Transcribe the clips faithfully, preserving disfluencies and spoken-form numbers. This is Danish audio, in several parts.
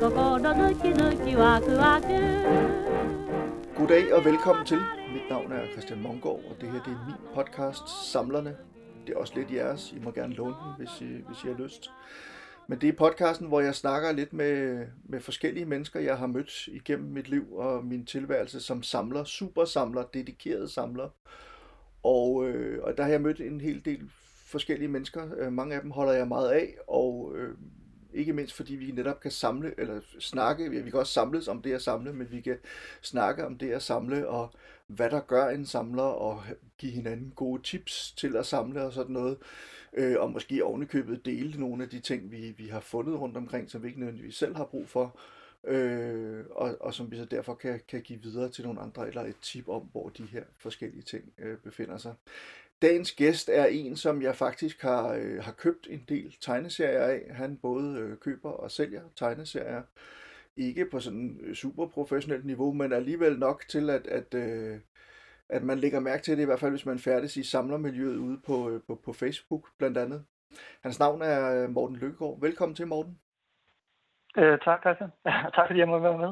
Goddag og velkommen til. Mit navn er Christian Mongård, og det her det er min podcast, Samlerne. Det er også lidt jeres. I må gerne låne den, hvis I, hvis I har lyst. Men det er podcasten, hvor jeg snakker lidt med, med forskellige mennesker, jeg har mødt igennem mit liv og min tilværelse som samler, supersamler, dedikeret samler. Og, øh, og der har jeg mødt en hel del forskellige mennesker. Mange af dem holder jeg meget af, og øh, ikke mindst fordi vi netop kan samle, eller snakke, vi kan også samles om det at samle, men vi kan snakke om det at samle, og hvad der gør en samler, og give hinanden gode tips til at samle og sådan noget. Øh, og måske ovenikøbet dele nogle af de ting, vi, vi har fundet rundt omkring, som vi ikke nødvendigvis selv har brug for, øh, og, og som vi så derfor kan, kan give videre til nogle andre, eller et tip om, hvor de her forskellige ting øh, befinder sig. Dagens gæst er en, som jeg faktisk har, øh, har købt en del tegneserier af. Han både øh, køber og sælger tegneserier. Ikke på sådan super professionelt niveau, men alligevel nok til, at, at, øh, at man lægger mærke til det, i hvert fald hvis man færdes i samlermiljøet ude på, øh, på, på Facebook blandt andet. Hans navn er Morten Lykkegaard. Velkommen til, Morten. Øh, tak, Christian. Tak fordi jeg må være med.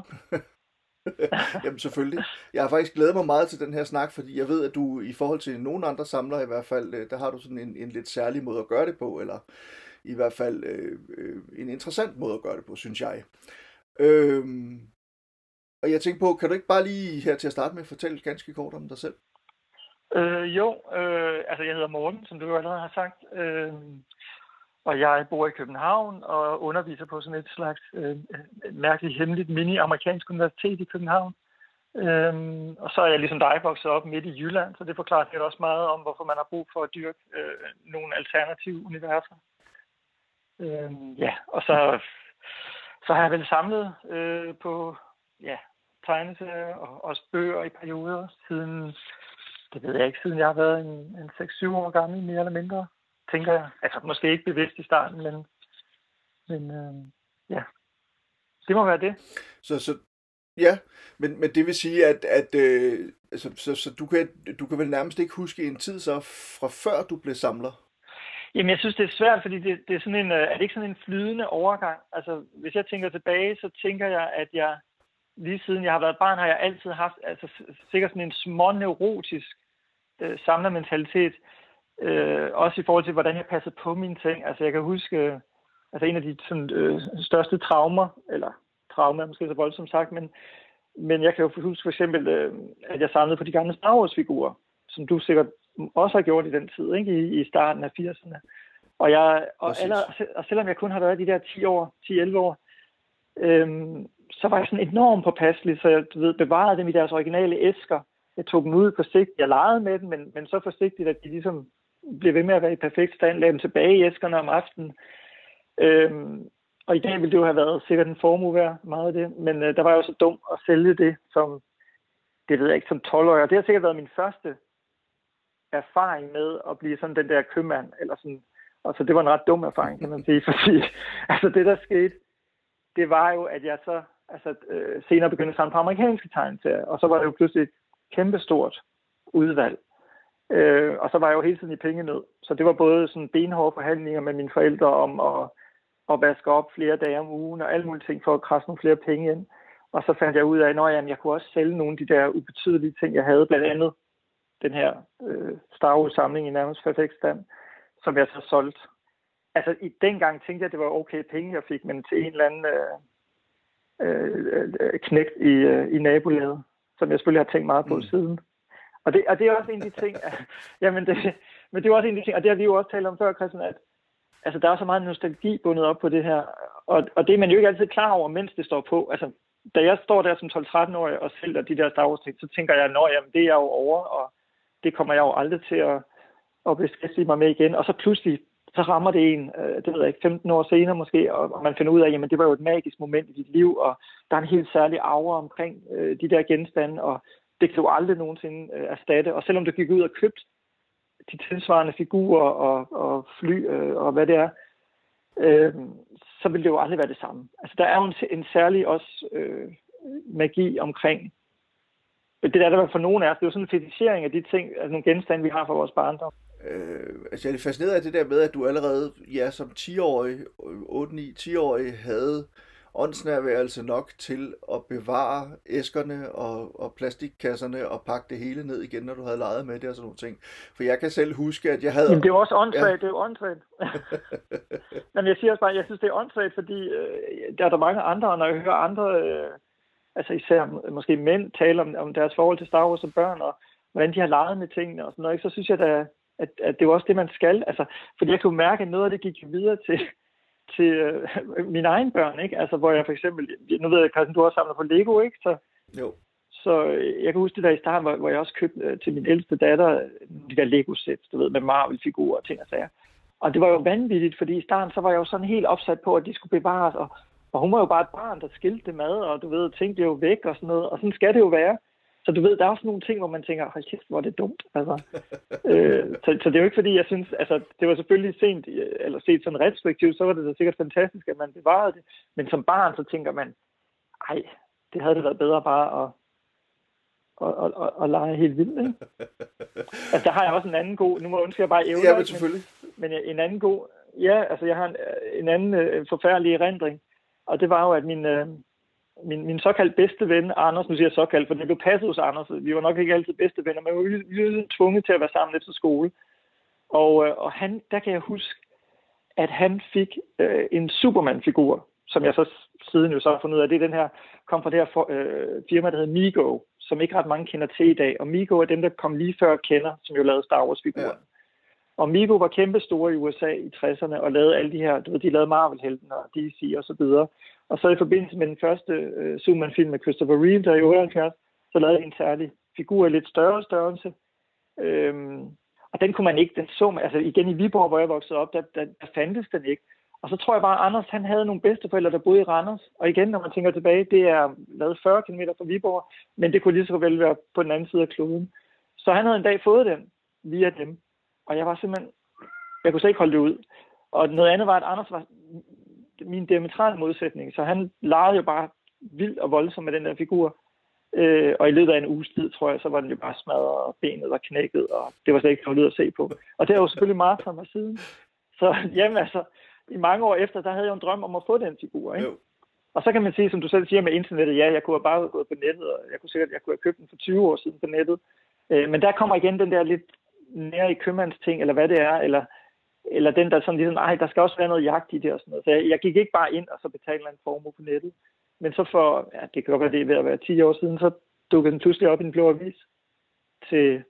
Jamen selvfølgelig. Jeg har faktisk glædet mig meget til den her snak, fordi jeg ved, at du i forhold til nogle andre samlere i hvert fald, der har du sådan en, en lidt særlig måde at gøre det på, eller i hvert fald øh, øh, en interessant måde at gøre det på, synes jeg. Øhm, og jeg tænker på, kan du ikke bare lige her til at starte med at fortælle ganske kort om dig selv? Øh, jo, øh, altså jeg hedder Morten, som du jo allerede har sagt, øh, og jeg bor i København og underviser på sådan et slags øh, mærkeligt hemmeligt mini-amerikansk universitet i København. Øh, og så er jeg ligesom dig vokset op midt i Jylland, så det forklarer lidt også meget om, hvorfor man har brug for at dyrke øh, nogle alternative universer. Øh, ja, og så, så har jeg vel samlet øh, på ja, tegneserier og også bøger i perioder siden, det ved jeg ikke, siden jeg har været en, en seks syv år gammel, mere eller mindre, tænker jeg. Altså måske ikke bevidst i starten, men, men øh, ja, det må være det. Så, så ja, men, men det vil sige, at, at øh, altså, så, så du, kan, du kan vel nærmest ikke huske en tid så fra før du blev samler? Jamen jeg synes det er svært, fordi det, det er sådan en, er det ikke sådan en flydende overgang? Altså hvis jeg tænker tilbage, så tænker jeg, at jeg lige siden jeg har været barn, har jeg altid haft altså sikkert sådan en småneurotisk øh, samlermentalitet. Øh, også i forhold til, hvordan jeg passede på mine ting. Altså, jeg kan huske, øh, altså en af de sådan, øh, største traumer, eller traumer er måske så voldsomt sagt, men, men jeg kan jo huske for eksempel, øh, at jeg samlede på de gamle Star Wars-figurer, som du sikkert også har gjort i den tid, ikke? I, i starten af firserne. Og, jeg, og, eller, og selvom jeg kun har været de der ti år, ti elleve år, øh, så var jeg sådan enormt påpasselig, så jeg du ved, bevarede dem i deres originale æsker. Jeg tog dem ud på sigt. Jeg legede med dem, men, men så forsigtigt, at de ligesom blev ved med at være i perfekt stand, lagde dem tilbage i æskerne om aftenen. Øhm, og i dag ville det jo have været sikkert en formue værd, meget af det, men øh, der var jeg jo så dum at sælge det som, det ved jeg ikke, som tolv-årig. Og det har sikkert været min første erfaring med at blive sådan den der købmand, eller sådan, altså det var en ret dum erfaring, kan man sige, fordi altså det der skete, det var jo, at jeg så altså, øh, senere begyndte at samle på amerikanske tegneserier, og så var det jo pludselig et kæmpestort udvalg. Øh, og så var jeg jo hele tiden i pengenød. Så det var både sådan benhårde forhandlinger med mine forældre om at, at vaske op flere dage om ugen og alle mulige ting for at krasse nogle flere penge ind. Og så fandt jeg ud af, at jamen, jeg kunne også sælge nogle af de der ubetydelige ting, jeg havde. Blandt andet den her øh, Star Wars-samling i nærmest perfekt stand, som jeg så solgte. Altså i dengang tænkte jeg, at det var okay penge, jeg fik, men til en eller anden øh, øh, øh, knægt i, øh, i nabolaget, som jeg selvfølgelig har tænkt meget på mm. siden. Og det, og det er også en af de ting, at, jamen det, men det er også en af de ting, og det har vi jo også talt om før, Christian, at altså, der er så meget nostalgi bundet op på det her, og, og det er man jo ikke altid klar over, mens det står på. Altså, da jeg står der som tolv-tretten-årig og sælger de der Star Wars ting, så tænker jeg, nå jamen, det er jeg jo over, og det kommer jeg jo aldrig til at, at beskæftige mig med igen. Og så pludselig, så rammer det en, det ved jeg ikke, femten år senere måske, og, og man finder ud af, jamen det var jo et magisk moment i dit liv, og der er en helt særlig aura omkring øh, de der genstande, og det kan du aldrig nogensinde øh, erstatte. Og selvom du gik ud og købte de tilsvarende figurer og, og fly øh, og hvad det er, øh, så vil det jo aldrig være det samme. Altså der er jo en, en særlig også øh, magi omkring det der, der for nogen af os, det er jo sådan en fetichering af de ting, altså nogle genstande, vi har fra vores barndom. Øh, altså jeg er fascineret af det der med, at du allerede, ja, som ti-årig, otte ni ti-årig, havde åndsnærværelse nok til at bevare æskerne og, og plastikkasserne og pakke det hele ned igen, når du havde leget med det og sådan nogle ting. For jeg kan selv huske, at jeg havde... Jamen, det er jo også åndssvagt, ja. Det er jo åndssvagt. Men jeg siger også bare, jeg synes, det er åndssvagt, fordi øh, der er der mange andre, og når jeg hører andre, øh, altså især måske mænd, tale om, om deres forhold til Star Wars og børn, og hvordan de har leget med tingene og sådan noget, så synes jeg da, at, at det er også det, man skal. Altså, fordi jeg kunne mærke, at noget af det gik videre til, til øh, mine egne børn, ikke? Altså, hvor jeg for eksempel, nu ved jeg, Christian, du også samler på Lego, ikke? Så, jo. Så jeg kan huske det der i starten, hvor, hvor jeg også købte øh, til min ældste datter de der Lego-sæt, du ved, med Marvel-figurer og ting og sager. Og det var jo vanvittigt, fordi i starten, så var jeg jo sådan helt opsat på, at de skulle bevares, og, og hun var jo bare et barn, der skilte det mad, og du ved, ting blev jo væk og sådan noget, og sådan skal det jo være. Så du ved, der er også nogle ting, hvor man tænker, hold kæft, hvor er det dumt, altså. øh, så, så det er jo ikke fordi, jeg synes, altså, det var selvfølgelig sent, eller set sådan retrospektivt, så var det da sikkert fantastisk, at man bevarede det, men som barn, så tænker man, ej, det havde det været bedre bare at og, og, og, og lege helt vildt, ikke? Altså, der har jeg også en anden god... Nu må jeg undskylde, jeg bare ævler, ja, men selvfølgelig. Men, men en anden god... Ja, altså, jeg har en, en anden øh, forfærdelig erindring. Og det var jo, at min, øh, min, min såkaldt bedste ven, Anders, nu siger jeg såkaldt, for det blev passet hos Anders. Vi var nok ikke altid bedste venner, men vi var, vi var tvunget til at være sammen efter skole. Og, øh, og han, der kan jeg huske, at han fik øh, en Superman-figur, som jeg så siden jo så har fundet ud af. Det er den her, kom fra det her for, øh, firma, der hedder Mego, som ikke ret mange kender til i dag. Og Mego er dem, der kom lige før kender, som jo lavede Star Wars-figuren. Ja. Og Mego var kæmpe store i U S A i tresserne, og lavede alle de her, du ved, de lavede Marvel-helten og D C og så videre. Og så i forbindelse med den første øh, Superman-film med Christopher Reeve, der i otteoghalvfjerds, så lavede de en særlig figur i lidt større størrelse. Øhm, og den kunne man ikke, den så man, altså igen i Viborg, hvor jeg voksede op, der, der, der fandtes den ikke. Og så tror jeg bare, at Anders, han havde nogle bedsteforældre, der boede i Randers. Og igen, når man tænker tilbage, det er lavet fyrre kilometer fra Viborg, men det kunne lige så vel være på den anden side af kloden. Så han havde en dag fået den via dem. Og jeg var simpelthen, jeg kunne slet ikke holde det ud. Og noget andet var, at Anders var min diametrale modsætning. Så han legede jo bare vildt og voldsomt med den der figur. Øh, og i løbet af en uges tid, tror jeg, så var den jo bare smadret, og benet var knækket, og det var slet ikke noget at se på. Og det er jo selvfølgelig meget fra mig siden. Så jamen altså, i mange år efter, der havde jeg en drøm om at få den figur, ikke? Jo. Og så kan man sige, som du selv siger med internettet, ja, jeg kunne have bare gået på nettet, og jeg kunne sikkert, jeg kunne have købt den for tyve år siden på nettet. Øh, men der kommer igen den der lidt nær i købmandsting, eller hvad det er, eller, eller den der sådan ligesom, ej, der skal også være noget jagt i det og sådan noget. Så jeg, jeg gik ikke bare ind og så betalte en formue på nettet. Men så for, ja, det kan godt være, det er ved at være ti år siden, så dukkede den pludselig op i en blå avis til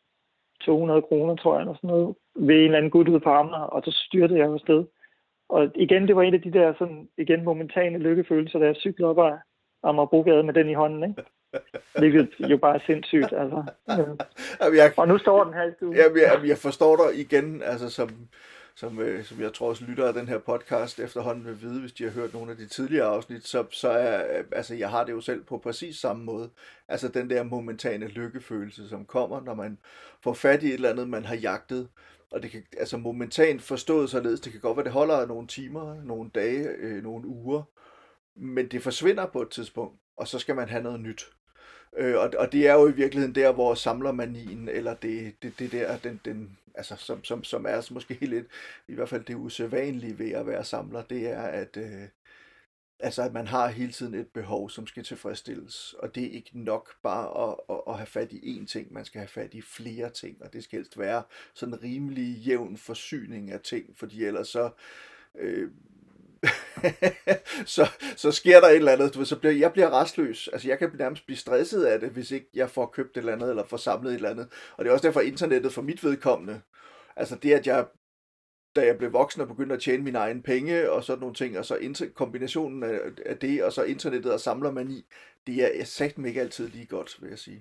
to hundrede kroner, tror jeg, eller sådan noget, ved en eller anden gut ude på Amager, og så styrtede jeg afsted. Og igen, det var en af de der sådan, igen, momentane lykkefølelser, da jeg cyklede op ad Amagerbrogade med den i hånden, ikke? Hvilket jo bare er sindssygt, altså. Ja. Jamen, jeg, og nu står den her i stuen. Jamen, jeg, jeg forstår dig igen, altså som, som, øh, som jeg tror også lytter af den her podcast efterhånden vil vide, hvis de har hørt nogle af de tidligere afsnit, så, så er, altså jeg har det jo selv på præcis samme måde. Altså den der momentane lykkefølelse, som kommer, når man får fat i et eller andet, man har jagtet. Og det kan, altså momentant forstået således, det kan godt være, det holder nogle timer, nogle dage, øh, nogle uger, men det forsvinder på et tidspunkt, og så skal man have noget nyt. Øh, og, og det er jo i virkeligheden der, hvor samlermanien, eller det, det, det der, den, den, altså, som, som, som er måske lidt, i hvert fald det usædvanlige ved at være samler, det er, at, øh, altså, at man har hele tiden et behov, som skal tilfredsstilles. Og det er ikke nok bare at, at, at have fat i én ting, man skal have fat i flere ting, og det skal helst være sådan en rimelig jævn forsyning af ting, fordi ellers så... Øh, så, så sker der et eller andet, du ved, så bliver, jeg bliver restløs, altså jeg kan nærmest blive stresset af det, hvis ikke jeg får købt et eller andet, eller får samlet et eller andet, og det er også derfor internettet for mit vedkommende, altså det at jeg, da jeg blev voksen og begyndte at tjene mine egne penge, og sådan nogle ting, og så inter- kombinationen af, af det, og så internettet og samlermani, det er sagt mig ikke altid lige godt, vil jeg sige.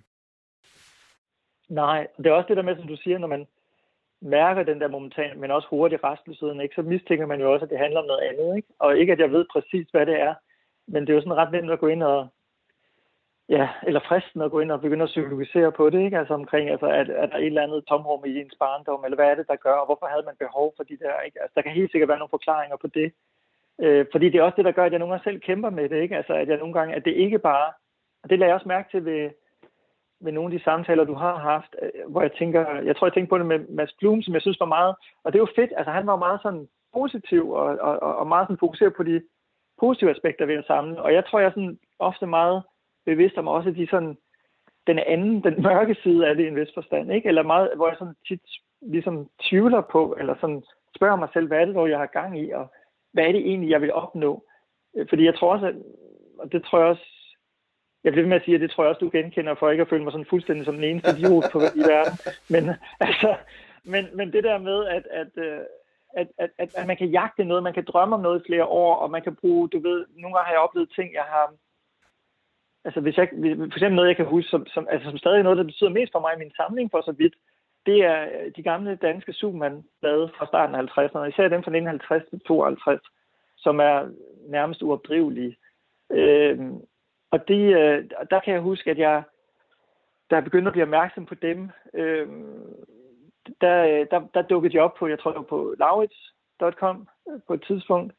Nej, det er også det der med, som du siger, når man mærker den der momentan, men også hurtigt restløsheden, ikke? Så mistænker man jo også, at det handler om noget andet, ikke? Og ikke, at jeg ved præcis, hvad det er, men det er jo sådan ret nemt at gå ind og, ja, eller fristende at gå ind og begynde at psykologisere på det, ikke? Altså omkring, altså, er, er der et eller andet tomrum i ens barndom, eller hvad er det, der gør, og hvorfor havde man behov for de der, ikke? Altså, der kan helt sikkert være nogle forklaringer på det, øh, fordi det er også det, der gør, at jeg nogle gange selv kæmper med det, ikke? Altså, at jeg nogle gange, at det ikke bare, og det lader jeg også mærke til ved, med nogle af de samtaler, du har haft, hvor jeg tænker, jeg tror, jeg tænkte på det med Mads Blum, som jeg synes var meget, og det er jo fedt, altså han var meget sådan positiv, og, og, og meget sådan fokuseret på de positive aspekter ved at samle. Og jeg tror, jeg er sådan ofte meget bevidst om også de sådan, den anden, den mørke side af det i en vis forstand, ikke? Eller meget, hvor jeg sådan tit ligesom tvivler på, eller sådan spørger mig selv, hvad er det, hvor jeg har gang i, og hvad er det egentlig, jeg vil opnå? Fordi jeg tror også, at, og det tror jeg også, jeg bliver ved med at sige, at det tror jeg også, du genkender, for ikke at føle mig sådan fuldstændig som den eneste idiot på i verden. Men, altså, men, men det der med, at, at, at, at, at, at man kan jagte noget, man kan drømme om noget i flere år, og man kan bruge, du ved, nogle gange har jeg oplevet ting, jeg har, altså hvis jeg, for eksempel noget, jeg kan huske, som, som, altså, som stadig er noget, der betyder mest for mig i min samling for så vidt, det er de gamle danske Superman-blade fra starten af halvtredserne, især dem fra nitten halvtreds til tooghalvtreds, som er nærmest uopdrivelige. Øh, og de, øh, der kan jeg huske, at jeg, da jeg begyndte at blive opmærksom på dem, øh, der, der, der dukkede de op på, jeg tror det var på laurits punktum com på et tidspunkt,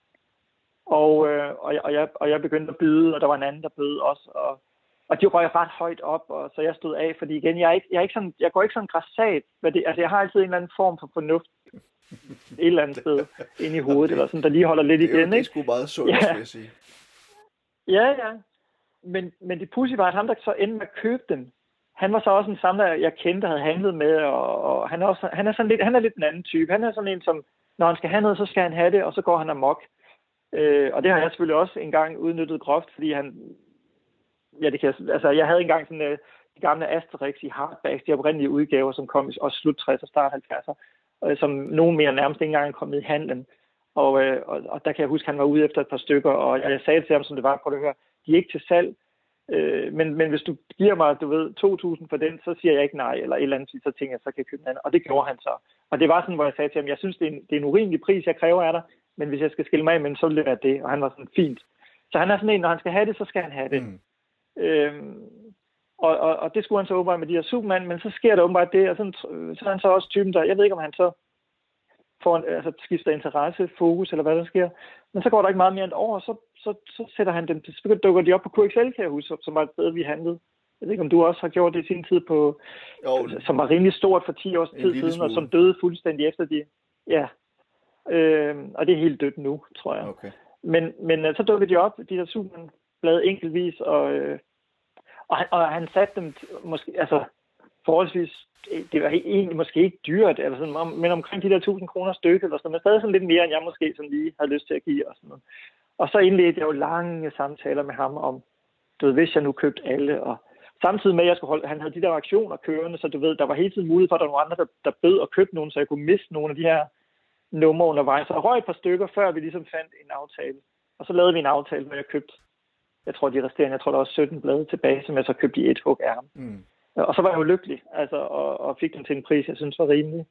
og, øh, og, jeg, og, jeg, og jeg begyndte at byde, og der var en anden, der bød også, og Og de røg ret højt op, og så jeg stod af, fordi igen, jeg, er ikke, jeg, er ikke sådan, jeg går ikke sådan grassat, det, altså jeg har altid en eller anden form for fornuft et eller andet sted inde i hovedet, eller sådan, der lige holder lidt igen. Det er jo ikke? det sgu meget sundt, ja. Vil jeg sige. Ja, ja. Men, men det pudsige var, at ham, der så endte med at købe dem, han var så også en samler, jeg kendte, der havde handlet med, og, og han, er også, han, er sådan lidt, han er lidt en anden type. Han er sådan en, som, når han skal have noget, så skal han have det, og så går han amok. Øh, og det har jeg selvfølgelig også engang udnyttet groft, fordi han... Ja, det kan jeg, altså jeg havde engang sådan uh, de gamle Asterix i hardbacks, de oprindelige udgaver, som kom i også slut tresserne og start halvfjerdserne, uh, som nogen mere nærmest ikke engang er kommet i handlen. Og, uh, og, og der kan jeg huske, at han var ude efter et par stykker, og jeg sagde til ham, som det var, prøv at høre, de er ikke til salg, uh, men, men hvis du giver mig, du ved, to tusind for den, så siger jeg ikke nej, eller et eller andet, så tænker jeg, så kan jeg købe den anden. Og det gjorde han så. Og det var sådan, hvor jeg sagde til ham, jeg synes, det er en, det er en urimelig pris, jeg kræver af dig, men hvis jeg skal skille mig af med den, så vil det være det. Og han var sådan fint. Så han er sådan en, når han skal have det, så skal han have det. Mm. Øhm, og, og, og det skulle han så åbenbart med de her Superman, men så sker der åbenbart det, og sådan, så er han så også typen, der, jeg ved ikke, om han så får en, altså, skifter interesse, fokus, eller hvad der sker, men så går der ikke meget mere end et år, og så, så, så sætter han dem, så dukker de op på Q X L, kan jeg huske, som var et sted, vi handlede. Jeg ved ikke, om du også har gjort det i sin tid på, jo, som var rimelig stort for ti års tid siden, og som døde fuldstændig efter de, ja, øhm, og det er helt dødt nu, tror jeg. Okay. Men, men så dukker de op, de der Superman blade enkeltvis, og, øh, og, han, og han satte dem måske, altså forholdsvis, det var egentlig måske ikke dyrt, eller sådan, men omkring de der tusind kroner stykke, eller sådan, men stadig sådan lidt mere, end jeg måske sådan lige havde lyst til at give, og sådan noget. Og så indledte jeg jo lange samtaler med ham om, du ved, hvis jeg nu købte alle, og samtidig med, at jeg skulle holde, han havde de der aktioner kørende, så du ved, der var hele tiden mulighed for, at der var nogle andre, der, der bød og købte nogen, så jeg kunne miste nogle af de her numre undervejs. Så jeg røg et par stykker, før vi ligesom fandt en aftale. Og så lavede vi en aftale, hvor jeg købte, jeg tror, de resterende, jeg tror, der var sytten blade tilbage, som jeg så købte i et hug ærm. Mm. Og så var jeg jo lykkelig, altså, og, og fik dem til en pris, jeg synes var rimelig.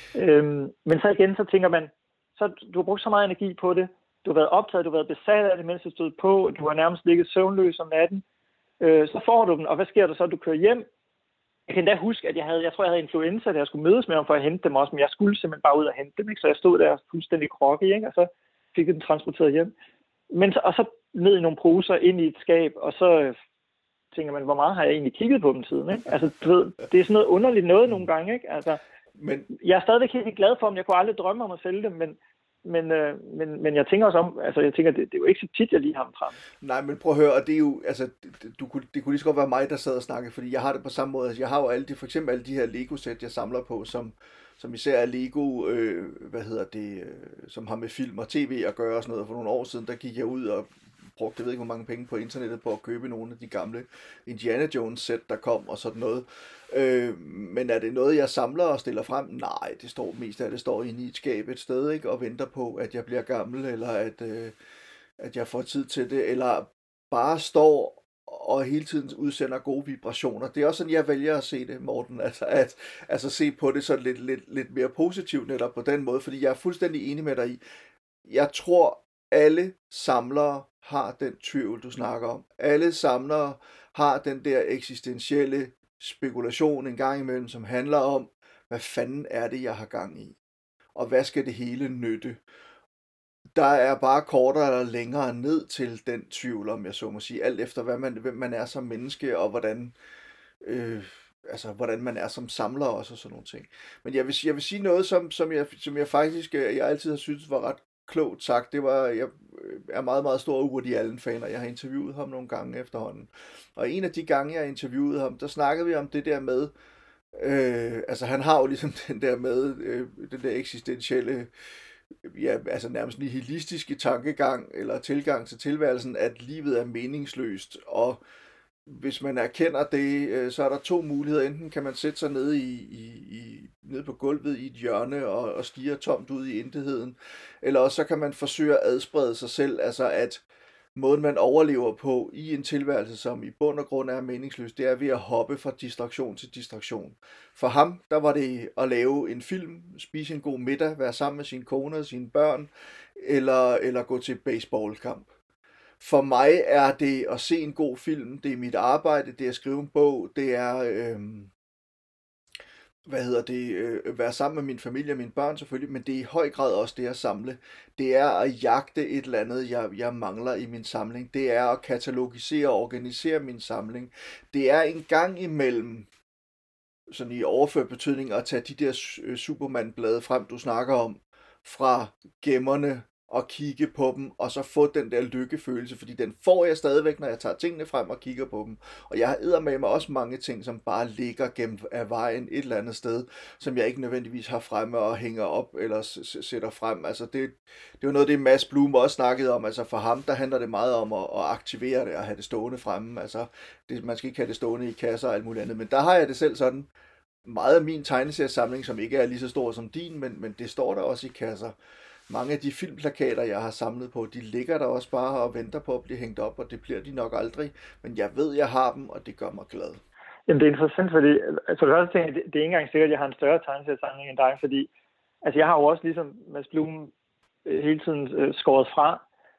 Øhm, men så igen, så tænker man, så du har brugt så meget energi på det, du har været optaget, du har været besat af det, mens du stod på, du har nærmest ligget søvnløs om natten, øh, så får du dem, og hvad sker der så? Du kører hjem. Jeg kan endda huske, at jeg havde, jeg tror, jeg havde influenza, da jeg skulle mødes med ham for at hente dem også, men jeg skulle simpelthen bare ud og hente dem, ikke? Så jeg stod der fuldstændig krokket, ikke? Og så fik jeg dem transporteret hjem. Men så, og så ned i nogle poser ind i et skab, og så tænker man, hvor meget har jeg egentlig kigget på dem siden, ikke? Altså, du ved, det er sådan noget underligt noget nogle gange, ikke? Altså, men jeg er stadigvæk helt glad for dem, jeg kunne aldrig drømme om at sælge dem, men Men, øh, men, men jeg tænker også om, altså jeg tænker, det, det er jo ikke så tit, jeg lige har dem frem. Nej, men prøv at høre, og det er jo, altså, det, du kunne, det kunne lige så godt være mig, der sad og snakkede, fordi jeg har det på samme måde. Altså, jeg har jo alle de, for eksempel alle de her Lego-sæt, jeg samler på, som, som især er Lego, øh, hvad hedder det, øh, som har med film og tv at gøre og sådan noget. For nogle år siden, der gik jeg ud og brugte, jeg ved ikke hvor mange penge på internettet på at købe nogle af de gamle Indiana Jones-sæt, der kom og sådan noget. Øh, men er det noget, jeg samler og stiller frem? Nej, det står mest af det står inde i et skab et sted, ikke, og venter på, at jeg bliver gammel, eller at, øh, at jeg får tid til det, eller bare står og hele tiden udsender gode vibrationer. Det er også sådan, jeg vælger at se det, Morten, altså at altså se på det så lidt, lidt, lidt mere positivt netop på den måde, fordi jeg er fuldstændig enig med dig i, jeg tror, alle samlere har den tvivl, du snakker om. Alle samlere har den der eksistentielle spekulation en gang imellem, som handler om, hvad fanden er det, jeg har gang i? Og hvad skal det hele nytte? Der er bare kortere eller længere ned til den tvivl, om jeg så må sige, alt efter hvad man, hvem man er som menneske, og hvordan, øh, altså, hvordan man er som samler også, og sådan nogle ting. Men jeg vil, jeg vil sige noget, som, som, jeg, som jeg faktisk jeg altid har syntes var ret klogt sagt. Det var, jeg er meget, meget stor Woody Allen-fan, og jeg har interviewet ham nogle gange efterhånden. Og en af de gange, jeg interviewede ham, der snakkede vi om det der med, øh, altså han har jo ligesom den der med, øh, den der eksistentielle, ja, altså nærmest nihilistiske tankegang, eller tilgang til tilværelsen, at livet er meningsløst, og hvis man erkender det, så er der to muligheder. Enten kan man sætte sig nede, i, i, i, nede på gulvet i et hjørne og, og stirre tomt ud i intetheden. Eller også så kan man forsøge at adsprede sig selv. Altså at måden man overlever på i en tilværelse, som i bund og grund er meningsløs, det er ved at hoppe fra distraktion til distraktion. For ham, der var det at lave en film, spise en god middag, være sammen med sin kone og sine børn, eller, eller gå til baseballkamp. For mig er det at se en god film, det er mit arbejde, det er at skrive en bog, det er, øh, hvad hedder det, øh, være sammen med min familie og mine børn selvfølgelig, men det er i høj grad også det at samle. Det er at jagte et eller andet, jeg, jeg mangler i min samling. Det er at katalogisere og organisere min samling. Det er en gang imellem, sådan i overført betydning, at tage de der Superman-blade frem, du snakker om, fra gemmerne, og kigge på dem, og så få den der lykkefølelse, fordi den får jeg stadigvæk, når jeg tager tingene frem og kigger på dem. Og jeg har eddermame mig også mange ting, som bare ligger gennem af vejen et eller andet sted, som jeg ikke nødvendigvis har fremme og hænger op eller sætter frem. Altså det, det er jo noget, det Mads Blum også snakkede om. Altså for ham, der handler det meget om at, at aktivere det og have det stående fremme. Altså det, man skal ikke have det stående i kasser og alt muligt andet. Men der har jeg det selv sådan, meget af min tegneseriesamling, som ikke er lige så stor som din, men, men det står der også i kasser. Mange af de filmplakater, jeg har samlet på, de ligger der også bare og venter på at blive hængt op, og det bliver de nok aldrig. Men jeg ved, jeg har dem, og det gør mig glad. Jamen, det er interessant, fordi for det første ting, det, det er ikke engang sikkert, at jeg har en større tegneseriesamling end dig, fordi altså, jeg har jo også ligesom Mads Blum hele tiden øh, skåret fra.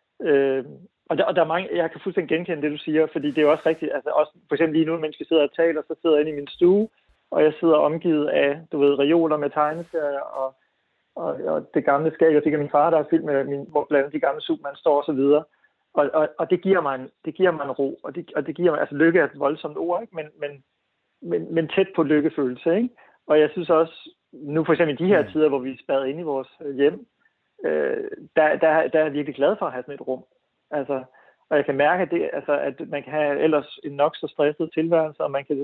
Øh, og, der, og der er mange, jeg kan fuldstændig genkende det, du siger, fordi det er jo også rigtigt. Altså, også, for eksempel lige nu, mens vi sidder og taler, så sidder jeg inde i min stue, og jeg sidder omgivet af, du ved, reoler med tegneserier, og Og, og det gamle skab, jeg fik af min far, der er fyldt med min, hvor blandt andet de gamle Superman står og så videre. Og, og, og det giver mig en, det giver mig en ro, og det, og det giver mig, altså lykke er et voldsomt ord, ikke? Men, men, men, men tæt på lykkefølelse, ikke? Og jeg synes også, nu for eksempel i de her tider, hvor vi er spadet inde i vores hjem, øh, der, der, der er jeg virkelig glad for at have sådan et rum. Altså, og jeg kan mærke, at, det, altså, at man kan have ellers en nok så stresset tilværelse, og man kan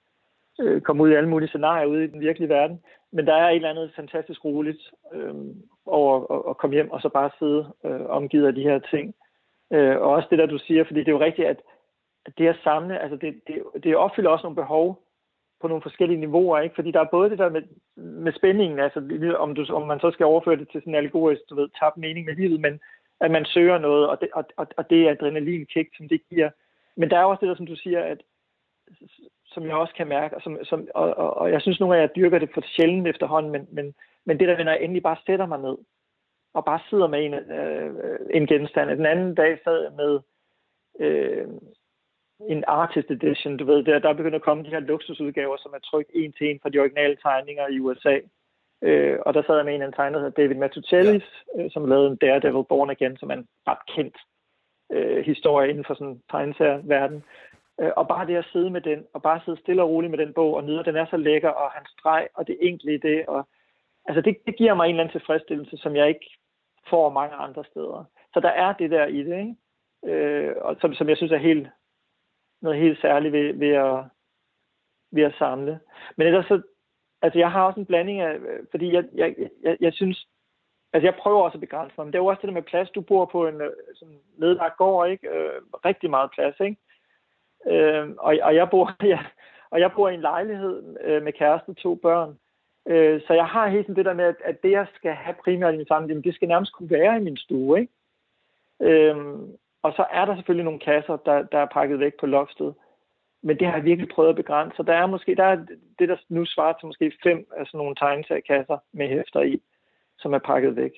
øh, komme ud i alle mulige scenarier ude i den virkelige verden. Men der er et eller andet fantastisk roligt øh, over at, at komme hjem og så bare sidde øh, omgivet af de her ting. Øh, og også det der, du siger, fordi det er jo rigtigt, at, at det at samle, altså det, det, det opfylder også nogle behov på nogle forskellige niveauer, ikke? Fordi der er både det der med, med spændingen, altså om, du, om man så skal overføre det til sådan en allegorisk, du ved, tabt mening med livet, men at man søger noget, og det, og, og, og det adrenalinkick, som det giver. Men der er også det der, som du siger, at som jeg også kan mærke, og, som, som, og, og, og jeg synes nogle af jer dyrker det for sjældent efterhånden, men, men, men det der, når jeg endelig bare sætter mig ned, og bare sidder med en, øh, en genstand. Den anden dag sad jeg med øh, en artist edition, du ved, der, der er begyndt at komme de her luksusudgaver, som er trykt en til en fra de originale tegninger i U S A. Øh, og der sad jeg med en af en tegner, der hedder David Mazzucchellis, ja. øh, som lavede en Daredevil Born Again, som er en ret kendt øh, historie inden for sådan en tegneserieverden. Og bare det at sidde med den, og bare sidde stille og roligt med den bog, og nyde, den er så lækker, og hans streg, og det enkle i det, og altså det, det giver mig en eller anden tilfredsstillelse, som jeg ikke får mange andre steder. Så der er det der i det, ikke? Øh, og som, som jeg synes er helt, noget helt særligt ved, ved, at, ved at samle. Men ellers så, altså jeg har også en blanding af, fordi jeg, jeg, jeg, jeg synes, altså jeg prøver også at begrænse mig, men det er jo også det der med plads. Du bor på en sådan nedlagt gård, ikke? Øh, rigtig meget plads, ikke? Øh, og, og, jeg bor, ja, og jeg bor i en lejlighed øh, med kæreste, to børn. Øh, så jeg har helt sådan det der med, at, at det, jeg skal have primært i min samling, det skal nærmest kunne være i min stue. Ikke? Øh, og så er der selvfølgelig nogle kasser, der, der er pakket væk på loftet. Men det har jeg virkelig prøvet at begrænse. Så der er måske der er det, der nu svarer til måske fem af sådan nogle tegneseriekasser med hæfter i, som er pakket væk.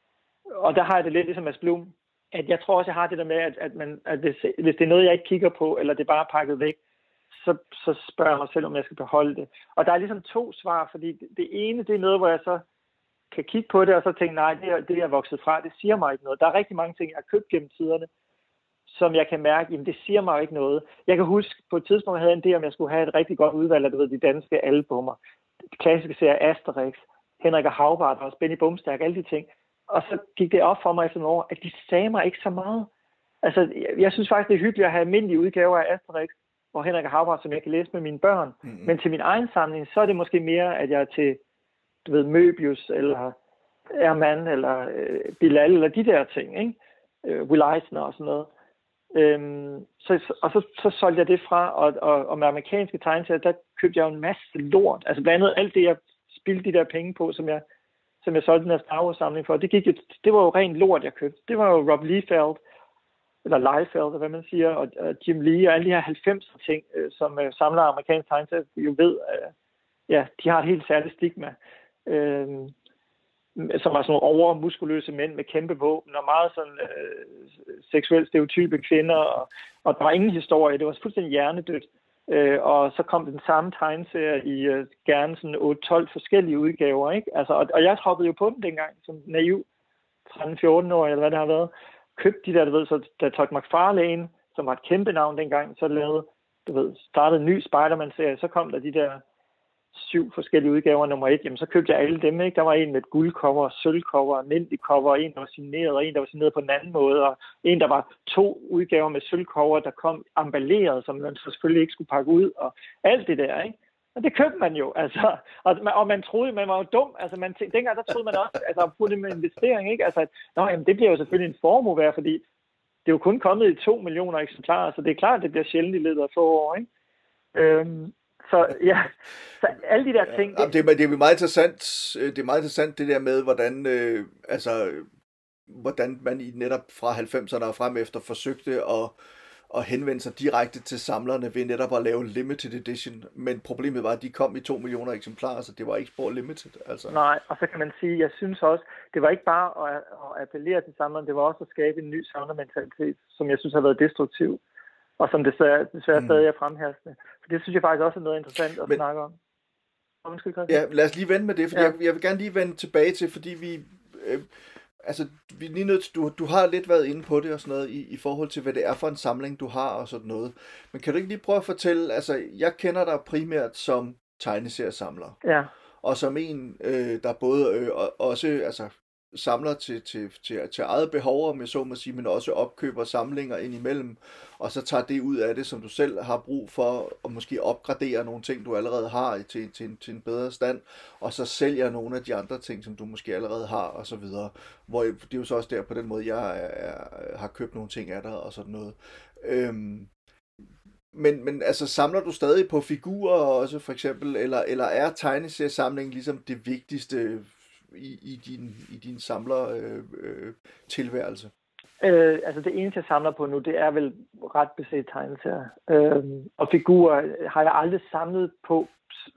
Og der har jeg det lidt ligesom Mads Blum, at jeg tror også, jeg har det der med, at, at, man, at hvis, hvis det er noget, jeg ikke kigger på, eller det er bare pakket væk, så, så spørger jeg mig selv, om jeg skal beholde det. Og der er ligesom to svar, fordi det, det ene, det er noget, hvor jeg så kan kigge på det, og så tænke, nej, det er, det er vokset fra, det siger mig ikke noget. Der er rigtig mange ting, jeg har købt gennem tiderne, som jeg kan mærke, jamen det siger mig ikke noget. Jeg kan huske, på et tidspunkt, jeg havde en idé, om jeg skulle have et rigtig godt udvalg af, du ved, de danske albummer. De klassiske serier Asterix, Henrik og Haubart, også Benny Bumstærk, alle de ting. og så gik det op for mig efter nogle år, at de sagde mig ikke så meget. Altså, jeg, jeg synes faktisk, det er hyggeligt at have almindelige udgaver af Asterix og Henrik og Haubart, som jeg kan læse med mine børn. Mm-hmm. Men til min egen samling, så er det måske mere, at jeg er til, du ved, Möbius, eller Erman, eller øh, Bilal, eller de der ting, ikke? Øh, Will Eisner og sådan noget. Øhm, så, og så, så solgte jeg det fra, og, og, og med amerikanske tegneserier, der købte jeg jo en masse lort. Altså blandt andet alt det, jeg spildte de der penge på, som jeg, som jeg solgte den her Star Wars-samling for. Det, gik jo, det var jo rent lort, jeg købte. Det var jo Rob Liefeld, eller Liefeld, hvad man siger, og, og Jim Lee, og alle de her halvfemser ting, øh, som øh, samler amerikanske tegneserier, jo ved, øh, ja, de har et helt særligt stigma. Øh, som var sådan nogle overmuskuløse mænd med kæmpe våben, og meget sådan øh, seksuelt stereotype kvinder, og, og der var ingen historie, det var fuldstændig hjernedødt. Øh, og så kom den samme tegneserie i øh, gerne sådan otte tolv forskellige udgaver, ikke? Altså, og, og jeg hoppede jo på den dengang, som naiv, tretten fjorten år, eller hvad det har været, købte de der, du ved, så da Todd McFarlane, som var et kæmpe navn dengang, så lavede, du ved, startede en ny Spider-Man-serie, så kom der de der syv forskellige udgaver nummer et, jamen så købte jeg alle dem, ikke? Der var en med et guldcover, sølvcover, almindelig cover, en der var signeret, og en der var signeret på en anden måde, og en der var to udgaver med sølvcover, der kom emballeret, som man så selvfølgelig ikke skulle pakke ud, og alt det der, ikke? Og det købte man jo, altså, og, og man troede, man var jo dum, altså man tænkte, dengang der troede man også, altså at putte det med investering, ikke? Altså, at, nå, jamen det bliver jo selvfølgelig en formue værd, fordi det er jo kun kommet i to millioner eksemplarer, så det er klart, at det bliver sjældent i løbet af få år, ikke? Øhm, Så ja, så alle de der ting... Ja, det, er, det er meget interessant, det er meget interessant det der med, hvordan, øh, altså, hvordan man i netop fra halvfemserne og frem efter forsøgte at, at henvende sig direkte til samlerne ved netop at lave limited edition. Men problemet var, at de kom i to millioner eksemplarer, så det var ikke spor limited. Altså. Nej, og så kan man sige, jeg synes også, det var ikke bare at, at appellere til samlerne, det var også at skabe en ny samlermentalitet, som jeg synes har været destruktiv. Og som desværre, desværre stadig er fremherskende. For det synes jeg faktisk også er noget interessant at Men, snakke om. Undskyld, Christian. Ja, lad os lige vende med det, for ja. jeg, jeg vil gerne lige vende tilbage til, fordi vi... Øh, altså, vi er lige nødt til, du, du har lidt været inde på det og sådan noget, i, i forhold til, hvad det er for en samling, du har og sådan noget. Men kan du ikke lige prøve at fortælle, altså, jeg kender dig primært som tegneseriesamler. Ja. Og som en, øh, der både øh, også, altså... samler til, til, til, til eget behov, om jeg så må sige, men også opkøber samlinger indimellem, og så tager det ud af det, som du selv har brug for, og måske opgradere nogle ting, du allerede har til, til, til en bedre stand, og så sælger nogle af de andre ting, som du måske allerede har, og så videre. Hvor det er jo så også der på den måde, jeg er, er, har købt nogle ting af dig, og sådan noget. Øhm, men, men altså, samler du stadig på figurer også, for eksempel, eller, eller er tegneseriesamlingen ligesom det vigtigste i, i din, i din samler øh, øh, tilværelse? Øh, altså det eneste, jeg samler på nu, det er vel ret beset tegneserier. Øh, og figurer har jeg aldrig samlet på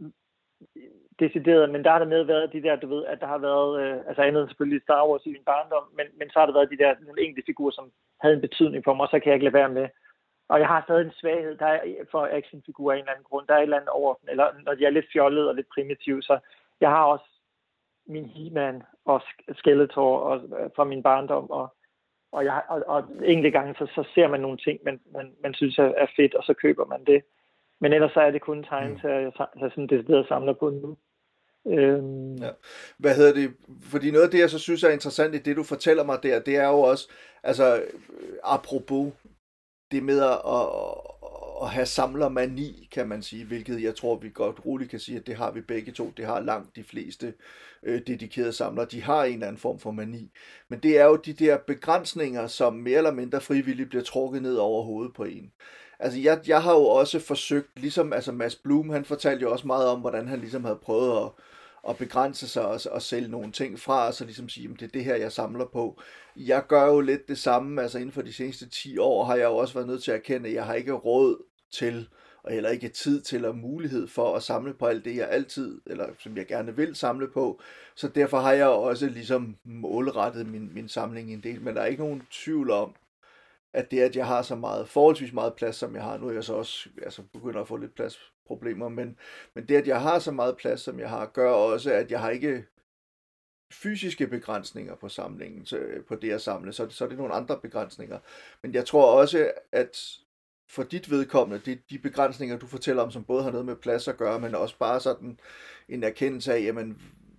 decideret, men der har der med været de der, du ved, at der har været, øh, altså andet selvfølgelig Star Wars i min barndom, men, men så har der været de der nogle enkelte figurer, som havde en betydning for mig, og så kan jeg ikke lade være med. Og jeg har stadig en svaghed der er for actionfigurer af en eller anden grund. Der er et eller andet over, eller når de er lidt fjollede og lidt primitive, så jeg har også min He-Man og Skeletor og, fra min barndom, og, og, jeg, og, og enkelte gange så, så ser man nogle ting, man, man, man synes er, er fedt, og så køber man det. Men ellers så er det kun tegneserier, jeg, jeg sådan decideret samler på nu. Øhm. Ja. Hvad hedder det? Fordi noget af det, jeg så synes er interessant i det, du fortæller mig der, det er jo også, altså apropos det med at, at have samlermani, kan man sige, hvilket jeg tror, vi godt roligt kan sige, at det har vi begge to. Det har langt de fleste øh, dedikerede samlere. De har en eller anden form for mani. Men det er jo de der begrænsninger, som mere eller mindre frivilligt bliver trukket ned over hovedet på en. Altså, jeg, jeg har jo også forsøgt, ligesom altså Mads Blum, han fortalte jo også meget om, hvordan han ligesom havde prøvet at, at begrænse sig og, og sælge nogle ting fra, og så ligesom sige, at det er det her, jeg samler på. Jeg gør jo lidt det samme, altså inden for de seneste ti år har jeg jo også været nødt til at erkende, at jeg har ikke råd til, og heller ikke tid til og mulighed for at samle på alt det, jeg altid, eller som jeg gerne vil samle på. Så derfor har jeg også ligesom målrettet min, min samling en del, men der er ikke nogen tvivl om, at det, at jeg har så meget, forholdsvis meget plads, som jeg har, nu er jeg så også altså, begynder at få lidt pladsproblemer, men, men det, at jeg har så meget plads, som jeg har, gør også, at jeg har ikke fysiske begrænsninger på samlingen, på det at samle, så, så er det nogle andre begrænsninger. Men jeg tror også, at for dit vedkommende, det er de begrænsninger, du fortæller om, som både har noget med plads at gøre, men også bare sådan en erkendelse af, jamen,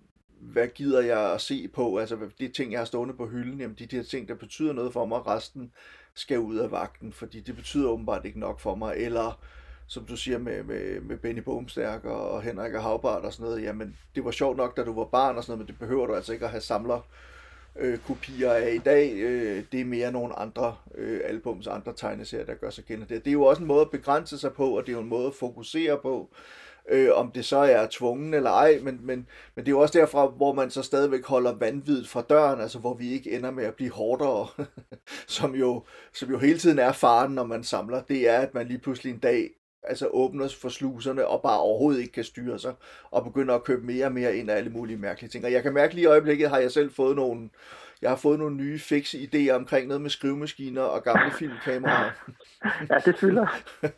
hvad gider jeg at se på, altså de ting, jeg har stående på hylden, jamen de der ting, der betyder noget for mig, resten skal ud af vagten, fordi det betyder åbenbart ikke nok for mig, eller som du siger med, med, med Benny Bohmstærk og Henrik og Haubart og sådan noget, jamen det var sjovt nok, da du var barn og sådan noget, men det behøver du altså ikke at have samler øh, kopier af i dag. Øh, det er mere nogle andre øh, albums, andre tegneserier, der gør sig gældende. Det er jo også en måde at begrænse sig på, og det er jo en måde at fokusere på, øh, om det så er tvungen eller ej, men, men, men det er jo også derfra, hvor man så stadigvæk holder vanvittigt fra døren, altså hvor vi ikke ender med at blive hårdere, som, jo, som jo hele tiden er faren, når man samler. Det er, at man lige pludselig en dag altså åbner for sluserne og bare overhovedet ikke kan styre sig, og begynder at købe mere og mere ind af alle mulige mærkelige ting. Og jeg kan mærke lige i øjeblikket, har jeg selv fået nogle, jeg har fået nogle nye fikse idéer omkring noget med skrivemaskiner og gamle filmkameraer. Ja, det fylder.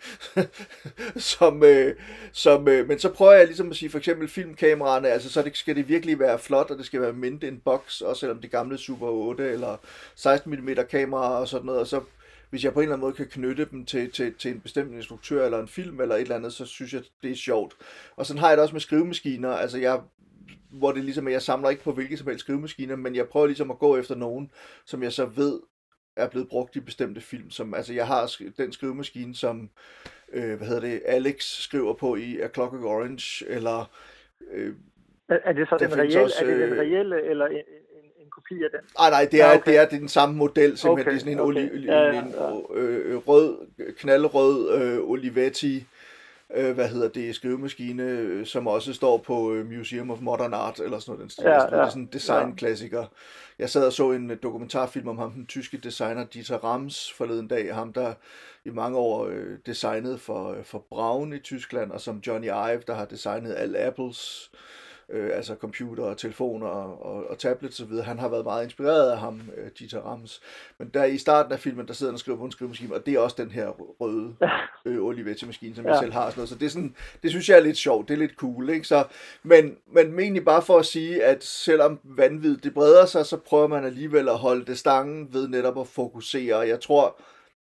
som, øh, som, øh, men så prøver jeg ligesom at sige, for eksempel filmkameraerne, altså så det, skal det virkelig være flot, og det skal være mindre en boks, også selvom det gamle Super otte eller seksten millimeter kameraer og sådan noget, og så hvis jeg på en eller anden måde kan knytte dem til, til, til en bestemt instruktør eller en film eller et eller andet, så synes jeg, det er sjovt. Og sådan har jeg det også med skrivemaskiner, altså jeg, hvor det ligesom, jeg samler ikke på hvilke som helst skrivemaskiner, men jeg prøver ligesom at gå efter nogen, som jeg så ved er blevet brugt i bestemte film. Som, altså jeg har den skrivemaskine, som øh, hvad hedder det, Alex skriver på i A Clockwork Orange, eller øh, er det så den reelle, også, er det den reelle eller en, en kopi af den? Nej, nej, det er, ja, okay. det er den samme model, simpelthen. Okay, det er sådan en, okay. oli, ja, ja, en ja. Øh, rød, knaldrød øh, Olivetti, øh, hvad hedder det, skrivemaskine, som også står på øh, Museum of Modern Art, eller sådan noget. Den, ja, ja. Det er sådan en designklassiker. Ja. Jeg sad og så en dokumentarfilm om ham, den tyske designer Dieter Rams forleden dag, ham der i mange år øh, designede for, for Braun i Tyskland, og som Johnny Ive, der har designet alle Apples, Øh, altså computer og telefoner og, og, og tablets og så videre. Han har været meget inspireret af ham, øh, Dieter Rams. Men der i starten af filmen, der sidder han og skriver på en skrivemaskine, og det er også den her røde øh, Olivetti-maskine, som ja. jeg selv har. Sådan noget. Så det, er sådan, det synes jeg er lidt sjovt, det er lidt cool. Ikke? Så, men, men egentlig bare for at sige, at selvom vanvid det breder sig, så prøver man alligevel at holde det stangen ved netop at fokusere. Og jeg tror,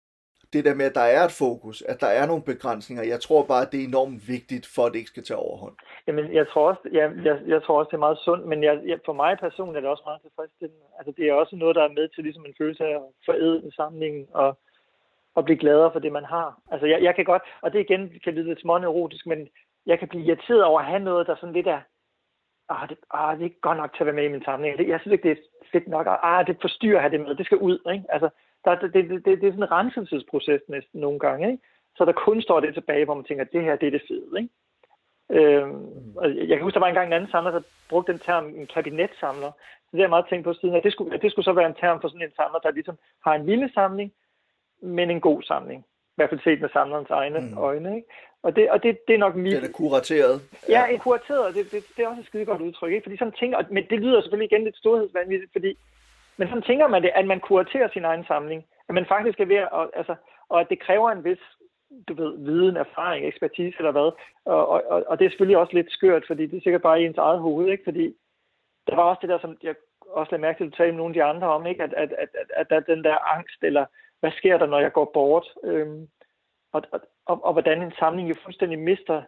det der med, at der er et fokus, at der er nogle begrænsninger, jeg tror bare, at det er enormt vigtigt, for at det ikke skal tage overhånd. Jamen, jeg tror også, ja, jeg, jeg tror også, det er meget sundt, men jeg, jeg, for mig personligt er det også meget tilfredsstillende. Altså, det er også noget, der er med til ligesom en følelse af at forædle samlingen og, og blive gladere for det, man har. Altså, jeg, jeg kan godt, og det igen kan lyde lidt småneurotisk, men jeg kan blive irriteret over at have noget, der sådan lidt er, ah, det, ah, det er ikke godt nok til at være med i min samling. Det, jeg synes ikke, det er fedt nok. Ah, det forstyrrer at have det med. Det skal ud, ikke? Altså, der, det, det, det, det er sådan en renselsesproces næsten nogle gange, ikke? Så der kun står det tilbage, hvor man tænker, at det her, det er det fede, ikke? Øhm, og jeg kan huske, der var engang en anden samler, der brugte den term, en kabinetsamler. Så det har jeg meget tænkt på siden, at det skulle, at det skulle så være en term for sådan en samler, der ligesom har en lille samling, men en god samling. I hvert fald set med samlerens egne mm. øjne, ikke? Og det, og det, det er nok mit... Den er kurateret. Ja, en kurateret, det, det, det er også et skide godt udtryk, ikke? Fordi sådan tænker, men det lyder selvfølgelig igen lidt storhedsvanvittigt, fordi, men sådan tænker man det, at man kuraterer sin egen samling, at man faktisk er ved at, altså, og at det kræver en vis, du ved, viden, erfaring, ekspertise eller hvad, og, og, og det er selvfølgelig også lidt skørt, fordi det er sikkert bare i ens eget hoved, ikke? Fordi der var også det der, som jeg også lagde mærke til, at du talte med nogle af de andre om, ikke? At, at, at, at, at der er den der angst, eller hvad sker der, når jeg går bort? Øhm, og, og, og, og hvordan en samling jo fuldstændig mister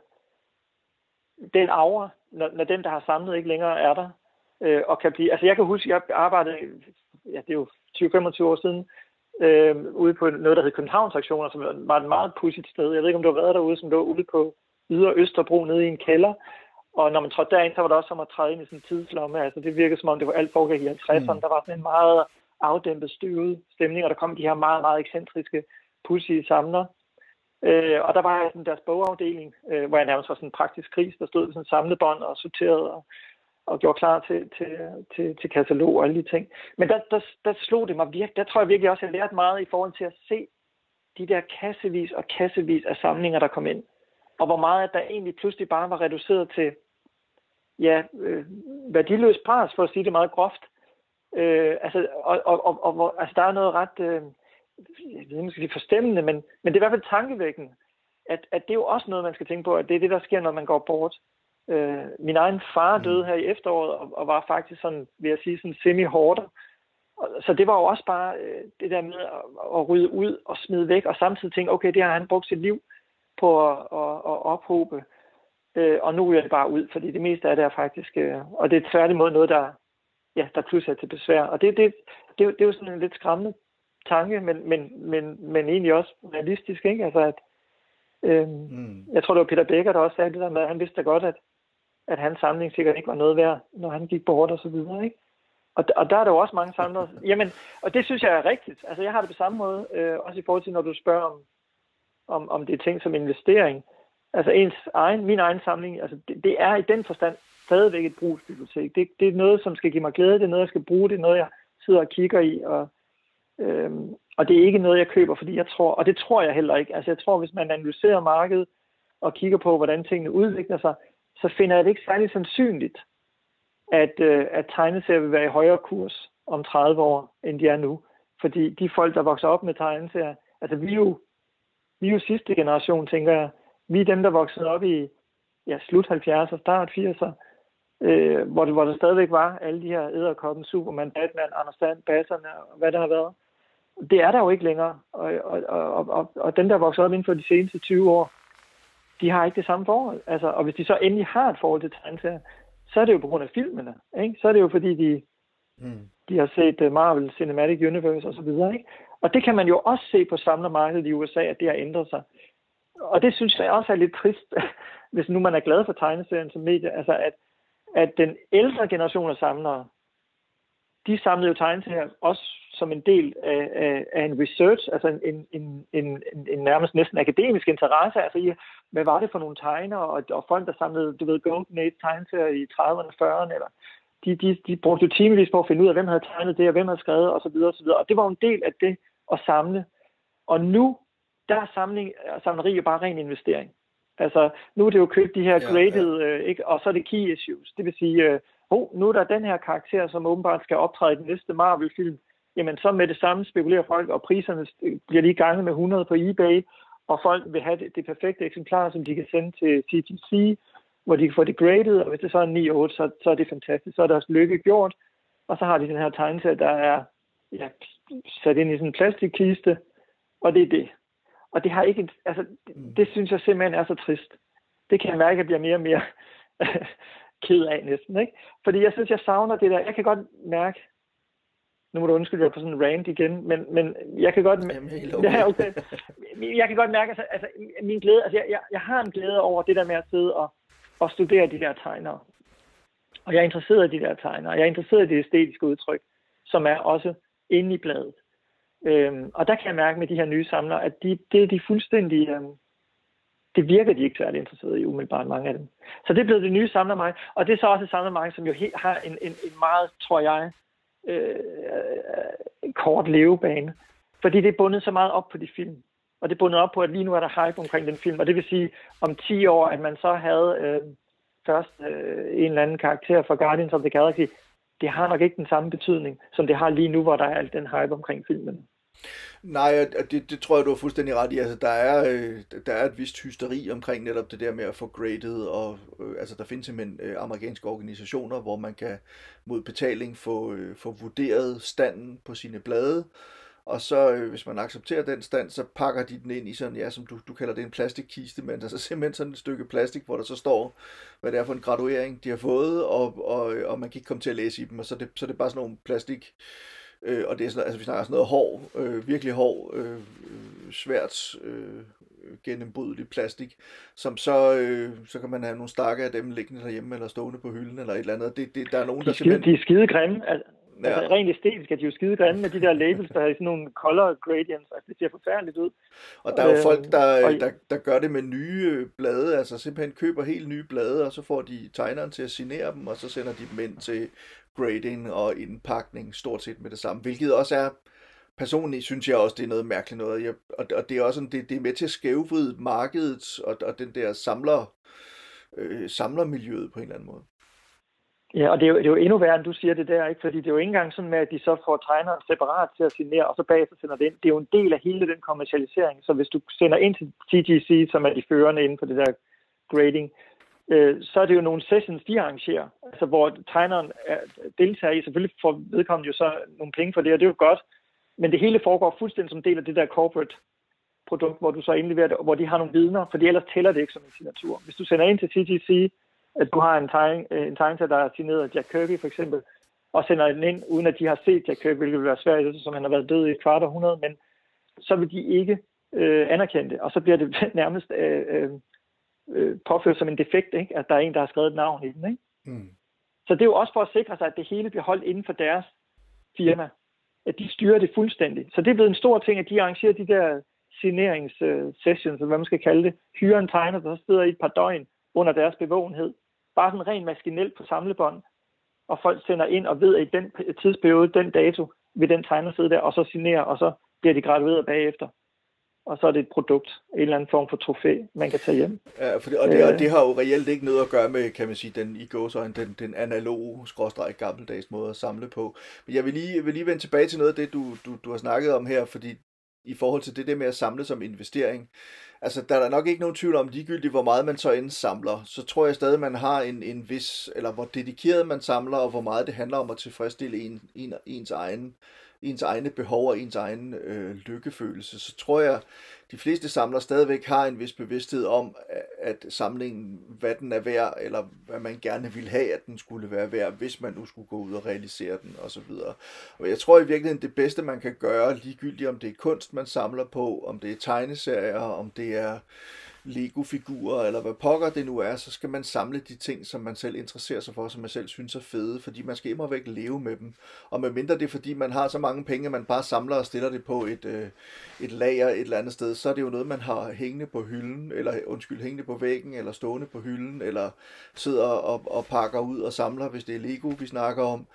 den aura, når, når den, der har samlet, ikke længere er der, øh, og kan blive... Altså jeg kan huske, jeg arbejdede, ja, det er jo tyve til femogtyve år siden, øh, ude på noget, der hed Københavns Aktioner, som var et meget pudsigt sted. Jeg ved ikke, om du har været derude, som lå ude på Ydre Østerbro, nede i en kælder. Og når man trådte derind, så var det også som at træde ind i sådan en tidslomme. Altså det virkede som om, det var alt foregik i halvtredserne. Mm. Der var sådan en meget afdæmpet, støvet stemning, og der kom de her meget, meget ekscentriske, pudsige samler. Øh, og der var sådan deres bogafdeling, øh, hvor jeg nærmest var sådan en praktisk kris, der stod sådan en samlebånd og sorterede og, og gjorde klar til, til, til, til katalog og alle de ting. Men der, der, der slog det mig virkelig. Der tror jeg virkelig også, at jeg lærte meget i forhold til at se de der kassevis og kassevis af samlinger, der kom ind. Og hvor meget, at der egentlig pludselig bare var reduceret til, ja, øh, værdiløs pres, for at sige det meget groft. Øh, altså, og, og, og, og, altså, der er noget ret... Øh, jeg ved ikke, måske forstemmende, men, men det er i hvert fald tankevækkende, at, at det er jo også noget, man skal tænke på, at det er det, der sker, når man går bort. Øh, min egen far døde her i efteråret, og, og var faktisk sådan, vil jeg sige, sådan semi-hårder. Så det var jo også bare øh, det der med at, at rydde ud og smide væk, og samtidig tænke, okay, det har han brugt sit liv på at, at, at ophobe. øh, og nu er det bare ud, fordi det meste af det er faktisk, øh, og det er tværtimod noget, der, ja, der pludselig er til besvær. Og det, det, det, det er jo sådan en lidt skræmmende tanke, men, men, men, men egentlig også realistisk, ikke? Altså, at, øh, mm. jeg tror, det var Peter Becker, der også sagde det der med, at han vidste da godt, at, at hans samling sikkert ikke var noget værd, når han gik bort og så videre, ikke? Og, og der er der jo også mange samlere. Jamen, og det synes jeg er rigtigt. Altså, jeg har det på samme måde, øh, også i forhold til, når du spørger om, om, om det er ting som investering. Altså, ens egen, min egen samling, altså, det, det er i den forstand stadigvæk et brugsbibliotek. Det, det er noget, som skal give mig glæde, det er noget, jeg skal bruge, det er noget, jeg sidder og kigger i, og, øhm, og det er ikke noget, jeg køber, fordi jeg tror, og det tror jeg heller ikke. Altså, jeg tror, hvis man analyserer markedet og kigger på, hvordan tingene udvikler sig, så finder jeg det ikke særlig sandsynligt, at, øh, at tegneserier vil være i højere kurs om tredive år, end de er nu. Fordi de folk, der vokser op med tegneserier, altså vi er jo, vi er jo sidste generation, tænker jeg. Vi er dem, der voksede op i ja, slut halvfjerdser, start firserne, øh, hvor, det, hvor der stadigvæk var alle de her Edderkoppen, Superman, Batman, Anders Sand, Basserne og hvad der har været. Det er der jo ikke længere. Og, og, og, og, og dem, der vokser op inden for de seneste tyve år, de har ikke det samme forhold. Altså, og hvis de så endelig har et forhold til tegneserier, så er det jo på grund af filmene. Ikke? Så er det jo fordi, de, mm. de har set Marvel Cinematic Universe osv. Ikke? Og det kan man jo også se på samlermarkedet i U S A, at det har ændret sig. Og det synes jeg også er lidt trist, hvis nu man er glad for tegneserien som medie. Altså, at, at den ældre generation af samlere, de samlede jo tegneserier også som en del af, af, af en research, altså en, en, en, en, en nærmest næsten akademisk interesse, altså i, hvad var det for nogle tegner, og, og folk, der samlede, du ved, Golden Age tegneserier i trediverne og fyrrerne, eller de, de, de brugte jo timevis på at finde ud af, hvem havde tegnet det, og hvem havde skrevet, og så videre, og så videre. Og det var jo en del af det at samle. Og nu, der er samling, samleri jo bare ren investering. Altså, nu er det jo købt de her graded, ja, ja. Øh, ikke? Og så er det key issues. Det vil sige, øh, oh, nu er der den her karakter, som åbenbart skal optræde i den næste Marvel-film. Jamen, så med det samme spekulerer folk, og priserne bliver lige ganget med hundrede på eBay, og folk vil have det, det perfekte eksemplar, som de kan sende til C G C, hvor de kan få det graded, og hvis det så er ni otte, så, så er det fantastisk. Så er deres lykke gjort, og så har de den her tegneserie, der er ja, sat ind i sådan en plastikkiste, og det er det. Og det har ikke, altså, det, det synes jeg simpelthen er så trist. Det kan jeg mærke, at jeg bliver mere og mere ked af næsten, ikke? Fordi jeg synes, jeg savner det der. Jeg kan godt mærke, nu må du undskylde, jeg er på sådan en rant igen, men, men jeg kan godt, Jamen, okay. ja, okay. Jeg kan godt mærke, altså, altså min glæde, altså jeg, jeg, jeg har en glæde over det der med at sidde og, og studere de der tegnere. Og jeg er interesseret i de der tegnere. Jeg er interesseret i det æstetiske udtryk, som er også inde i bladet. Øhm, og der kan jeg mærke med de her nye samlere, at de, det er de fuldstændig, øhm, det virker de ikke særlig interesserede i umiddelbart, mange af dem. Så det er blevet det nye samlermarked, og det er så også et samlermarked, som jo helt, har en, en, en meget, tror jeg, øh, kort levebane. Fordi det er bundet så meget op på de film. Og det er bundet op på, at lige nu er der hype omkring den film. Og det vil sige, om ti år, at man så havde øh, først øh, en eller anden karakter fra Guardians of the Galaxy, det har nok ikke den samme betydning, som det har lige nu, hvor der er alt den hype omkring filmen. Nej, det, det tror jeg, du har fuldstændig ret i. Altså, der er, der er et vist hysteri omkring netop det der med at få graded, og øh, altså, der findes simpelthen øh, amerikanske organisationer, hvor man kan mod betaling få, øh, få vurderet standen på sine blade, og så øh, hvis man accepterer den stand, så pakker de den ind i sådan, ja, som du, du kalder det en plastikkiste, men der er så simpelthen sådan et stykke plastik, hvor der så står, hvad det er for en graduering, de har fået, og, og, og man kan ikke komme til at læse i dem, og så er det, så er det bare sådan nogle plastik. Øh, og det er sådan, altså vi snakker sådan noget hård, øh, virkelig hård, øh, svært øh, gennembrydeligt plastik, som så, øh, så kan man have nogle stakke af dem liggende derhjemme, eller stående på hylden, eller et eller andet. Det, det, der er nogen, de der skide, simpelthen... De er skide grimme. Altså, ja. altså rent æstetisk er de jo skide grimme med de der labels, der har sådan nogle color gradients. Altså det ser forfærdeligt ud. Og der er jo øh, folk, der, og... der, der gør det med nye blade, altså simpelthen køber helt nye blade, og så får de tegneren til at signere dem, og så sender de dem ind til grading og indpakning stort set med det samme, hvilket også er, personligt synes jeg også, det er noget mærkeligt noget, jeg, og, og det er også det, det er med til at skævvride markedet og, og den der samler, øh, samlermiljøet på en eller anden måde. Ja, og det er, jo, det er jo endnu værre, end du siger det der, ikke? Fordi det er jo ikke engang sådan med, at de så får tegneren separat til at signere, og så bagefter sender det ind. Det er jo en del af hele den kommercialisering, så hvis du sender ind til T G C, som er de førende inden for det der grading, øh, så er det jo nogle sessions, de arrangerer, altså hvor tegneren er, deltager i, selvfølgelig får vedkommende jo så nogle penge for det, og det er jo godt, men det hele foregår fuldstændig som del af det der corporate produkt, hvor du så indleverer det, hvor de har nogle vidner, for ellers tæller det ikke som en signatur. Hvis du sender ind til C T C, at du har en tegning, en tegning, der er signeret af Jack Kirby for eksempel, og sender den ind, uden at de har set Jack Kirby, hvilket vil være svært, som han har været død i et kvart århundrede, men så vil de ikke øh, anerkende det, og så bliver det nærmest øh, øh, påført som en defekt, ikke? At der er en, der har skrevet et navn i den. Ikke? Mm. Så det er jo også for at sikre sig, at det hele bliver holdt inden for deres firma, at de styrer det fuldstændig. Så det er blevet en stor ting, at de arrangerer de der signeringssessions, eller hvad man skal kalde det, hyrer en tegner, der sidder i et par døgn under deres bevågenhed, bare sådan rent maskinelt på samlebånd, og folk sender ind og ved, at i den tidsperiode, den dato, vil den tegner sidde der, og så signerer, og så bliver de gradueret bagefter. Og så er det et produkt, en eller anden form for trofæ, man kan tage hjem. Ja, for det, og, det, og det har jo reelt ikke noget at gøre med, kan man sige, den i gåseøjne, den, den analoge, skråstreg, gammeldags måde at samle på. Men jeg vil lige, vil lige vende tilbage til noget af det, du, du, du har snakket om her, fordi i forhold til det der med at samle som investering, altså der er nok ikke nogen tvivl om, ligegyldigt hvor meget man så end samler, så tror jeg stadig, man har en, en vis, eller hvor dedikeret man samler, og hvor meget det handler om at tilfredsstille en, en, ens egen ens egne behov og ens egen øh, lykkefølelse, så tror jeg, de fleste samlere stadigvæk har en vis bevidsthed om, at samlingen, hvad den er værd, eller hvad man gerne ville have, at den skulle være værd, hvis man nu skulle gå ud og realisere den, osv. Og jeg tror i virkeligheden, det bedste, man kan gøre, ligegyldigt om det er kunst, man samler på, om det er tegneserier, om det er Lego-figurer, eller hvad pokker det nu er, så skal man samle de ting, som man selv interesserer sig for, som man selv synes er fede, fordi man skal immer væk leve med dem. Og medmindre det er, fordi man har så mange penge, at man bare samler og stiller det på et, øh, et lager et eller andet sted, så er det jo noget, man har hængende på hylden, eller undskyld, hængende på væggen, eller stående på hylden, eller sidder og, og pakker ud og samler, hvis det er Lego, vi snakker om.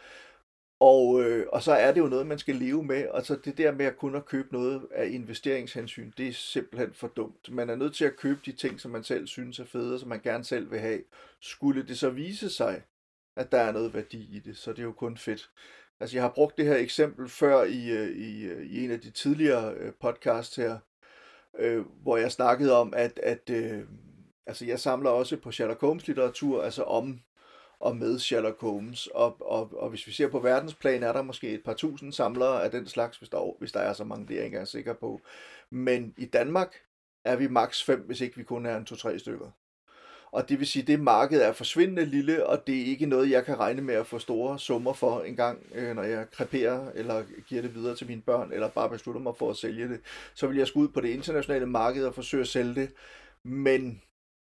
Og, øh, og så er det jo noget, man skal leve med, og så det der med at kun at købe noget af investeringshensyn, det er simpelthen for dumt. Man er nødt til at købe de ting, som man selv synes er fede, og som man gerne selv vil have. Skulle det så vise sig, at der er noget værdi i det, så det er jo kun fedt. Altså jeg har brugt det her eksempel før i, i, i en af de tidligere podcasts her, øh, hvor jeg snakkede om, at, at øh, altså jeg samler også på Sherlock Holmes litteratur, altså om og med Sherlock Holmes, og, og, og hvis vi ser på verdensplan, er der måske et par tusind samlere af den slags, hvis der, hvis der er så mange, det er jeg ikke engang sikker på. Men i Danmark er vi maks fem, hvis ikke vi kun er en to-tre stykker. Og det vil sige, at det marked er forsvindende lille, og det er ikke noget, jeg kan regne med at få store summer for en gang, øh, når jeg kreperer, eller giver det videre til mine børn, eller bare beslutter mig for at sælge det. Så vil jeg skulle ud på det internationale marked og forsøge at sælge det. Men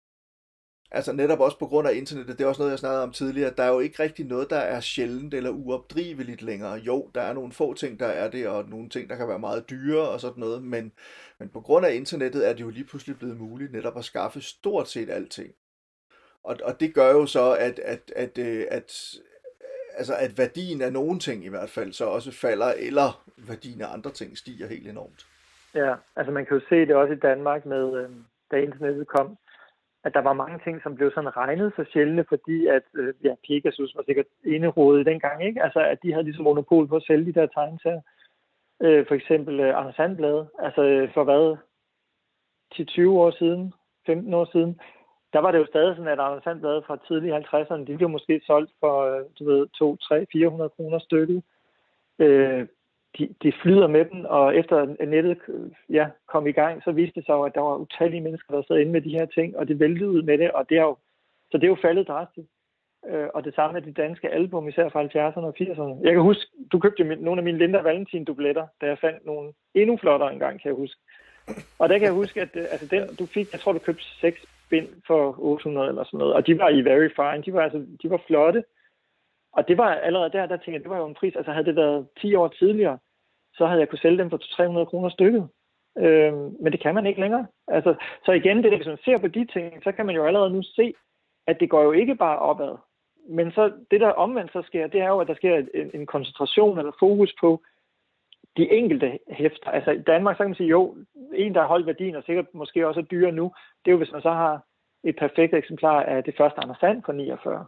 altså netop også på grund af internettet, det er også noget, jeg snakkede om tidligere, der er jo ikke rigtig noget, der er sjældent eller uopdriveligt længere. Jo, der er nogle få ting, der er det, og nogle ting, der kan være meget dyre og sådan noget, men, men på grund af internettet er det jo lige pludselig blevet muligt netop at skaffe stort set alting. Og, og det gør jo så, at, at, at, at, at, altså at værdien af nogle ting i hvert fald så også falder, eller værdien af andre ting stiger helt enormt. Ja, altså man kan jo se det også i Danmark med, øh, da internettet kom, at der var mange ting, som blev sådan regnet så sjældne, fordi at øh, ja, Pegasus var sikkert enerådet dengang, ikke? Altså at de havde ligesom monopol på at sælge de der tegneserier. Øh, for eksempel øh, Anders Sandblad, altså øh, for hvad, ti til tyve år siden, femten år siden, der var det jo stadig sådan, at Anders Sandblad fra tidlige halvtredserne, de blev måske solgt for, øh, du ved, to, tre, fire hundrede kroner stykket. Øh, de, de flyder med dem, og efter nettet ja, kom i gang, så viste det sig jo, at der var utallige mennesker, der sad inde med de her ting, og det væltede ud med det, og det er jo, så det er jo faldet drastisk. Øh, og det samme med de danske album, især fra halvfjerdserne og firserne. Jeg kan huske, du købte min, nogle af mine Linda Valentin-dubletter, da jeg fandt nogle endnu flottere engang, kan jeg huske. Og der kan jeg huske, at altså den, du fik, jeg tror, du købte seks bind for otte hundrede eller sådan noget, og de var i Very Fine, de var, altså, de var flotte. Og det var allerede der, der tænkte jeg, det var jo en pris, altså havde det været ti år tidligere, så havde jeg kunne sælge dem for to til tre hundrede kroner stykket. Øhm, men det kan man ikke længere. Altså, så igen, det der, hvis man ser på de ting, så kan man jo allerede nu se, at det går jo ikke bare opad. Men så det, der omvendt så sker, det er jo, at der sker en, en koncentration eller fokus på de enkelte hæfter. Altså i Danmark, så kan man sige, jo, en, der har holdt værdien, og sikkert måske også er dyre nu, det er jo, hvis man så har et perfekt eksemplar af det første Anders Sand fra niogfyrre.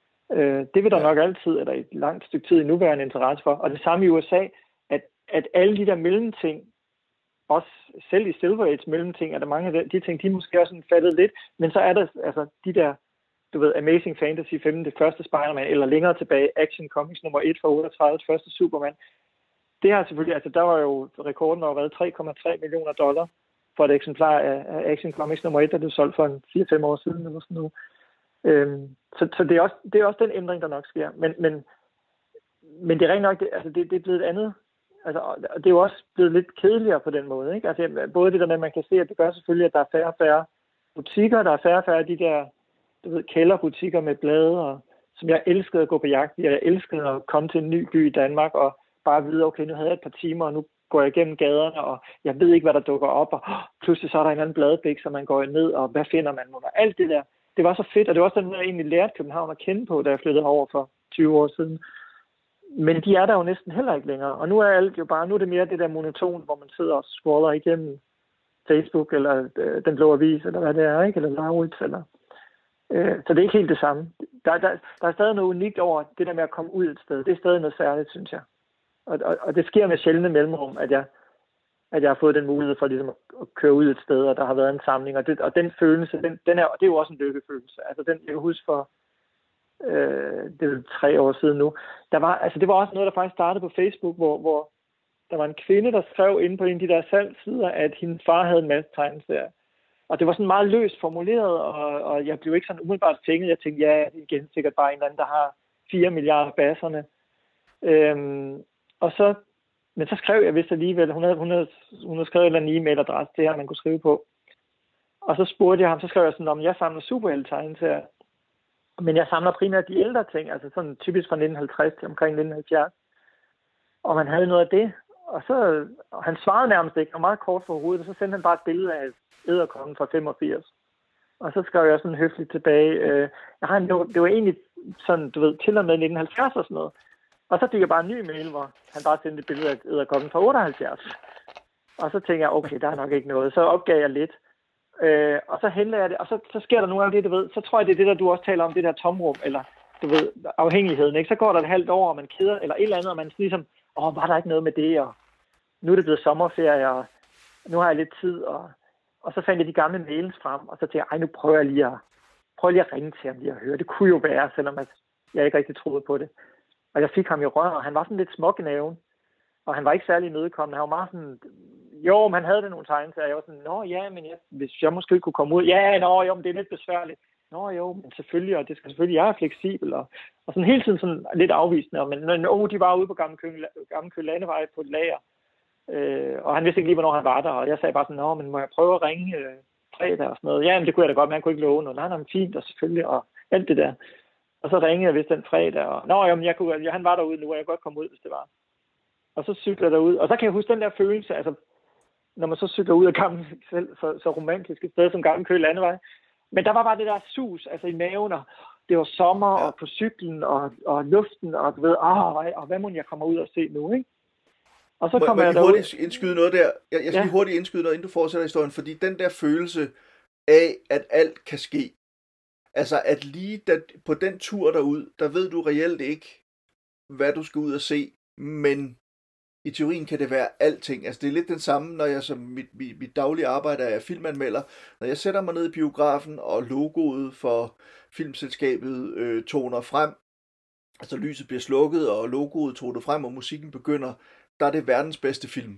Øh, det vil der ja. nok altid, eller et langt stykke tid i nuværende interesse for. Og det samme i U S A, at, at alle de der mellemting, også selv i Silver Age mellemting, er der mange af de ting, de er måske også faldet lidt, men så er der altså de der, du ved, Amazing Fantasy fem, det første Spider-Man, eller længere tilbage, Action Comics nummer et fra otteogtredive, det første Superman. Det har selvfølgelig, altså der var jo rekorden over været tre komma tre millioner dollar for et eksemplar af, af Action Comics nummer et, der blev solgt for en fire fem år siden eller sådan noget. Øhm, så så det, er også, det er også den ændring, der nok sker. Men, men, men det er rent nok, det, altså det, det er blevet et andet. Altså, og det er jo også blevet lidt kedeligere på den måde. Ikke? Altså, både det der med, at man kan se, at det gør selvfølgelig, at der er færre og færre butikker, der er færre og færre af de der du ved, kælderbutikker med blade, og, som jeg elskede at gå på jagt i. Jeg elskede at komme til en ny by i Danmark og bare vide, okay, nu havde jeg et par timer, og nu går jeg igennem gaderne, og jeg ved ikke, hvad der dukker op, og oh, pludselig så er der en anden bladbæk, så man går ned, og hvad finder man nu? Alt det der, det var så fedt, og det var også den, jeg egentlig lærte København at kende på, da jeg flyttede over for tyve år siden. Men de er der jo næsten heller ikke længere, og nu er alt jo bare, nu er det mere det der monoton, hvor man sidder og scroller igennem Facebook, eller øh, Den Blå Avis, eller hvad det er, ikke? Eller Laurits, eller... Øh, så det er ikke helt det samme. Der, der, der er stadig noget unikt over det der med at komme ud et sted. Det er stadig noget særligt, synes jeg. Og, og, og det sker med sjældne mellemrum, at jeg, at jeg har fået den mulighed for ligesom at, at køre ud et sted, og der har været en samling. Og, det, og den følelse, den, den er, det er jo også en lykkefølelse. Altså den, jeg kan huske for øh, det er tre år siden nu. Der var, altså, det var også noget, der faktisk startede på Facebook, hvor, hvor der var en kvinde, der skrev inde på en af de der salgssider, at hendes far havde en masse tegneserier. Og det var sådan meget løst formuleret, og, og jeg blev ikke sådan umiddelbart fænget. Jeg tænkte, ja, det er igen sikkert bare en eller anden, der har fire milliarder basserne. Øhm, og så, men så skrev jeg vist alligevel, hun havde, hun havde, hun havde skrevet en eller anden e-mailadresse til her, man kunne skrive på. Og så spurgte jeg ham, så skrev jeg sådan, om jeg samler superheltetegneserier. Men jeg samler primært de ældre ting, altså sådan typisk fra nitten halvtreds til omkring nitten halvfjerds. Og man havde noget af det. Og så, og han svarede nærmest ikke, og meget kort for hovedet, og så sendte han bare et billede af edderkoppen fra femogfirs. Og så skrev jeg sådan høfligt tilbage, øh, jeg har en, det, var, det var egentlig sådan, du ved, til og med nitten halvfjerds og sådan noget. Og så fik jeg bare en ny mail, hvor han bare sendte et billede af edderkoppen fra otteoghalvfjerds. Og så tænkte jeg, okay, der er nok ikke noget. Så opgav jeg lidt. Øh, og så henter jeg det, og så, så sker der nogle af det, du ved. Så tror jeg, det er det, der du også taler om, det der tomrum, eller du ved, afhængigheden. Ikke? Så går der et halvt år, og man keder, eller et eller andet, og man ligesom, åh, var der ikke noget med det, og nu er det blevet sommerferie, og nu har jeg lidt tid, og, og så fandt jeg de gamle mails frem, og så tænkte jeg, ej, nu prøver jeg lige at, prøver lige at ringe til ham lige at høre. Det kunne jo være, selvom at jeg ikke rigtig troede på det. Og jeg fik ham i røret, og han var sådan lidt smuk i næven, og han var ikke særlig imødekommende. Han var meget sådan, jo, men han havde det nogle tegneserier. Jeg var sådan, nå ja, men jeg, hvis jeg måske kunne komme ud, ja, nå jo, men det er lidt besværligt. Nå jo, men selvfølgelig, og det skal selvfølgelig, jeg er fleksibel, og, og sådan hele tiden sådan lidt afvisende. Men nå, de var ude på Gamle Køge, Gamle Køge Landevej på et lager, øh, og han vidste ikke lige, hvornår han var der, og jeg sagde bare sådan, nå, men må jeg prøve at ringe øh, fredag og sådan noget? Ja, men det kunne jeg da godt, men han kunne ikke love noget. Nej, nej, fint, og selvfølgelig, og alt det der. Og så ringede jeg vist den fredag, og nå, jamen, jeg kunne, jeg, han var derude nu, og jeg kunne godt komme ud, hvis det var. Og så cykler jeg derud, og så kan jeg huske den der følelse, altså, når man så cykler ud af Gamle, selv så, så romantisk et sted som Gamle Køge Landevej. Men der var bare det der sus, altså i maven, og det var sommer, ja. Og på cyklen, og, og luften, og du ved, ah, og hvad må jeg kommer ud og se nu, ikke? Og så kommer jeg derud. Må jeg hurtigt indskyde noget der? Jeg, jeg skal ja. lige hurtigt indskyde noget, inden du fortsætter historien, fordi den der følelse af, at alt kan ske, altså at lige da, på den tur derud, der ved du reelt ikke, hvad du skal ud og se, men i teorien kan det være alting. Altså det er lidt den samme, når jeg som mit, mit, mit daglige arbejde er filmanmelder. Når jeg sætter mig ned i biografen, og logoet for filmselskabet øh, toner frem, altså lyset bliver slukket, og logoet toner frem, og musikken begynder, der er det verdens bedste film.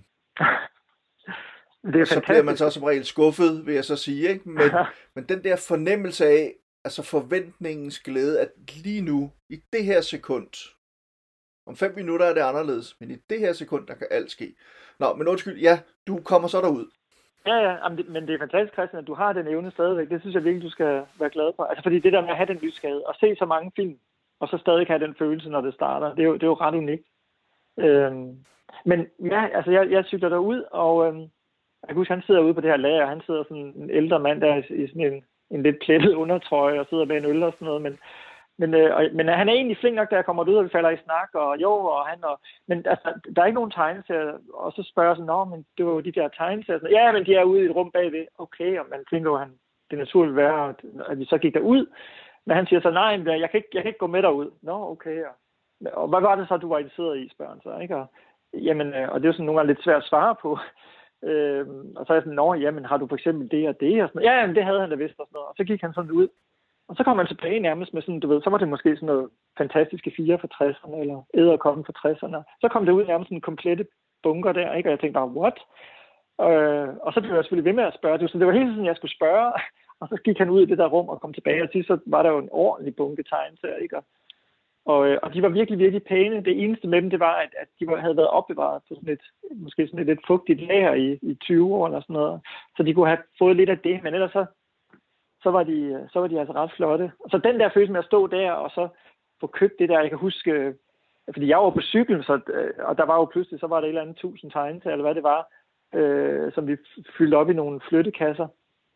Det er så bliver man så som regel skuffet, vil jeg så sige. Ikke? Men, men den der fornemmelse af, altså forventningens glæde, at lige nu, i det her sekund, om fem minutter er det anderledes, men i det her sekund, der kan alt ske. Nå, men undskyld, ja, du kommer så derud. Ja, ja, men det er fantastisk, Christian, at du har den evne stadigvæk. Det synes jeg virkelig, du skal være glad for. Altså, fordi det der med at have den lysskade, og se så mange film, og så stadig have den følelse, når det starter, det er jo, det er jo ret unikt. Øhm, men ja, altså, jeg, jeg cykler derud, og øhm, jeg kan huske, han sidder ude på det her lager, og han sidder sådan en ældre mand der i, i sådan en, en lidt plettet undertrøje, og sidder med en øl og sådan noget, men Men, øh, og, men han er egentlig flink nok, da jeg kommer ud, og vi falder i snak, og jo, og han, og, men altså, der er ikke nogen tegneserier, og så spørger jeg sådan, nå, men det var jo de der tegneserier, sådan, ja, men de er ude i et rum bagved, okay, og man tænker jo, han, det naturligt vil være, at vi så gik derud, men han siger så, nej, men jeg kan ikke, jeg kan ikke gå med derud, nå, okay, og, og hvad var det så, du var interesseret i, spørger han så, ikke, og, jamen, og det er jo sådan nogle gange lidt svært at svare på, øhm, og så er jeg sådan, nå, jamen, har du for eksempel det og det, og sådan, ja, jamen, det havde han da vist, og sådan noget, og så gik han sådan ud. Og så kom man tilbage nærmest med sådan, du ved, så var det måske sådan noget fantastiske fire fra tresserne, eller edderkoppen fra tresserne. Så kom det ud nærmest sådan en komplette bunker der, ikke? Og jeg tænkte bare, what? Øh, og så blev jeg selvfølgelig ved med at spørge. Så det var hele tiden, jeg skulle spørge. Og så gik han ud i det der rum og kom tilbage. Og til så var der jo en ordentlig bunke tegneserier, ikke? Og, og de var virkelig, virkelig pæne. Det eneste med dem, det var, at, at de var, havde været opbevaret på sådan et, måske sådan et lidt fugtigt lager i, i tyve år eller sådan noget. Så de kunne have fået lidt af det. Men ellers så, så, var, de, så var de altså ret flotte. Så den der følelse med at stå der og så få købt det der, jeg kan huske, fordi jeg var på cykel, så, og der var jo pludselig, så var der et eller andet tusind tegneserier, eller hvad det var, øh, som vi fyldte op i nogle flyttekasser.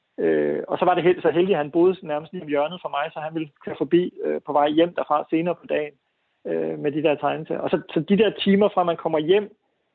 Øh, og så var det helt, så heldigt, at han boede nærmest lige om hjørnet for mig, så han ville køre forbi øh, på vej hjem derfra senere på dagen øh, med de der tegneserier. Og så, så de der timer fra man kommer hjem,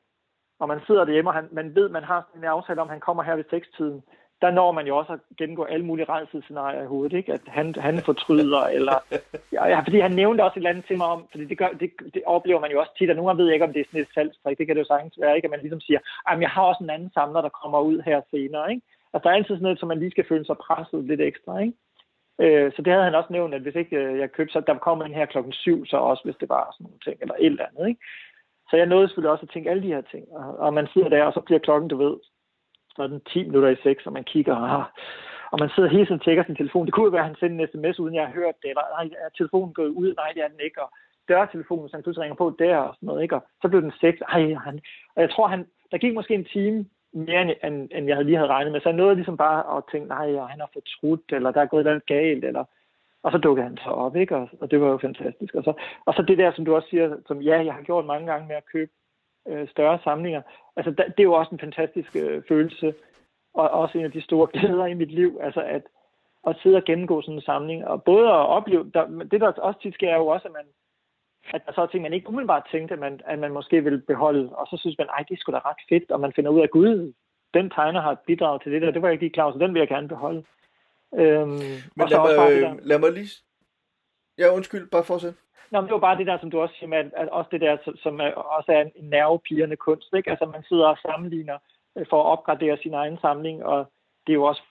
og man sidder derhjemme, og han, man ved, man har en aftale om, at han kommer her ved sekstiden, der når man jo også at gennemgå alle mulige rædselsscenarier i hovedet, ikke? At han, han fortryder, eller... Ja, fordi han nævnte også et eller andet til mig om, fordi det, gør, det, det oplever man jo også tit, og nogle gange ved jeg ikke, om det er sådan et salgstrik, det kan det jo sagtens være, ikke? At man ligesom siger, at jeg har også en anden samler, der kommer ud her senere, ikke? Altså, der er altid sådan noget, som man lige skal føle sig presset lidt ekstra, ikke? Øh, så det havde han også nævnt, at hvis ikke jeg købte, så der kommer en her klokken syv, så også, hvis det var sådan nogle ting, eller et eller andet, ikke? Så jeg nåede selvfølgelig også at tænke alle de her ting, og, og man sidder der, og så bliver klokken, du ved, så er den ti minutter i seks, og man kigger, og, og man sidder hele tiden og tjekker sin telefon. Det kunne jo være, at han sendte en sms, uden jeg har hørt det, eller nej, er telefonen gået ud? Nej, det er den ikke, og dørtelefonen, så han pludselig ringer på der, og sådan noget, ikke? Og så blev den seks. Ej, han, og jeg tror, han, der gik måske en time mere, end, end jeg lige havde regnet med, så jeg nåede ligesom bare at tænke, nej, han har fortrudt, eller der er gået noget galt, eller... Og så dukkede han så op, ikke? Og, og det var jo fantastisk. Og så, og så det der, som du også siger, som ja, jeg har gjort mange gange med at købe øh, større samlinger. Altså, da, det er jo også en fantastisk øh, følelse, og også en af de store glæder i mit liv, altså at, at sidde og gennemgå sådan en samling. Og både at opleve, der, det der også tit sker, er jo også, at man at der så er ting, man ikke umiddelbart tænkte, at man, at man måske ville beholde, og så synes man, ej, det er sgu da ret fedt, og man finder ud af, gud, den tegner har bidraget til det der, det var jeg ikke lige klar, så den vil jeg gerne beholde. Øhm, men lad mig, lad mig lige... Ja, undskyld, bare fortsæt. Nå, men det var bare det der, som du også siger, med, at, at også det der, som er, også er en nervepirrende kunst, ikke? Altså, man sidder og sammenligner for at opgradere sin egen samling, og det er jo også,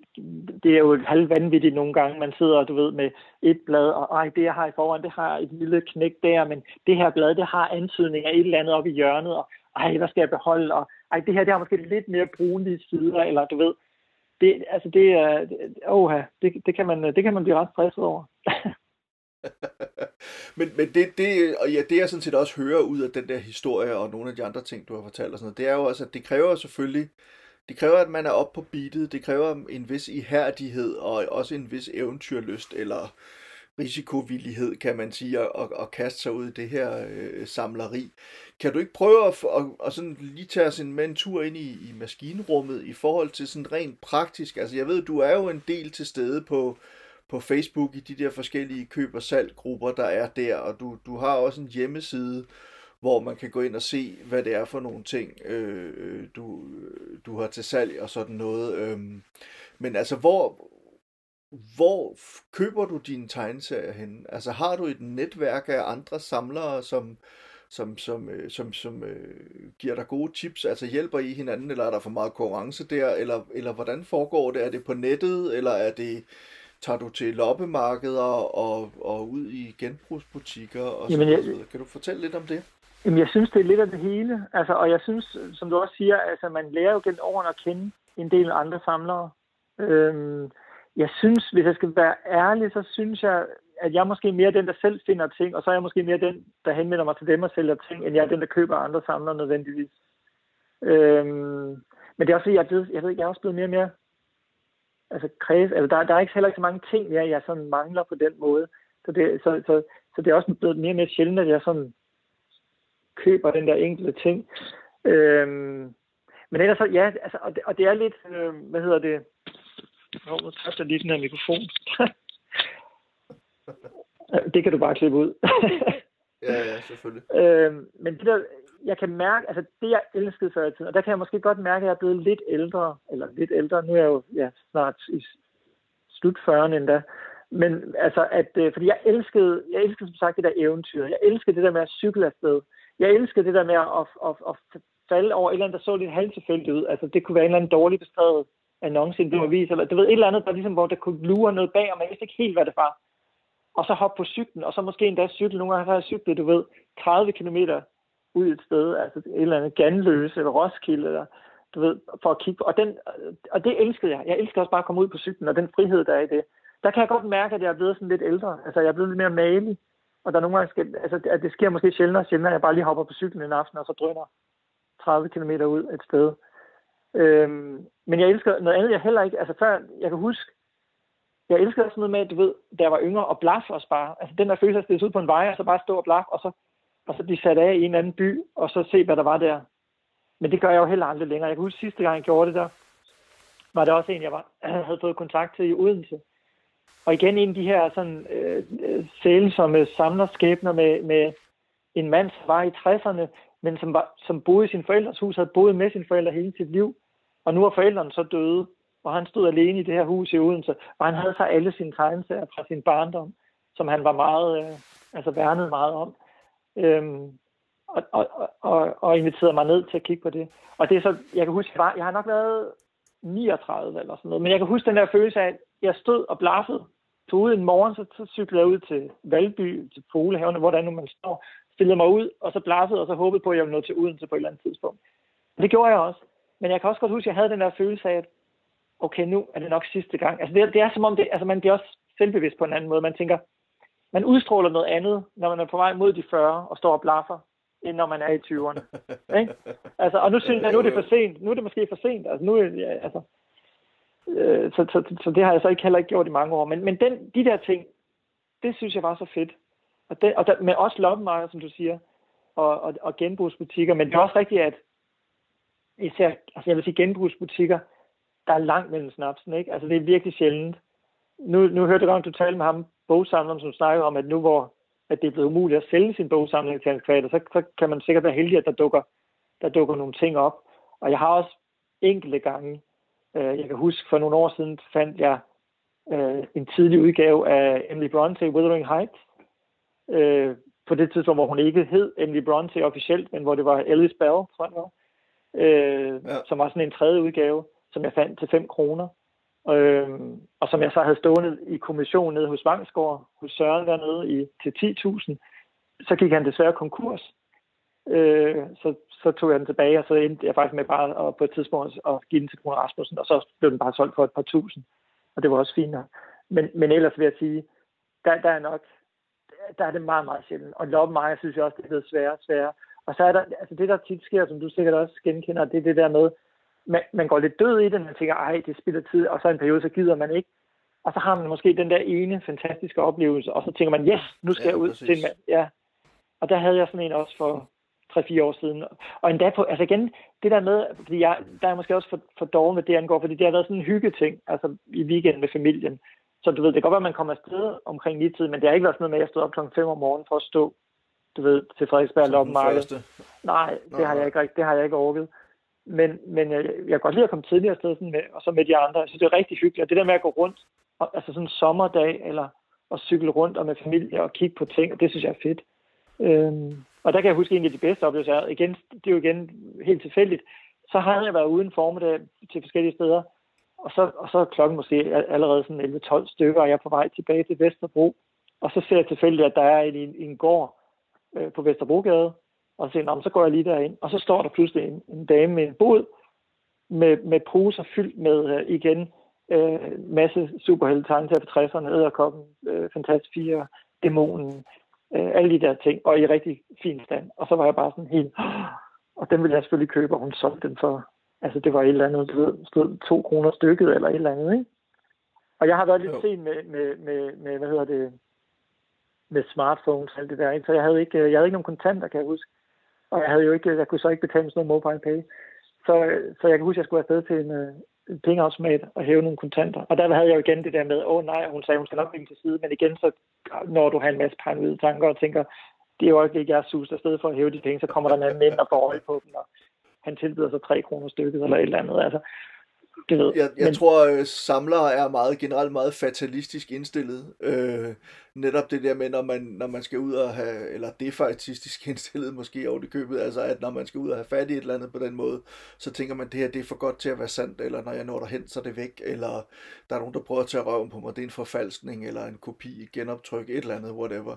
det er jo halvvanvittigt nogle gange, man sidder, du ved, med et blad, og ej, det jeg har i forvejen, det har et lille knæk der, men det her blad, det har antydning af et eller andet oppe i hjørnet, og ej, hvad skal jeg beholde, og ej, det her, det har måske lidt mere brunlige sider, eller du ved, det, altså det er, åh, det, det, kan man, det kan man blive ret stresset over. men men det, det, og ja, det jeg sådan set også hører ud af den der historie og nogle af de andre ting, du har fortalt og sådan noget, det er jo også, at det kræver selvfølgelig, det kræver, at man er oppe på beatet, det kræver en vis ihærdighed og også en vis eventyrlyst eller risikovillighed, kan man sige, at, at, at kaste sig ud i det her øh, samleri. Kan du ikke prøve at, at, at sådan lige tage os en, med en tur ind i, i maskinrummet i forhold til sådan rent praktisk? Altså jeg ved, du er jo en del til stede på på Facebook i de der forskellige køb- og salggrupper, der er der, og du, du har også en hjemmeside, hvor man kan gå ind og se, hvad det er for nogle ting, øh, du, du har til salg og sådan noget. Øh. Men altså, hvor, hvor køber du dine tegneserier henne? Altså, har du et netværk af andre samlere, som, som, som, som, som, som øh, giver dig gode tips, altså hjælper I hinanden, eller er der for meget konkurrence der, eller, eller hvordan foregår det? Er det på nettet, eller er det... Tager du til loppemarkeder og, og ud i genbrugsbutikker og Jamen, sådan noget? Kan du fortælle lidt om det? Jamen, jeg synes, det er lidt af det hele. Altså, og jeg synes, som du også siger, altså, man lærer jo gennem årene at kende en del andre samlere. Øhm, jeg synes, hvis jeg skal være ærlig, så synes jeg, at jeg er måske mere den, der selv finder ting, og så er jeg måske mere den, der henvender mig til dem og sælger ting, end jeg er den, der køber andre samlere nødvendigvis. Øhm, men det er også, jeg, ved, jeg ved, jeg er også blevet mere og mere altså kreds, altså der, der er ikke heller ikke så mange ting, jeg, jeg sådan mangler på den måde. Så det, så, så, så det er også blevet mere og mere sjældent, at jeg sådan køber den der enkelte ting. Øhm, men ellers så, ja, altså, og, det, og det er lidt, øh, hvad hedder det? Åh, nu tager jeg lige den her mikrofon. Det kan du bare klippe ud. Ja, ja, selvfølgelig. øhm, men det der, jeg kan mærke, altså det jeg elskede før i tiden, og der kan jeg måske godt mærke, at jeg er blevet lidt ældre, eller lidt ældre, nu er jeg jo ja, snart i slut fyrrerne endda, men altså, at, øh, fordi jeg elskede, jeg elskede som sagt det der eventyr, jeg elskede det der med at cykle afsted, jeg elskede det der med at, at, at, at falde over et eller andet, der så lidt halvtilfældigt ud, altså det kunne være en eller anden dårlig beskrevet annonce i en avis, eller du ved, et eller andet, der ligesom, hvor der kunne lure noget bag, og man vidste ikke helt, hvad det var. Og så hoppe på cyklen, og så måske endda cykle, nogle gange har jeg cyklet, du ved, tredive kilometer ud et sted, altså et eller andet Ganløse eller Roskilde, eller du ved, for at kigge på. Og, den, og det elskede jeg. Jeg elsker også bare at komme ud på cyklen, og den frihed, der er i det. Der kan jeg godt mærke, at jeg er blevet sådan lidt ældre. Altså, jeg er blevet lidt mere malig. Og der er nogle gange, skal, altså, at det sker måske sjældnere og sjældnere, at jeg bare lige hopper på cyklen en aften, og så drøner tredive kilometer ud et sted. Øhm, men jeg elsker noget andet, jeg heller ikke, altså før, jeg kan huske, jeg elsker sådan noget med, at du ved, da jeg var yngre, og blaffe os bare. Altså den der følelse af at stille ud på en vej, og så bare stå og blaffe, og så, og så blive sat af i en anden by, og så se, hvad der var der. Men det gør jeg jo heller aldrig længere. Jeg kan huske sidste gang, jeg gjorde det der, var det også en, jeg var, havde fået kontakt til i Odense. Og igen en af de her sådan øh, sælsomme samlerskæbner med, med en mand, som var i tresserne, men som, var, som boede i sin forældres hus, havde boet med sine forældre hele sit liv. Og nu var forældrene så døde, og han stod alene i det her hus i Odense, og han havde så alle sine tegneserier fra sin barndom, som han var meget, øh, altså værnede meget om. Øhm, og, og, og, og inviterede mig ned til at kigge på det. Og det er så, jeg kan huske, jeg, var, jeg har nok været niogtredive eller sådan noget, men jeg kan huske den der følelse af, at jeg stod og blaffede. Så ude en morgen, så, så cyklede jeg ud til Valby, til Folehavene, hvor der nu man står, stillede mig ud, og så blaffede, og så håbede på, at jeg ville nå til Odense på et eller andet tidspunkt. Og det gjorde jeg også. Men jeg kan også godt huske, at jeg havde den der følelse af, at okay, nu er det nok sidste gang. Altså det, det er som om, det, altså man bliver også selvbevidst på en anden måde. Man tænker, man udstråler noget andet, når man er på vej mod de fyrre og står og blaffer, end når man er i tyverne. Ikke? Altså, og nu synes jeg, nu er det for sent. Nu er det måske for sent. Altså, nu er, ja, altså, øh, så, så, så det har jeg så ikke heller ikke gjort i mange år. Men, men den, de der ting, det synes jeg var så fedt. Og, det, og der, med også loppemarkeder, som du siger, og, og, og genbrugsbutikker. Men det er også rigtigt, at især, altså jeg vil sige genbrugsbutikker, der er langt mellem snapsen, ikke? Altså det er virkelig sjældent. Nu, nu hørte jeg godt, du talte med ham, bogsamleren, som snakker om, at nu hvor at det er blevet umuligt at sælge sin bogsamling til antikvater, så, så kan man sikkert være heldig, at der dukker, der dukker nogle ting op. Og jeg har også enkelte gange, øh, jeg kan huske for nogle år siden, fandt jeg øh, en tidlig udgave af Emily Bronte, Wuthering Heights, øh, på det tidspunkt, hvor hun ikke hed Emily Bronte officielt, men hvor det var Alice Bell, tror jeg det var, øh, ja. Som var sådan en tredje udgave, som jeg fandt til fem kroner. Øhm, og som jeg så havde stående i kommission nede hos Vangsgaard, hos Søren dernede i, til ti tusind, så gik han desværre konkurs. Øh, så, så tog jeg den tilbage, og så endte jeg faktisk med bare at, på et tidspunkt at give den til Kron Rasmussen, og så blev den bare solgt for et par tusind. Og det var også fint. Men, men ellers vil jeg sige, der, der er nok, der er det meget, meget sjældent. Og loppemarkeder synes jeg også, det er blevet sværere og sværere. Og så er der, altså det der tit sker, som du sikkert også genkender, det er det der med, Man, man går lidt død i det, man tænker, ej, det spilder tid, og så en periode, så gider man ikke. Og så har man måske den der ene fantastiske oplevelse, og så tænker man, yes, nu skal ja, jeg ud præcis. til en mand. Ja. Og der havde jeg sådan en også for tre fire år siden. Og endda på, altså igen, det der med, fordi jeg, der er måske også for, for doven, hvad det angår, fordi det har været sådan en hyggeting, altså i weekenden med familien. Så du ved, det kan godt være, at man kommer afsted omkring lige tid, men det har ikke været sådan noget med, at jeg stod op klokken fem om morgenen for at stå, du ved, til Frederiksberg loppemarked. Nej, det Nå, har jeg ikke, det har jeg ikke orket. Men, men jeg, jeg kan godt lide at komme tidligere afsted sådan med, og så med de andre. Jeg synes, det er rigtig hyggeligt. Og det der med at gå rundt, og, altså sådan en sommerdag, eller at cykle rundt og med familie og kigge på ting, og det synes jeg er fedt. Øhm, og der kan jeg huske en af de bedste oplevelser. Igen, det er jo igen helt tilfældigt. Så har jeg været ude en formiddag til forskellige steder, og så, og så er klokken måske allerede sådan elleve tolv stykker, og jeg er på vej tilbage til Vesterbro. Og så ser jeg tilfældigt, at der er en, en gård øh, på Vesterbrogade, og så siger, så går jeg lige derind. Og så står der pludselig en, en dame med en båd, med, med poser fyldt med uh, igen uh, masse superheltetegneserier fra tresserne, Edderkoppen, uh, Fantastisk fire, Dæmonen, uh, alle de der ting, og i rigtig fin stand. Og så var jeg bare sådan helt, og den ville jeg selvfølgelig købe, og hun solgte den for, altså det var et eller andet, du ved, stod to kroner stykket, eller et eller andet, ikke? Og jeg har været lidt jo. sen med, med, med, med, hvad hedder det, med smartphones og alt det der, ikke? Så jeg havde ikke, jeg havde ikke nogen kontanter, kan jeg huske. Og jeg havde jo ikke, jeg kunne så ikke betale med sådan noget mobile pay. Så, så jeg kan huske, at jeg skulle afsted til en, en pengeautomat og hæve nogle kontanter. Og der havde jeg jo igen det der med, åh nej, hun sagde, hun skal nok lægge til side. Men igen, så når du har en masse paranoide tanker og tænker, det er jo ikke, jeg er sus afsted for at hæve de penge, så kommer der en anden ind og får øje på dem, og han tilbyder så tre kroner stykket eller et eller andet. Altså, det ved. Jeg, jeg Men... tror, at samlere er meget generelt meget fatalistisk indstillet. Øh, netop det der med, når man, når man skal ud og have, eller defaitistisk indstillet måske over det købet, altså at når man skal ud og have fat i et eller andet på den måde, så tænker man, det her det er for godt til at være sandt, eller når jeg når derhen, så er det væk, eller der er nogen, der prøver at tage røven på mig, det er en forfalskning, eller en kopi, et genoptryk, et eller andet, whatever.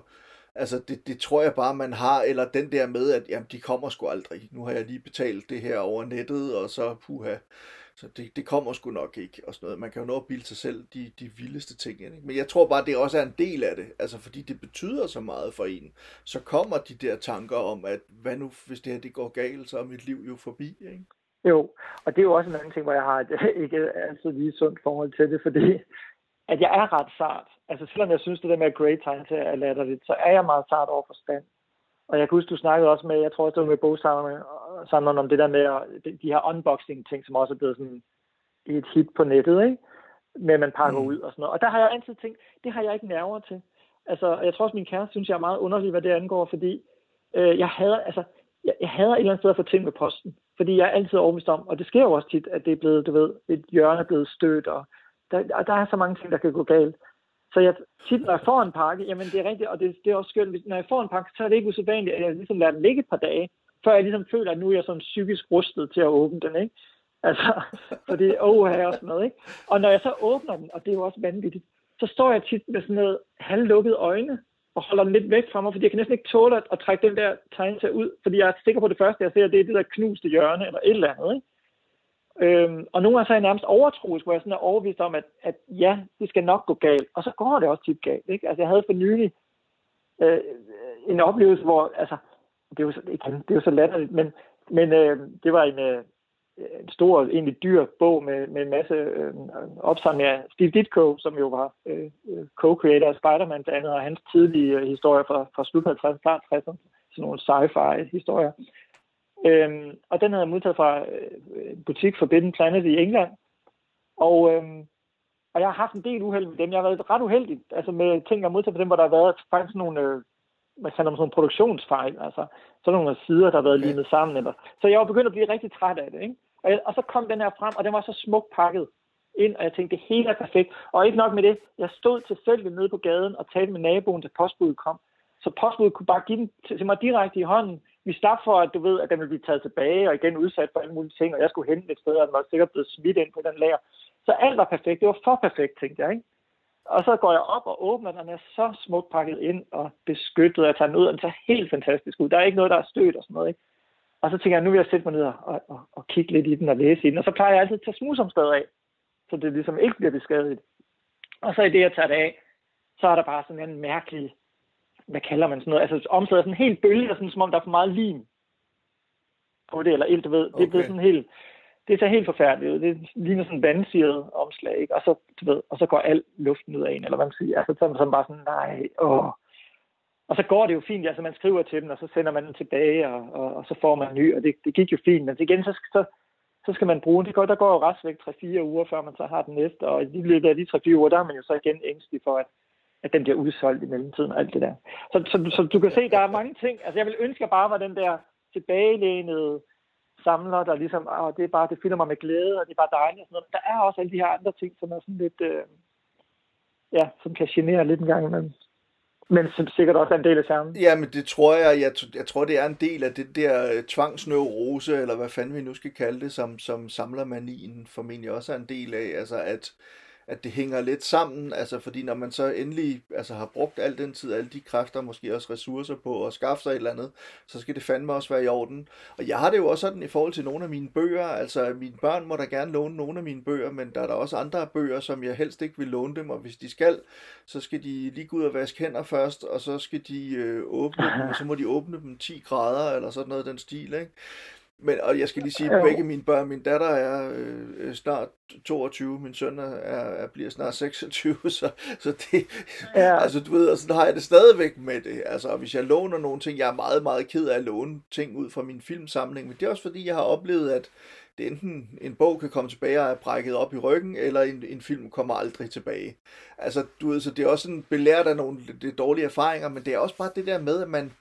Altså, det, det tror jeg bare, man har, eller den der med, at jamen, de kommer sgu aldrig. Nu har jeg lige betalt det her over nettet, og så puha. Så det, det kommer sgu nok ikke, og sådan noget. Man kan jo nå at bilde sig selv de, de vildeste ting, ikke? Men jeg tror bare, det også er en del af det. Altså, fordi det betyder så meget for en. Så kommer de der tanker om, at hvad nu, hvis det her det går galt, så er mit liv jo forbi, ikke? Jo, og det er jo også en anden ting, hvor jeg har et ikke altid lige sundt forhold til det, fordi at jeg er ret sart. Altså selvom jeg synes, det der med great time til at latterligt, så er jeg meget sart over forstand. Og jeg kan huske, du snakkede også med, jeg tror også, det var med bogsamleren om det der med de her unboxing-ting, som også er blevet sådan et hit på nettet, ikke? Med at man pakker mm. ud og sådan noget. Og der har jeg altid tænkt, det har jeg ikke nerver til. Altså, jeg tror også, min kæreste synes, jeg er meget underlig, hvad det angår, fordi øh, jeg hader, altså, jeg, jeg hader et eller andet sted at få ting med posten. Fordi jeg er altid overbevist om, og det sker jo også tit, at det er blevet, du ved, et hjørne er blevet stødt, og der, og der er så mange ting, der kan gå galt. Så jeg tit, når jeg får en pakke, jamen det er rigtigt, og det, det er også skønt, når jeg får en pakke, så er det ikke usædvanligt, at jeg ligesom lader den ligge et par dage, før jeg ligesom føler, at nu er jeg sådan psykisk rustet til at åbne den, ikke? Altså, fordi åh, her og sådan noget, ikke? Og når jeg så åbner den, og det er jo også vanvittigt, så står jeg tit med sådan noget halvlukkede øjne, og holder den lidt væk fra mig, fordi jeg kan næsten ikke tåle at, at trække den der tegneserie ud, fordi jeg er sikker på, at det første, jeg ser, det er det der knuste hjørne, eller et eller andet, ikke? Øhm, og nogle gange så er jeg nærmest overtroisk, hvor jeg sådan er overbevist om, at, at ja, det skal nok gå galt. Og så går det også tit galt, ikke? Altså, jeg havde for nylig øh, en oplevelse, hvor, altså, det er jo så, igen, det er jo så latterligt, men, men øh, det var en, øh, en stor, egentlig dyr bog med, med en masse øh, opsamling af Steve Ditko, som jo var øh, co-creator af Spider-Man, blandt andet, og hans tidlige øh, historier fra, fra slut halvtredserne, start tresserne, sådan nogle sci-fi historier. Øhm, og den havde jeg modtaget fra øh, en butik Forbidden Planet i England. Og, øhm, og jeg har haft en del uheld med dem. Jeg har været ret uheldig, altså med ting, jeg har modtaget fra dem, hvor der har været faktisk nogle, øh, man kalder dem sådan nogle produktionsfejl, altså sådan nogle sider, der har været limet sammen. Eller. Så jeg var begyndt at blive rigtig træt af det, ikke? Og, jeg, og så kom den her frem, og den var så smukt pakket ind, og jeg tænkte, det hele er perfekt. Og ikke nok med det, jeg stod tilfældigt nede på gaden og talte med naboen, til postbuddet kom. Så postbuddet kunne bare give den til mig direkte i hånden. Vi slap for, at du ved, at den ville blive taget tilbage og igen udsat for alle mulige ting, og jeg skulle hente et sted, og den var sikkert blevet smidt ind på den lager. Så alt var perfekt. Det var for perfekt, tænkte jeg, ikke? Og så går jeg op og åbner, den er så smukt pakket ind og beskyttet, jeg tager den ud, og den ser helt fantastisk ud. Der er ikke noget, der er stødt og sådan noget, ikke? Og så tænker jeg, nu vil jeg sætte mig ned og, og, og kigge lidt i den og læse i den, og så plejer jeg altid at tage smugsomsteder af, så det ligesom ikke bliver beskadiget. Og så i det, jeg tager det af, så er der bare sådan en mærkelig, hvad kalder man sådan noget, altså omslaget er sådan helt bølger, sådan som om der er for meget lim på det, eller ild, du ved. Det er blevet sådan helt, det ser helt forfærdeligt ud. Det ligner sådan en vandsiret omslag, ikke? Og så, du ved, og så går al luften ud af en, eller hvad man siger. Altså, så er man sådan bare sådan, nej, åh. Og så går det jo fint, altså man skriver til dem, og så sender man den tilbage, og, og, og så får man en ny, og det, det gik jo fint. Men igen, så, så, så skal man bruge den. Det går, der går jo retsvæk tre fire uger, før man så har den næste, og i løbet af de tre fire uger, der er man jo så igen ængstelig for, at at den bliver udsolgt i mellemtiden og alt det der. Så, så, så du kan se, der er mange ting. Altså jeg vil ønske, at jeg bare var den der tilbagelænede samler, der ligesom, ah, det er bare, det fylder mig med glæde, og det er bare dejligt og sådan noget. Der er også alle de her andre ting, som er sådan lidt, øh, ja, som kan genere lidt en gang imellem. Men som sikkert også er en del af charmen. Ja, men det tror jeg, jeg, jeg tror, det er en del af det der tvangsneurose, eller hvad fanden vi nu skal kalde det, som, som samlermanien formentlig også er en del af. Altså at at det hænger lidt sammen, altså fordi når man så endelig altså, har brugt al den tid, alle de kræfter, måske også ressourcer på at skaffe sig et eller andet, så skal det fandme også være i orden. Og jeg har det jo også sådan i forhold til nogle af mine bøger, altså mine børn må da gerne låne nogle af mine bøger, men der er der også andre bøger, som jeg helst ikke vil låne dem, og hvis de skal, så skal de lige gå ud og vaske hænder først, og så skal de øh, åbne dem, og så må de åbne dem ti grader, eller sådan noget den stil, ikke? Men, og jeg skal lige sige, at begge mine børn, min datter er øh, snart toogtyve, min søn er, er, bliver snart seksogtyve, så, så det, ja. Altså du ved, og sådan har jeg det stadigvæk med det. Altså hvis jeg låner nogle ting, jeg er meget, meget ked af at låne ting ud fra min filmsamling, men det er også fordi, jeg har oplevet, at det enten en bog kan komme tilbage og er brækket op i ryggen, eller en, en film kommer aldrig tilbage. Altså du ved, så det er også sådan belært af nogle det dårlige erfaringer, men det er også bare det der med, at man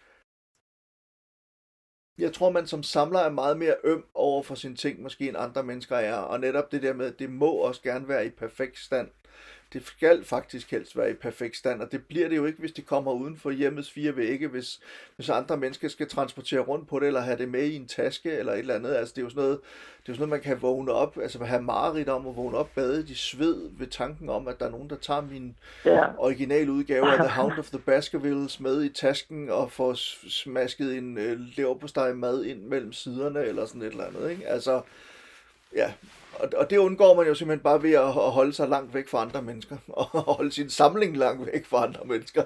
jeg tror, man som samler er meget mere øm over for sine ting, måske end andre mennesker er. Og netop det der med, at det må også gerne være i perfekt stand. det skal faktisk helst være i perfekt stand, og det bliver det jo ikke, hvis de kommer uden for hjemmets fire vægge, hvis, hvis andre mennesker skal transportere rundt på det, eller have det med i en taske, eller et eller andet. Altså, det er jo sådan noget, det er jo sådan noget, man kan vågne op, altså have mareridt om at vågne op, badet i sved ved tanken om, at der er nogen, der tager min Ja. original udgave af The Hound of the Baskervilles med i tasken, og får smasket en øh, leverpostej mad ind mellem siderne, eller sådan et eller andet, ikke? Altså, ja, og, og det undgår man jo simpelthen bare ved at, at holde sig langt væk fra andre mennesker, og holde sin samling langt væk fra andre mennesker.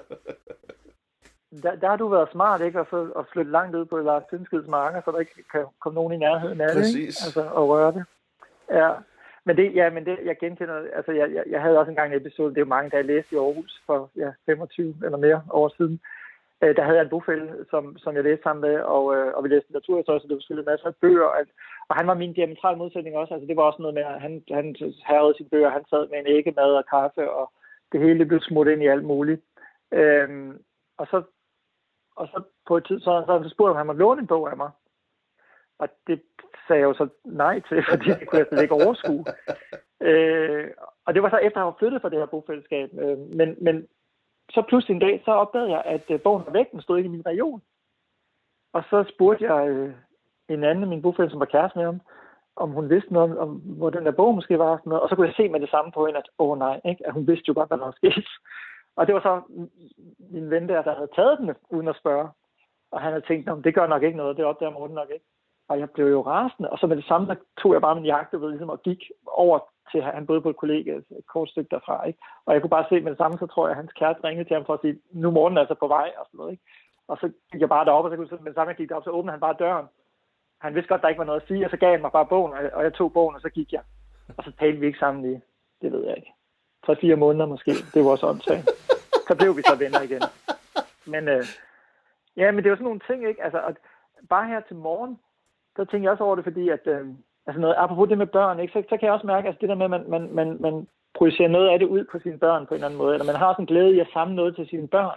Der, der har du været smart, ikke? At, få, at flytte langt ud på Lars Tyndskids marker, så der ikke kan komme nogen i nærheden af det, ikke? Altså, at røre det. Ja, men det, ja, men det, jeg genkender, altså, jeg, jeg, jeg havde også engang en episode, det er jo mange, der jeg læste i Aarhus for ja, femogtyve eller mere år siden. Der havde jeg en bofælle, som, som jeg læste sammen med, og, og vi læste litteratur, så det var selvfølgelig masser af bøger, og, og han var min diametrale modsætning også. Altså, det var også noget med, at han, han herrede sine bøger, han sad med en æggemad og kaffe, og det hele blev smurt ind i alt muligt. Øhm, og, så, og så på et tid, så, så, så spurgte han, om han måtte låne en bog af mig. Og det sagde jeg jo så nej til, fordi det kunne jeg slet ikke overskue. Øh, og det var så efter, at jeg var flyttet fra det her bofællesskab. Øh, men, men så pludselig en dag, så opdagede jeg, at øh, bogen var væk, den stod ikke i min region. Og så spurgte jeg øh, en anden af mine bofælle, som var kæreste med ham, om hun vidste noget om, om, hvor den der bog måske var. Sådan noget. Og så kunne jeg se med det samme på hende, at åh nej, ikke? At hun vidste jo godt, hvad der var sket. Og det var så min ven der, der havde taget den uden at spørge. Og han havde tænkt, det gør nok ikke noget, det opdager Morten nok ikke. Og jeg blev jo rasende, og så med det samme, der tog jeg bare min jagte ved, ligesom, og gik over til, han boede på et kollega et kort stykke derfra, ikke? Og jeg kunne bare se med det samme, så tror jeg, at hans kæreste ringede til ham for at sige, nu er Morten altså på vej, og sådan noget, ikke? Og så gik jeg bare derop, og så kunne jeg med det samme, jeg gik derop, så åbnede han bare døren. Han vidste godt, der ikke var noget at sige, og så gav han mig bare bogen, og jeg tog bogen, og så gik jeg. Og så talte vi ikke sammen i, det ved jeg ikke, tre fire måneder måske, det var også åndssvagt. Så blev vi så venner igen. Men, øh, ja, men det er jo sådan nogle ting, ikke? Altså, at bare her til morgen, så tænker jeg også over det, fordi at, øh, altså noget, apropos det med børn, ikke, så, så kan jeg også mærke, altså det der med, at man, man, man, man projicerer noget af det ud på sine børn på en eller anden måde, eller man har også en glæde i at samle noget til sine børn.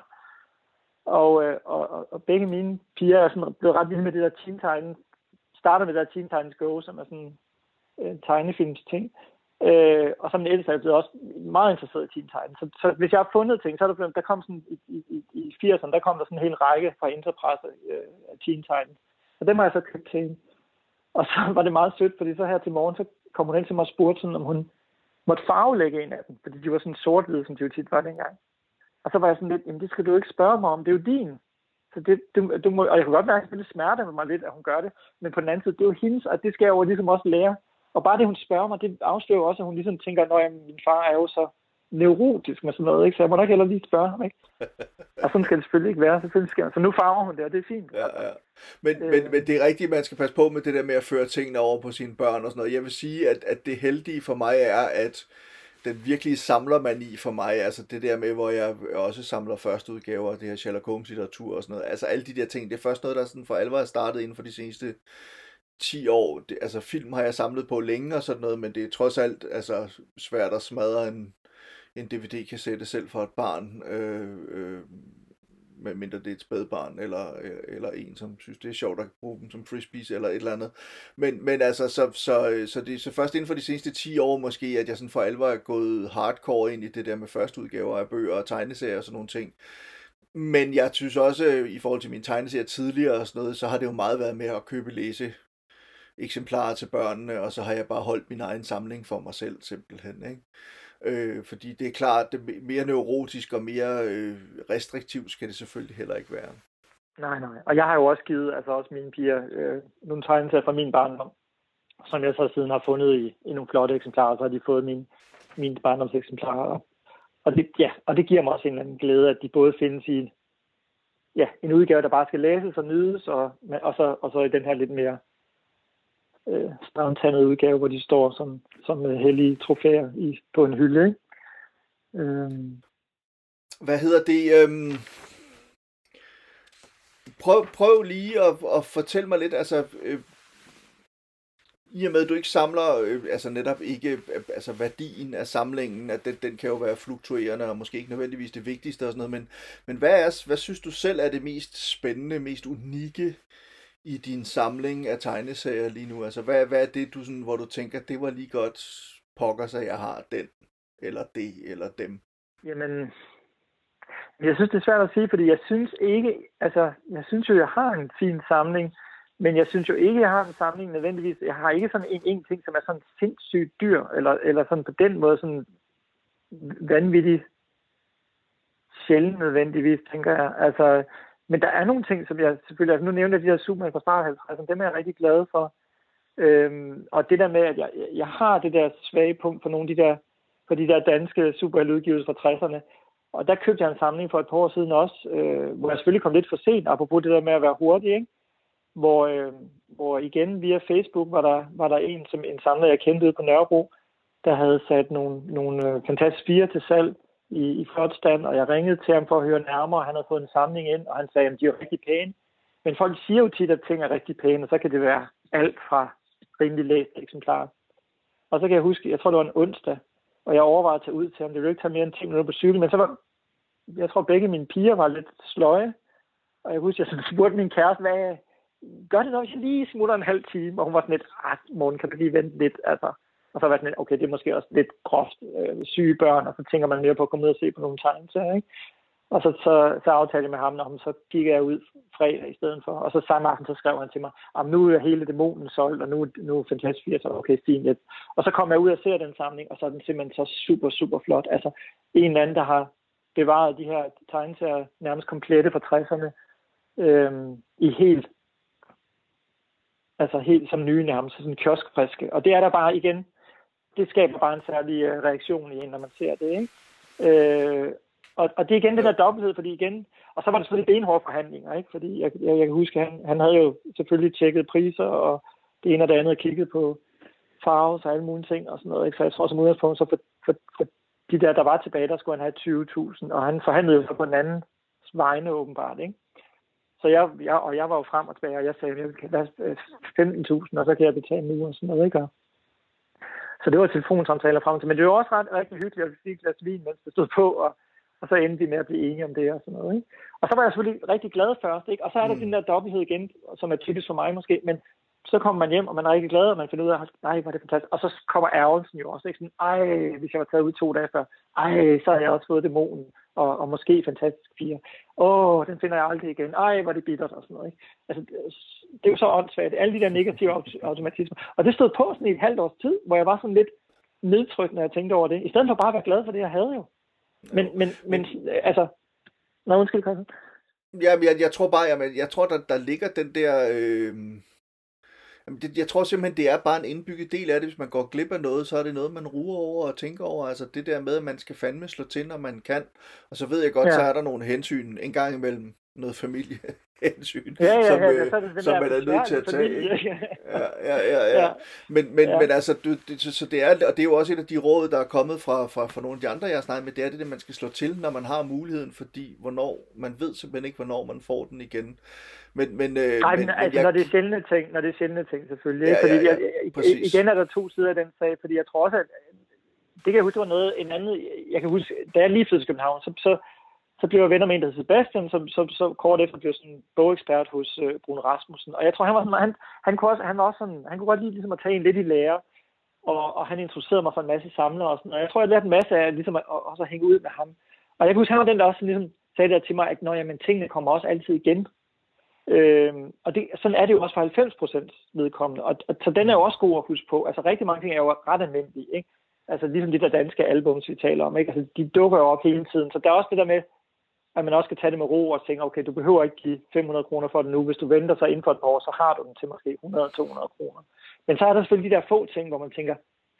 Og, øh, og, og begge mine piger er sådan blevet ret vilde med det der Teen Titans, starter med det der Teen Titans Go, som er sådan en øh, tegnefilms ting. Øh, og som den ældste er blevet også meget interesseret i Teen Titans. Så, så hvis jeg har fundet ting, så er der blevet, der kom sådan i, i, i firserne, der kom der sådan en hel række fra Interpresse øh, af Teen Titans. Og dem har jeg så købt til hende. Og så var det meget sødt, fordi så her til morgen, så kom hun hen til mig og spurgte sådan, om hun måtte farvelægge en af dem, fordi de var sådan sort-hvide, som de jo tit var dengang. Og så var jeg sådan lidt, jamen det skal du ikke spørge mig om, det er jo din. Så det, du, du må, og jeg kunne godt mærke, at det smerter med mig lidt, at hun gør det, men på den anden side, det er jo hendes, og det skal jeg jo ligesom også lære. Og bare det, hun spørger mig, det afslører også, at hun ligesom tænker, at min far er jo så neurotisk med sådan noget, ikke? Så jeg må nok heller lige spørge ham, ikke? Og sådan skal det selvfølgelig ikke være, selvfølgelig skal. Så nu farver hun det, og det er fint. Ja, ja. Men, øh. men, men det er rigtigt, man skal passe på med det der med at føre tingene over på sine børn og sådan noget. Jeg vil sige, at, at det heldige for mig er, at den virkelige samlermani for mig, altså det der med, hvor jeg også samler første udgaver af det her Sherlock Holmes litteratur og sådan noget, altså alle de der ting, det er først noget, der sådan for alvor er startet inden for de seneste ti år. Det, altså film har jeg samlet på længe og sådan noget, men det er trods alt altså svært at smadre en, en D V D-kassette selv for et barn, øh, øh, medmindre det er et spædbarn, eller, eller en, som synes, det er sjovt at bruge dem som frisbees, eller et eller andet. Men, men altså, så, så, så det er så først inden for de seneste ti år måske, at jeg sådan for alvor er gået hardcore ind i det der med første udgaver af bøger og tegneserier og sådan nogle ting. Men jeg synes også, i forhold til mine tegneserier tidligere og sådan noget, så har det jo meget været med at købe læse eksemplarer til børnene, og så har jeg bare holdt min egen samling for mig selv, simpelthen, ikke? Øh, fordi det er klart, det er mere neurotisk og mere øh, restriktivt skal det selvfølgelig heller ikke være. Nej, nej. Og jeg har jo også givet, altså også mine piger, øh, nogle tegneserier fra min barndom, som jeg så siden har fundet i, i nogle flotte eksemplarer, så har de fået mine, mine barndomseksemplarer. Og det, ja, og det giver mig også en eller anden glæde, at de både findes i ja, en udgave, der bare skal læses og nydes, og, og, så, og så i den her lidt mere øh, stravntandede udgave, hvor de står som, som uh, hellige trofæer i, på en hylde, ikke? Øhm. Hvad hedder det? Øhm... Prøv, prøv lige at, at fortælle mig lidt, altså øh, i og med at du ikke samler, øh, altså netop ikke, øh, altså værdien af samlingen, at den, den kan jo være fluktuerende og måske ikke nødvendigvis det vigtigste og sådan noget, men, men hvad, er, hvad synes du selv er det mest spændende, mest unikke i din samling af tegneserier lige nu? Altså hvad, hvad er det, du sådan, hvor du tænker, det var lige godt pokker sig, jeg har den? eller det, eller dem? Jamen, jeg synes, det er svært at sige, fordi jeg synes ikke, altså, jeg synes jo, jeg har en fin samling, men jeg synes jo ikke, jeg har en samling nødvendigvis. Jeg har ikke sådan en, en ting, som er sådan sindssygt dyr, eller, eller sådan på den måde sådan vanvittigt sjældent nødvendigvis, tænker jeg. Altså, men der er nogle ting, som jeg selvfølgelig, altså nu nævner jeg de her Superman fra start halvtredserne, dem er jeg rigtig glad for. Øhm, og det der med, at jeg, jeg har det der svage punkt for nogle af de der, for de der danske superhelteudgivelser fra tresserne. Og der købte jeg en samling for et par år siden også, øh, hvor jeg selvfølgelig kom lidt for sent, apropos det der med at være hurtig, ikke? Hvor, øh, hvor igen via Facebook var der, var der en, som en samler, jeg kendte ude på Nørrebro, der havde sat nogle, nogle øh, fantastiske fire til salg i, i flot stand, og jeg ringede til ham for at høre nærmere, og han havde fået en samling ind, og han sagde, at de er rigtig pæne. Men folk siger jo tit, at ting er rigtig pæne, og så kan det være alt fra rimelig læste eksemplarer. Og så kan jeg huske, jeg tror det var en onsdag, og jeg overvejede at tage ud til ham. Det ville ikke tage mere end ti minutter på cykel, men så var, jeg tror begge mine piger var lidt sløje, og jeg husker, jeg spurgte min kæreste, hvad gør det, når jeg lige smutter en halv time, og hun var sådan lidt, ah, morgen kan du lige vente lidt, altså. Og så var det sådan lidt, okay, det er måske også lidt groft øh, syge børn, og så tænker man mere på at komme ud og se på nogle tegneserier, ikke? Og så, så, så aftalte jeg med ham, og så gik jeg ud fredag i stedet for. Og så samme aften, så skrev han til mig, at nu er hele dæmonen solgt, og nu, nu er Fantastisk fire, så okay, fint lidt. Og så kom jeg ud og ser den samling, og så er den simpelthen så super, super flot. Altså en eller anden, der har bevaret de her tegneserier nærmest komplette fra tresserne øhm, i helt, altså helt som nye nærmest, sådan kioskfriske. Og det er der bare igen, det skaber bare en særlig øh, reaktion i en, når man ser det, ikke? Øh, Og, og det er igen den der dobbelthed, fordi igen, og så var der selvfølgelig benhårde forhandlinger, ikke? Fordi jeg, jeg, jeg kan huske, at han, han havde jo selvfølgelig tjekket priser, og det ene og det andet, og kigget på farver og alle mulige ting og sådan noget, ikke? Så jeg tror som udgangspunkt, så for, for, for de der, der var tilbage, der skulle han have tyve tusind, og han forhandlede jo så på den anden vegne åbenbart, ikke? Så jeg, jeg, og jeg var jo frem og tilbage, og jeg sagde, at jeg vil have femten tusind, og så kan jeg betale nu og sådan noget, ikke? Så det var telefonsamtaler frem til, men det var også ret rigtig hyggeligt, at vi fik et glas vin, mens det stod på, og Og så endte vi med at blive enige om det og sådan noget, ikke? Og så var jeg selvfølgelig rigtig glad først, ikke? Og så er der mm. den der dobbelthed igen, som er typisk for mig måske, men så kommer man hjem, og man er rigtig glad, og man finder ud af, nej, hvor er det fantastisk. Og så kommer ærgelsen jo også, ikke? Sådan, ej, hvis jeg var taget ud to dage før, ej, så har jeg også fået dæmonen, og, og måske Fantastisk fire. Åh, den finder jeg aldrig igen. Ej, hvor er det bittert og sådan noget, ikke? Altså, det er jo så åndssvagt. Alle de der negative automatismer. Og det stod på sådan i et halvt års tid, hvor jeg var sådan lidt nedtrykt, når jeg tænkte over det. I stedet for bare at være glad for det, jeg havde jo. Men, men, men, altså... Nå, undskyld, Christian. Ja, jeg, jeg tror bare, jeg, jeg tror, der, der ligger den der... Øh... Det, jeg tror simpelthen, det er bare en indbygget del af det. Hvis man går glip af noget, så er det noget, man ruer over og tænker over. Altså det der med, at man skal fandme slå til, når man kan. Og så ved jeg godt, ja. Så er der nogle hensyn en gang imellem. Noget familiehensyn, ja, ja, som, ja, øh, ja, som man er nødt til at tage. Ja, ja, ja, ja. ja. Men, men, ja. men altså, du, det, så det er, og det er jo også et af de råd, der er kommet fra, fra, fra nogle af de andre, jeg har snakket med, det er det, at man skal slå til, når man har muligheden, fordi hvornår, man ved simpelthen ikke, hvornår man får den igen. Men, men, øh, Nej, men, men altså, jeg... når det er sjældne ting, når det er sjældne ting selvfølgelig. Ja, fordi ja, ja, jeg, igen er der to sider af den sag, fordi jeg tror også, at det kan jeg huske, det var noget, en anden, jeg kan huske, da jeg lige flyttede til København, så, så Så blev jeg venner med en, der hed Sebastian, som så, så kort efter blev sådan en bogekspert hos øh, Bruno Rasmussen. Og jeg tror, han var sådan, han, han, kunne også, han var også sådan, han kunne godt lide ligesom at tage en lidt i lære, og, og han introducerede mig for en masse samlere og sådan. Og jeg tror, jeg lærte en masse af ligesom at, også at hænge ud med ham. Og jeg kan huske, han var den, der også ligesom sagde der til mig, at når jamen, tingene kommer også altid igen. Øhm, og det, sådan er det jo også for halvfems procent vedkommende. Og, og så den er jo også god at huske på. Altså rigtig mange ting er jo ret almindelige, ikke? Altså ligesom de der danske albums, vi taler om, ikke? Altså de dukker jo op hele tiden. Så der er også det der med, at man også skal tage det med ro og tænke, okay, du behøver ikke give fem hundrede kroner for det nu. Hvis du venter sig inden for et par år, så har du den til måske hundrede til to hundrede kroner. Men så er der selvfølgelig de der få ting, hvor man tænker,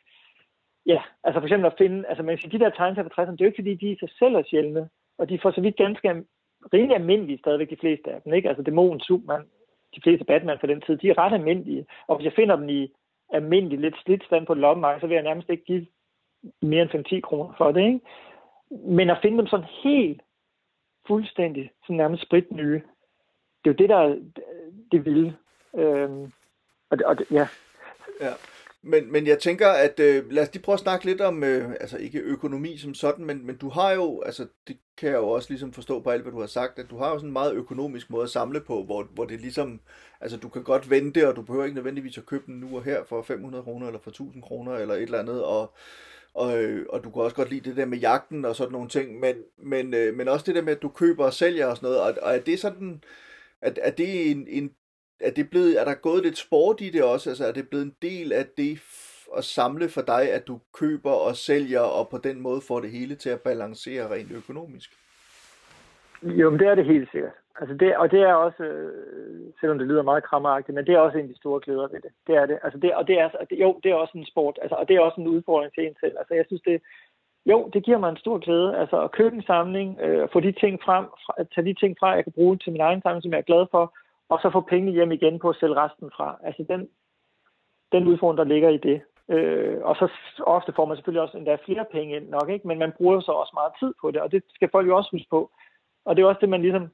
ja, altså for eksempel at finde, altså man siger, de der tegneserier fra tresserne, det er jo ikke fordi, de i sig selv er sjældne, og de får så vidt ganske rimelig almindelige stadigvæk, de fleste af dem, ikke? Altså Dæmonen, Superman, de fleste Batman for den tid, de er ret almindelige. Og hvis jeg finder dem i almindelig lidt slidt stand på et loppemarked, så vil jeg nærmest ikke give mere end fem til ti kroner for det, ikke? Men at finde dem sådan helt fuldstændig, sådan nærmest spritnye, det er jo det, der er det vilde. Øhm, og det, og det, ja. Ja. Men, men jeg tænker, at øh, lad os lige prøve at snakke lidt om, øh, altså ikke økonomi som sådan, men, men du har jo, altså det kan jeg jo også ligesom forstå på alt, hvad du har sagt, at du har jo sådan en meget økonomisk måde at samle på, hvor, hvor det ligesom, altså du kan godt vente, og du behøver ikke nødvendigvis at købe den nu og her for fem hundrede kroner, eller for tusind kroner, eller et eller andet, og, og, øh, og du kan også godt lide det der med jagten og sådan nogle ting, men, men, øh, men også det der med, at du køber og sælger og sådan noget, og, og er det sådan, at, er det en, en er det blevet, er der gået lidt sport i det også, altså er det blevet en del af det at samle for dig, at du køber og sælger, og på den måde får det hele til at balancere rent økonomisk? Jo, men det er det helt sikkert. Altså det, og det er også, øh, selvom det lyder meget krammeragtigt, men det er også en af de store glæder ved det. Det er det. Altså det, og det er, det, jo, det er også en sport, altså, og det er også en udfordring til en selv. Altså jeg synes, det, jo, det giver mig en stor glæde. Altså at købe en samling, øh, få de ting frem, fra, tage de ting fra, jeg kan bruge til min egen samling, som jeg er glad for, og så få pengene hjem igen på at sælge resten fra. Altså den, den udfordring, der ligger i det. Øh, og så ofte får man selvfølgelig også endda flere penge ind nok, ikke? Men man bruger jo så også meget tid på det, og det skal folk jo også huske på. Og det er også det, man ligesom,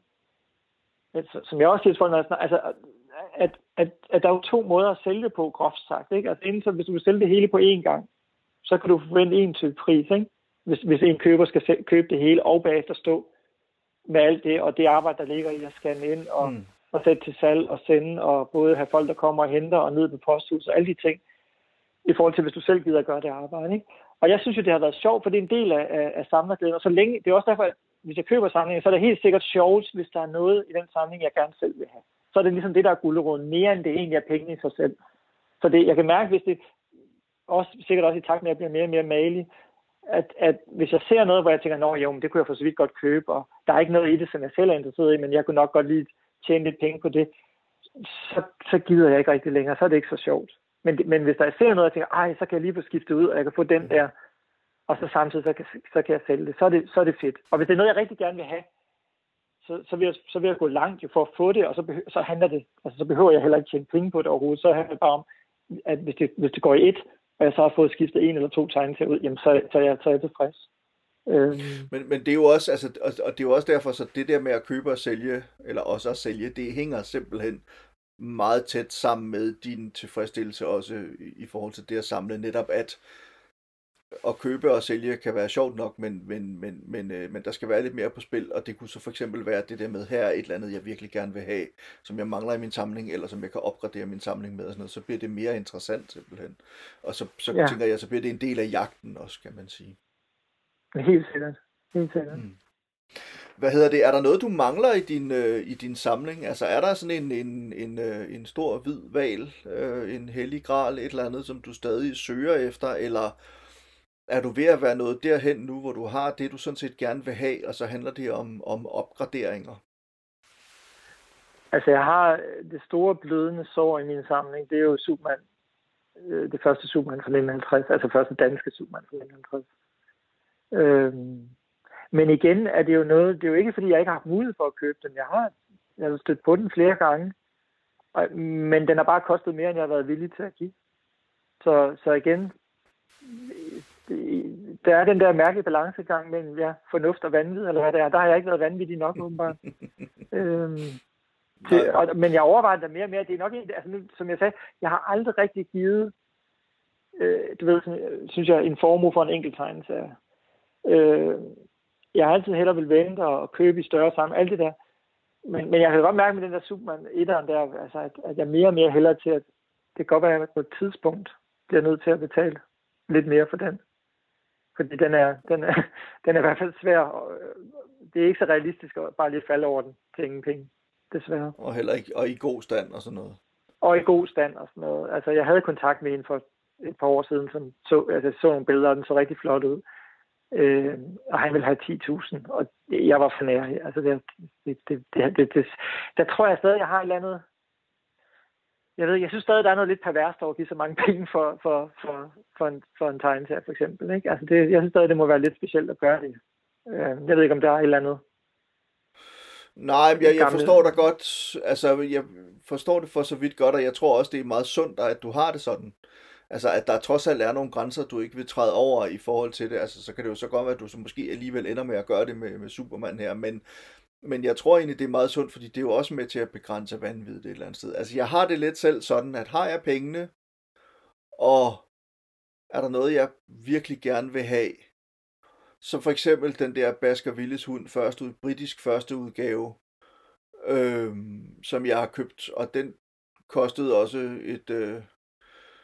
som jeg også siger til folk, altså, at, at, at der er jo to måder at sælge på, groft sagt. Ikke? Altså, inden så, hvis du vil sælge det hele på én gang, så kan du forvente en type pris, ikke? Hvis, hvis en køber skal se, købe det hele og bagefter stå med alt det, og det arbejde, der ligger i at scanne ind og, mm. og sætte til salg og sende, og både have folk, der kommer og henter og ned på posthus og alle de ting, i forhold til, hvis du selv gider at gøre det arbejde. Ikke? Og jeg synes jo, det har været sjovt, for det er en del af, af, af samlerglæden, og så længe, det er også derfor, at hvis jeg køber samlinger, så er det helt sikkert sjovt, hvis der er noget i den samling, jeg gerne selv vil have. Så er det ligesom det, der er guleroden, mere end det egentlig er penge i sig selv. Så det, jeg kan mærke, hvis det også, sikkert også i takt med, at jeg bliver mere og mere malig, at, at hvis jeg ser noget, hvor jeg tænker, nå jo, men det kunne jeg for så vidt godt købe, og der er ikke noget i det, som jeg selv er interesseret i, men jeg kunne nok godt lige tjene lidt penge på det, så, så gider jeg ikke rigtig længere, så er det ikke så sjovt. Men, men hvis der er ser noget, og jeg tænker, ej, så kan jeg lige få skiftet ud, og jeg kan få den der, og så samtidig, så kan, så kan jeg sælge det. Så er det, så er det fedt. Og hvis det er noget, jeg rigtig gerne vil have, så, så, vil, jeg, så vil jeg gå langt jo for at få det, og så, behøver, så handler det, altså så behøver jeg heller ikke tjene penge på det overhovedet. Så handler det bare om, at hvis det, hvis det går i et, og jeg så har fået skiftet en eller to tegneserier ud, jamen så, så, er jeg, så er jeg tilfreds. Øhm. Men, men det er jo også, altså, og det er jo også derfor, så det der med at købe og sælge, eller også at sælge, det hænger simpelthen meget tæt sammen med din tilfredsstillelse også i forhold til det at samle, netop at at købe og sælge kan være sjovt nok, men, men, men, men, øh, men der skal være lidt mere på spil, og det kunne så for eksempel være det der med, her er et eller andet, jeg virkelig gerne vil have, som jeg mangler i min samling, eller som jeg kan opgradere min samling med, og sådan noget, så bliver det mere interessant simpelthen. Og så, så ja. tænker jeg, så bliver det en del af jagten også, kan man sige. Helt sikkert. Helt sikkert. Mm. Hvad hedder det? Er der noget, du mangler i din, øh, i din samling? Altså er der sådan en, en, en, øh, en stor hvid hval, øh, en hellig gral, et eller andet, som du stadig søger efter, eller er du ved at være noget derhen nu, hvor du har det, du sådan set gerne vil have, og så handler det om, om opgraderinger? Altså jeg har det store blødende sår i min samling, det er jo Superman, det første Superman fra nitten halvtreds, altså første danske Superman fra nitten halvtreds. Øhm, men igen er det jo noget, det er jo ikke fordi jeg ikke har haft mulighed for at købe den. Jeg har, jeg har stødt på den flere gange, og, men den har bare kostet mere, end jeg har været villig til at give. Så, så igen, det, der er den der mærkelige balancegang mellem ja, fornuft og vanvid, eller hvad det er. Der har jeg ikke været vanvittig nok, åbenbart. øhm, til, og, men jeg overvejer det mere og mere. Det er nok en, altså nu, som jeg sagde, jeg har aldrig rigtig givet, øh, du ved, sådan, synes jeg, en formue for en enkelt tegneserie. Øh, jeg har altid hellere vil vente og købe i større sammen, alt det der. Men, men jeg kan godt mærke med den der Superman etteren der, altså, at, at jeg mere og mere hellere til, at det kan godt være, at jeg på et tidspunkt bliver nødt til at betale lidt mere for den. Fordi den er, den er, den er i hvert fald svær. Og det er ikke så realistisk at bare lige falde over den til ingen penge, desværre. Og heller ikke og i god stand og sådan noget. Og i god stand og sådan noget. Altså, jeg havde kontakt med en for et par år siden, som så, altså, så nogle billeder, og den så rigtig flot ud. Øh, og han ville have ti tusind, og jeg var for nær. Altså, det, det, det, det, det, det, der tror jeg stadig, jeg har et eller andet. Jeg ved, jeg synes stadig, der er noget lidt perverst over at give så mange penge for, for, for, for, en, for en tegneserie, for eksempel. Ikke? Altså det, jeg synes stadig, det må være lidt specielt at gøre det. Jeg ved ikke, om der er et eller andet. Nej, jeg, jeg forstår dig godt. Altså, jeg forstår det for så vidt godt, og jeg tror også, det er meget sundt, at du har det sådan. Altså, at der trods alt er nogle grænser, du ikke vil træde over i forhold til det. Altså, så kan det jo så godt være, at du så måske alligevel ender med at gøre det med, med Superman her, men Men jeg tror egentlig, det er meget sundt, fordi det er jo også med til at begrænse vanvid et eller andet sted. Altså, jeg har det lidt selv sådan, at har jeg pengene, og er der noget, jeg virkelig gerne vil have, så for eksempel den der Baskervilles hund, første ud, britisk første udgave, øhm, som jeg har købt, og den kostede også et, øh,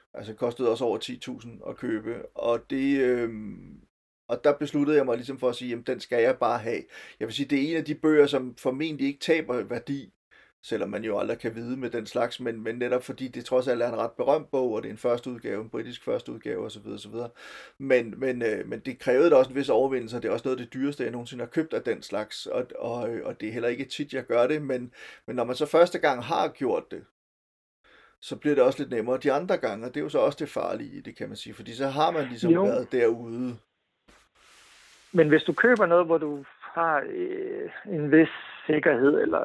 Altså det kostede også over ti tusind at købe, og det... Øh, og der besluttede jeg mig ligesom for at sige, jamen den skal jeg bare have. Jeg vil sige, det er en af de bøger, som formentlig ikke taber værdi, selvom man jo aldrig kan vide med den slags, men, men netop fordi det trods alt er en ret berømt bog, og det er en første udgave, en britisk første udgave osv. osv. Men, men, øh, men det krævede da også en vis overvindelse, og det er også noget af det dyreste, jeg nogensinde har købt af den slags, og, og, og det er heller ikke tit, jeg gør det, men, men når man så første gang har gjort det, så bliver det også lidt nemmere de andre gange, og det er jo så også det farlige i det, kan man sige, fordi så har man ligesom jo. været derude. Men hvis du køber noget, hvor du har øh, en vis sikkerhed, eller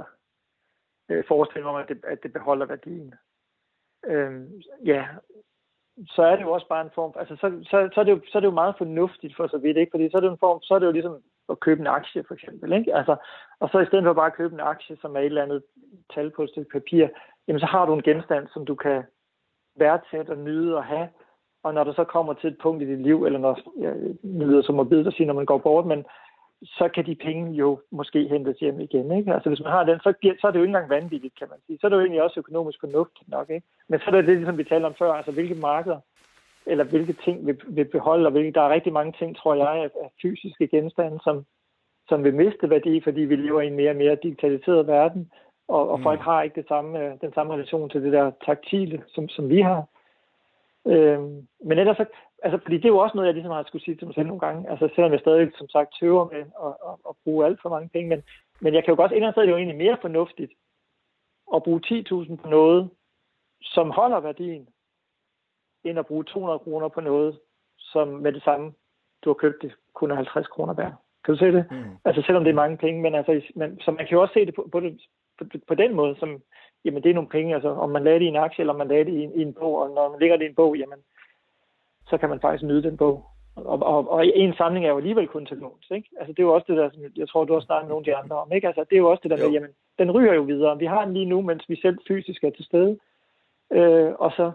øh, forestilling om, at det, at det beholder værdien, øh, ja, så er det jo også bare en form, altså så, så, så, er det jo, så er det jo meget fornuftigt for så vidt, ikke? Fordi så er det jo en form, så er det jo ligesom at købe en aktie, for eksempel, ikke? Altså, og så i stedet for bare at købe en aktie, som er et eller andet tal på et stykke papir, jamen så har du en genstand, som du kan værdsætte og nyde og have, og når du så kommer til et punkt i dit liv, eller når, ja, det lyder som at bide dig sige, når man går bort, men så kan de penge jo måske hentes hjem igen, ikke? Altså hvis man har den, så, så er det jo ikke engang vanvittigt, kan man sige. Så er det jo egentlig også økonomisk fornuftigt nok, ikke? Men så er det det, ligesom vi talte om før, altså hvilke markeder, eller hvilke ting vi vil beholde, og hvilke, der er rigtig mange ting, tror jeg, af, af fysiske genstande, som, som vil miste værdi, fordi vi lever i en mere og mere digitaliseret verden, og, og mm. folk har ikke det samme, den samme relation til det der taktile, som, som vi har. Øhm, men ellers så, altså, fordi det er jo også noget, jeg ligesom har skulle sige til mig selv nogle gange, altså selvom jeg stadig, som sagt, tøver med at, at, at bruge alt for mange penge, men, men jeg kan jo godt, et eller andet sted er det jo egentlig mere fornuftigt at bruge ti tusind på noget, som holder værdien, end at bruge to hundrede kroner på noget, som med det samme, du har købt det, kun er halvtreds kroner værd. Kan du se det? Mm. Altså selvom det er mange penge, men altså, men, så man kan jo også se det på, på, det, på, på den måde, som, jamen det er nogle penge, altså om man lader det i en aktie, eller om man lader det i en, i en bog, og når man lægger det i en bog, jamen, så kan man faktisk nyde den bog. Og, og, og en samling er jo alligevel kun til låns, ikke? Altså det er jo også det der, som jeg tror, du har snakket med nogle af de andre om, ikke? Altså det er jo også det der jo. med, jamen, den ryger jo videre. Vi har den lige nu, mens vi selv fysisk er til stede, øh, og så,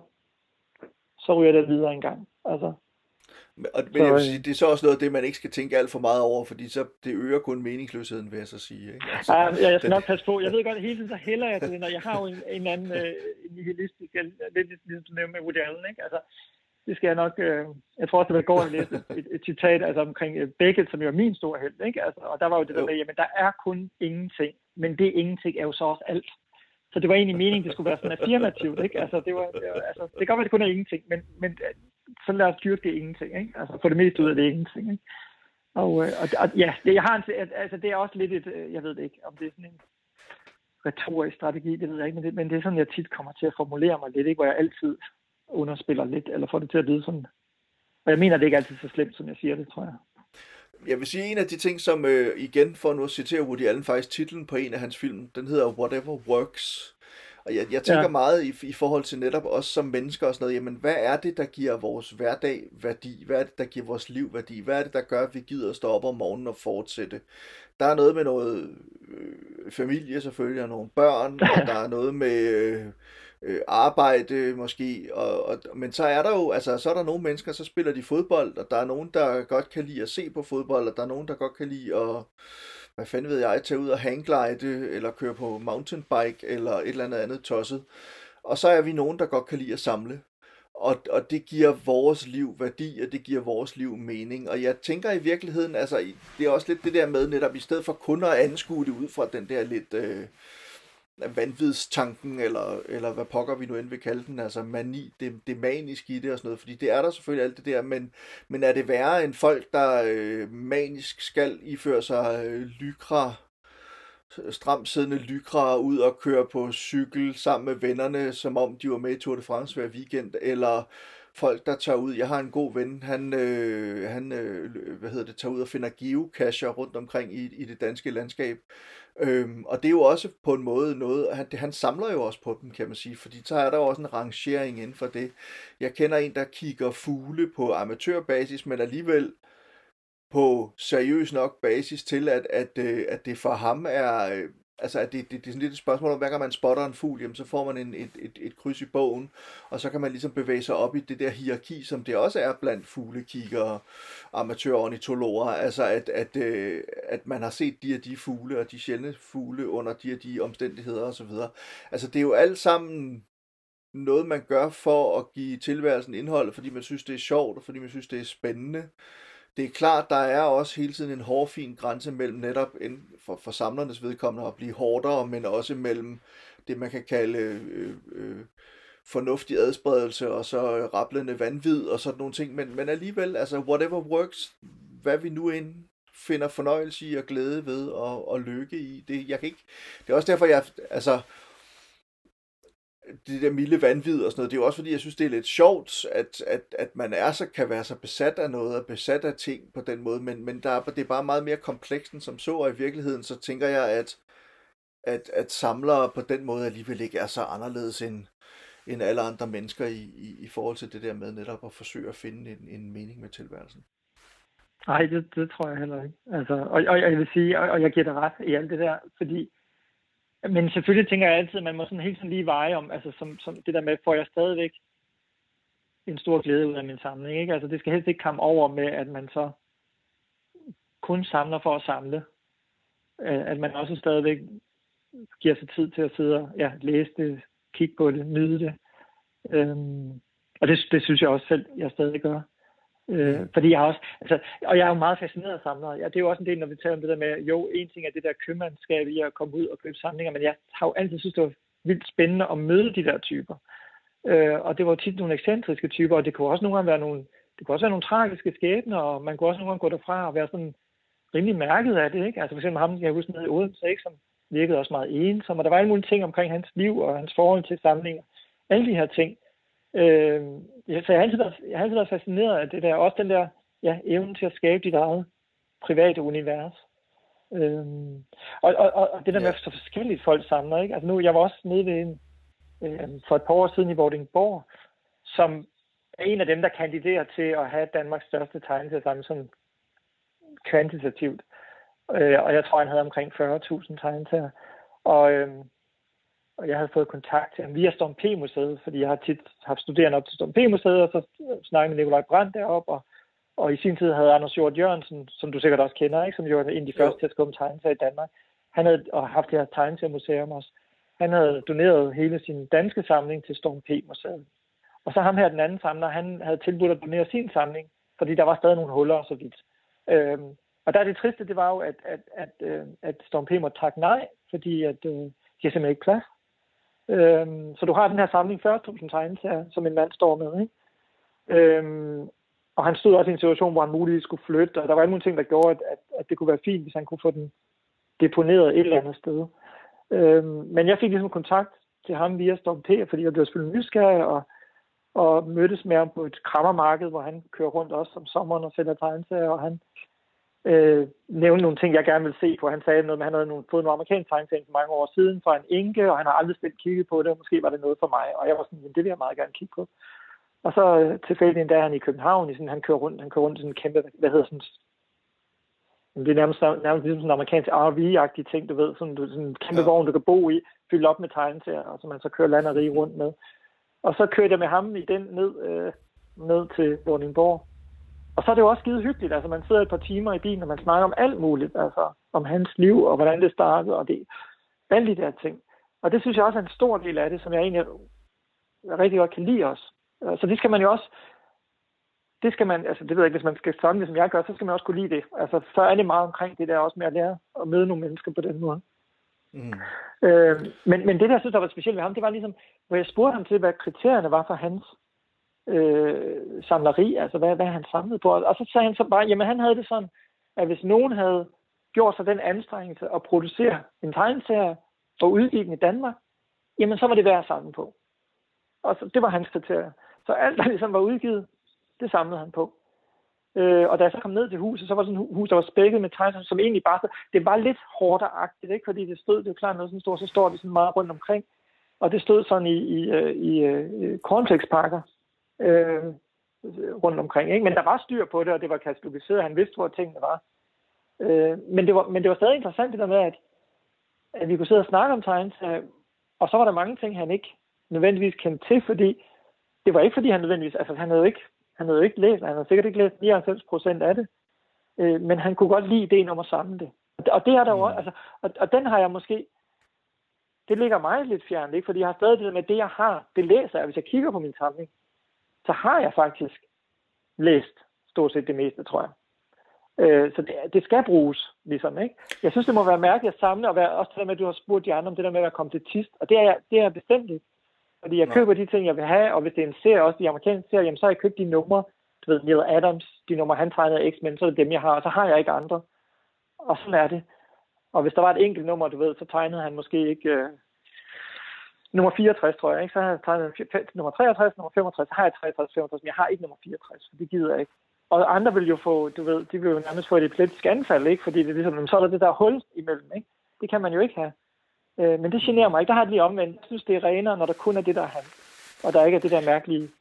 så ryger den videre en gang. Altså. Og, men jeg vil sige, det er så også noget af det, man ikke skal tænke alt for meget over, fordi så det øger kun meningsløsheden, vil jeg så sige. Ikke? Altså, ja, jeg skal nok passe på. Jeg ved godt, at hele tiden så hælder jeg til den, og jeg har jo en, en anden øh, nihilistisk, lidt ligesom du nævnte med Woody Allen, ikke? Altså, det skal jeg nok, øh, jeg tror også, det går at læse et, et, et citat altså, omkring øh, Beckett, som jo er min store held, ikke? Altså, og der var jo det der med, jamen der er kun ingenting, men det ingenting er jo så også alt. Så det var egentlig meningen, det skulle være sådan affirmativt, ikke? Altså, det var, det var altså, det kan godt være, det kun er ingenting, men, men så lad os dyrke det ingenting, ikke? Altså, få det mest ud af det ingenting, ikke? Og, og, og ja, det, jeg har en, altså, det er også lidt et, jeg ved det ikke, om det er sådan en retorisk strategi, det ved jeg ikke, men det, men det er sådan, jeg tit kommer til at formulere mig lidt, ikke? Hvor jeg altid underspiller lidt, eller får det til at lyde sådan. Og jeg mener, det er ikke altid så slemt, som jeg siger det, tror jeg. Jeg vil sige, en af de ting, som øh, igen, for nu at citere Woody Allen, faktisk titlen på en af hans film, den hedder Whatever Works. Og jeg, jeg tænker ja. meget i, i forhold til netop os som mennesker og sådan noget, jamen hvad er det, der giver vores hverdag værdi? Hvad er det, der giver vores liv værdi? Hvad er det, der gør, at vi gider at stå op om morgenen og fortsætte? Der er noget med noget øh, familie selvfølgelig, og nogle børn, og der er noget med øh, øh, arbejde måske, og, og, men så er der jo, altså så er der nogle mennesker, så spiller de fodbold, og der er nogen, der godt kan lide at se på fodbold, og der er nogen, der godt kan lide at hvad fanden ved jeg, tage ud og hangglide, eller køre på mountainbike, eller et eller andet andet tosset. Og så er vi nogen, der godt kan lide at samle. Og, og det giver vores liv værdi, og det giver vores liv mening. Og jeg tænker i virkeligheden, altså det er også lidt det der med netop, i stedet for kun at anskue det ud fra den der lidt øh, vanvidstanken, eller, eller hvad pokker vi nu end vil kalde den, altså mani, det, det maniske i det og sådan noget, fordi det er der selvfølgelig alt det der, men, men er det værre end folk, der øh, manisk skal iføre sig øh, lykra, stramsiddende lykra ud og køre på cykel sammen med vennerne, som om de var med i Tour de France hver weekend, eller folk, der tager ud. Jeg har en god ven, han, øh, han øh, hvad hedder det, tager ud og finder geocacher rundt omkring i, i det danske landskab. Øhm, og det er jo også på en måde noget, han, det, han samler jo også på dem, kan man sige, fordi så er der jo også en rangering inden for det. Jeg kender en, der kigger fugle på amatørbasis, men alligevel på seriøs nok basis til, at, at, at det for ham er, altså at det, det, det er sådan lidt et spørgsmål om, hver gang man spotter en fugl, jamen, så får man en, et, et, et kryds i bogen, og så kan man ligesom bevæge sig op i det der hierarki, som det også er blandt fuglekiggere, amatørornitologer, altså at, at, at man har set de og de fugle, og de sjældne fugle under de og de omstændigheder osv. Altså det er jo alt sammen noget, man gør for at give tilværelsen indhold, fordi man synes, det er sjovt, og fordi man synes, det er spændende. Det er klart, der er også hele tiden en hårfin grænse mellem netop en, for, for samlernes vedkommende at blive hårdere, men også mellem det, man kan kalde øh, øh, fornuftig adspredelse, og så øh, rablende vanvid, og sådan nogle ting. Men, men alligevel, altså whatever works, hvad vi nu end finder fornøjelse i og glæde ved og, og lykke i. Det, jeg kan ikke, det er også derfor, jeg, altså, det der milde vanvid og sådan noget, det er jo også fordi, jeg synes, det er lidt sjovt, at, at, at man er så, kan være så besat af noget, og besat af ting på den måde, men, men der er, det er bare meget mere komplekst end som så, og i virkeligheden, så tænker jeg, at, at, at samlere på den måde alligevel ikke er så anderledes end, end alle andre mennesker i, i, i forhold til det der med netop at forsøge at finde en, en mening med tilværelsen. Nej, det, det tror jeg heller ikke. Altså, og, og jeg vil sige, og, og jeg giver dig ret i alt det der, fordi men selvfølgelig tænker jeg altid, at man må sådan helt sådan lige veje om, altså som, som det der med, får jeg stadigvæk en stor glæde ud af min samling, ikke? Altså det skal helst ikke komme over med, at man så kun samler for at samle. At man også stadigvæk giver sig tid til at sidde og ja, læse det, kigge på det, nyde det. Øhm, og det, det synes jeg også selv, jeg stadig gør. Øh, fordi jeg har også, altså, og jeg er jo meget fascineret af samlere. Ja, det er jo også en del, når vi taler om det der med, jo, en ting er det der købmandskab i at komme ud og købe samlinger, men jeg har jo altid synes, det var vildt spændende at møde de der typer. Øh, og det var tit nogle ekscentriske typer, og det kunne også nogle gange være nogle, det kunne også være nogle tragiske skæbner, og man kunne også nogle gange gå derfra og være sådan rimelig mærket af det, ikke? Altså for eksempel ham, jeg husker nede i Odense, ikke, som virkede også meget ensom, og der var alle mulige ting omkring hans liv og hans forhold til samlinger. Alle de her ting. Øh, så jeg har, altid været, jeg har altid været fascineret af det der, også den der ja, evne til at skabe dit eget private univers. Øh, og, og, og det der med så forskellige folk samler, ikke? Altså nu, jeg var også nede ved en, øh, for et par år siden i Vordingborg, som er en af dem, der kandiderer til at have Danmarks største tegneseriesamling sådan kvantitativt. Øh, og jeg tror, han havde omkring fyrre tusind tegneserier. Og øh, Og jeg havde fået kontakt til ham via Storm P-museet, fordi jeg har tit haft studerende op til Storm P-museet, og så snakkede med Nikolaj Brandt deroppe, og, og i sin tid havde Anders Hjort Jørgensen, som du sikkert også kender, ikke, som jo var en af de første til at skrive om tegneserier i Danmark. Han havde og haft det her tegneseriemuseum også. Han havde doneret hele sin danske samling til Storm P-museet. Og så ham her, den anden samler, han havde tilbudt at donere sin samling, fordi der var stadig nogle huller og så vidt. Øhm, og der er det triste, det var jo, at, at, at, at, at Storm P måtte takke nej, fordi at, øh, de har simpelthen ikke plads. Øhm, så du har den her samling fyrre tusind tegneserier, som en mand står med, ikke? Øhm, og han stod også i en situation, hvor han muligvis skulle flytte, og der var alle mulige ting, der gjorde, at, at, at det kunne være fint, hvis han kunne få den deponeret et eller andet sted. Øhm, men jeg fik ligesom kontakt til ham via Storm P, fordi jeg blev selvfølgelig nysgerrig, og, og mødtes med ham på et krammermarked, hvor han kører rundt også om sommeren og sælger tegneserier, og han Øh, nævnte nogle ting, jeg gerne ville se på. Han sagde noget med, at han havde nogle, fået nogle amerikanske tegneserier for mange år siden fra en enke, og han har aldrig spillet kigget på det, og måske var det noget for mig. Og jeg var sådan, det vil jeg meget gerne kigge på. Og så øh, tilfældigt en dag, han i København, i sådan, han kører rundt, han kører rundt i sådan en kæmpe, hvad hedder sådan, det er nærmest, nærmest ligesom sådan en amerikansk R V-agtig ting, du ved, sådan, sådan en kæmpe ja. vogn, du kan bo i, fylde op med tegneserier, og som man så kører land og rige rundt med. Og så kørte jeg med ham i den ned, øh, ned til Vordingborg. Og så er det jo også skide hyggeligt, altså man sidder et par timer i bilen, og man snakker om alt muligt, altså om hans liv, og hvordan det startede, og det, alle de der ting. Og det synes jeg også er en stor del af det, som jeg egentlig rigtig godt kan lide også. Så det skal man jo også, det skal man, altså det ved jeg ikke, hvis man skal samle det, som jeg gør, så skal man også kunne lide det. Altså så er det meget omkring det der også med at lære at møde nogle mennesker på den måde. Mm. Øh, men, men det der, jeg synes, der var specielt ved ham, det var ligesom, hvor jeg spurgte ham til, hvad kriterierne var for hans Øh, samleri, altså hvad, hvad han samlede på. Og så sagde han så bare, jamen han havde det sådan, at hvis nogen havde gjort sig den anstrengelse at producere en tegneserie og udgive den i Danmark, jamen så var det værd at samle på. Og så, det var hans kriterier. Så alt, der ligesom var udgivet, det samlede han på. Øh, og da jeg så kom ned til huset, så var det sådan et hus, der var spækket med tegneserier, som egentlig bare, det var lidt hårdere-agtigt, ikke? Fordi det stod, det er jo klart noget sådan stort, så står det sådan meget rundt omkring. Og det stod sådan i, i, i, i cornflakespakker. Øh, rundt omkring, ikke? Men der var styr på det, og det var katalogiseret, han vidste, hvor tingene var. Øh, men, det var men det var stadig interessant det der med, at, at vi kunne sidde og snakke om tegneserier, og så var der mange ting, han ikke nødvendigvis kendte til, fordi det var ikke, fordi han nødvendigvis, altså han havde jo ikke, han havde jo ikke læst, han havde sikkert ikke læst nioghalvfems procent af det, øh, men han kunne godt lide ideen om at samle det. Og det er der jo, altså, og, og den har jeg måske, det ligger mig lidt fjernt, ikke? Fordi jeg har stadig det der med, det jeg har, det læser jeg. Hvis jeg kigger på min samling, så har jeg faktisk læst stort set det meste, tror jeg. Øh, så det, det skal bruges, ligesom, ikke? Jeg synes, det må være mærkeligt at samle, og være, også det der med, at du har spurgt de andre om det der med at være kompletist, og det er jeg, det er jeg bestemt ikke. Fordi jeg køber de ting, jeg vil have, og hvis det er en serie, også de amerikanske serier, jamen, så har jeg købt de numre, du ved, Neil Adams, de numre, han tegnede af X-Men, så er det dem, jeg har, og så har jeg ikke andre. Og sådan er det. Og hvis der var et enkelt nummer, du ved, så tegnede han måske ikke øh, nummer fireogtres, tror jeg, ikke? Så har jeg tegnet nummer treogtres, nummer femogtres, så har jeg treogtres, femogtres, men jeg har ikke nummer fireogtres, for det gider jeg ikke. Og andre vil jo få, du ved, de vil jo nærmest få et epileptisk anfald, ikke? Fordi det er ligesom, så er der det der hul imellem, ikke? Det kan man jo ikke have. Øh, men det generer mig ikke. Der har jeg lige omvendt. Jeg synes, det er renere, når der kun er det, der er han. Og der ikke er det der mærkelige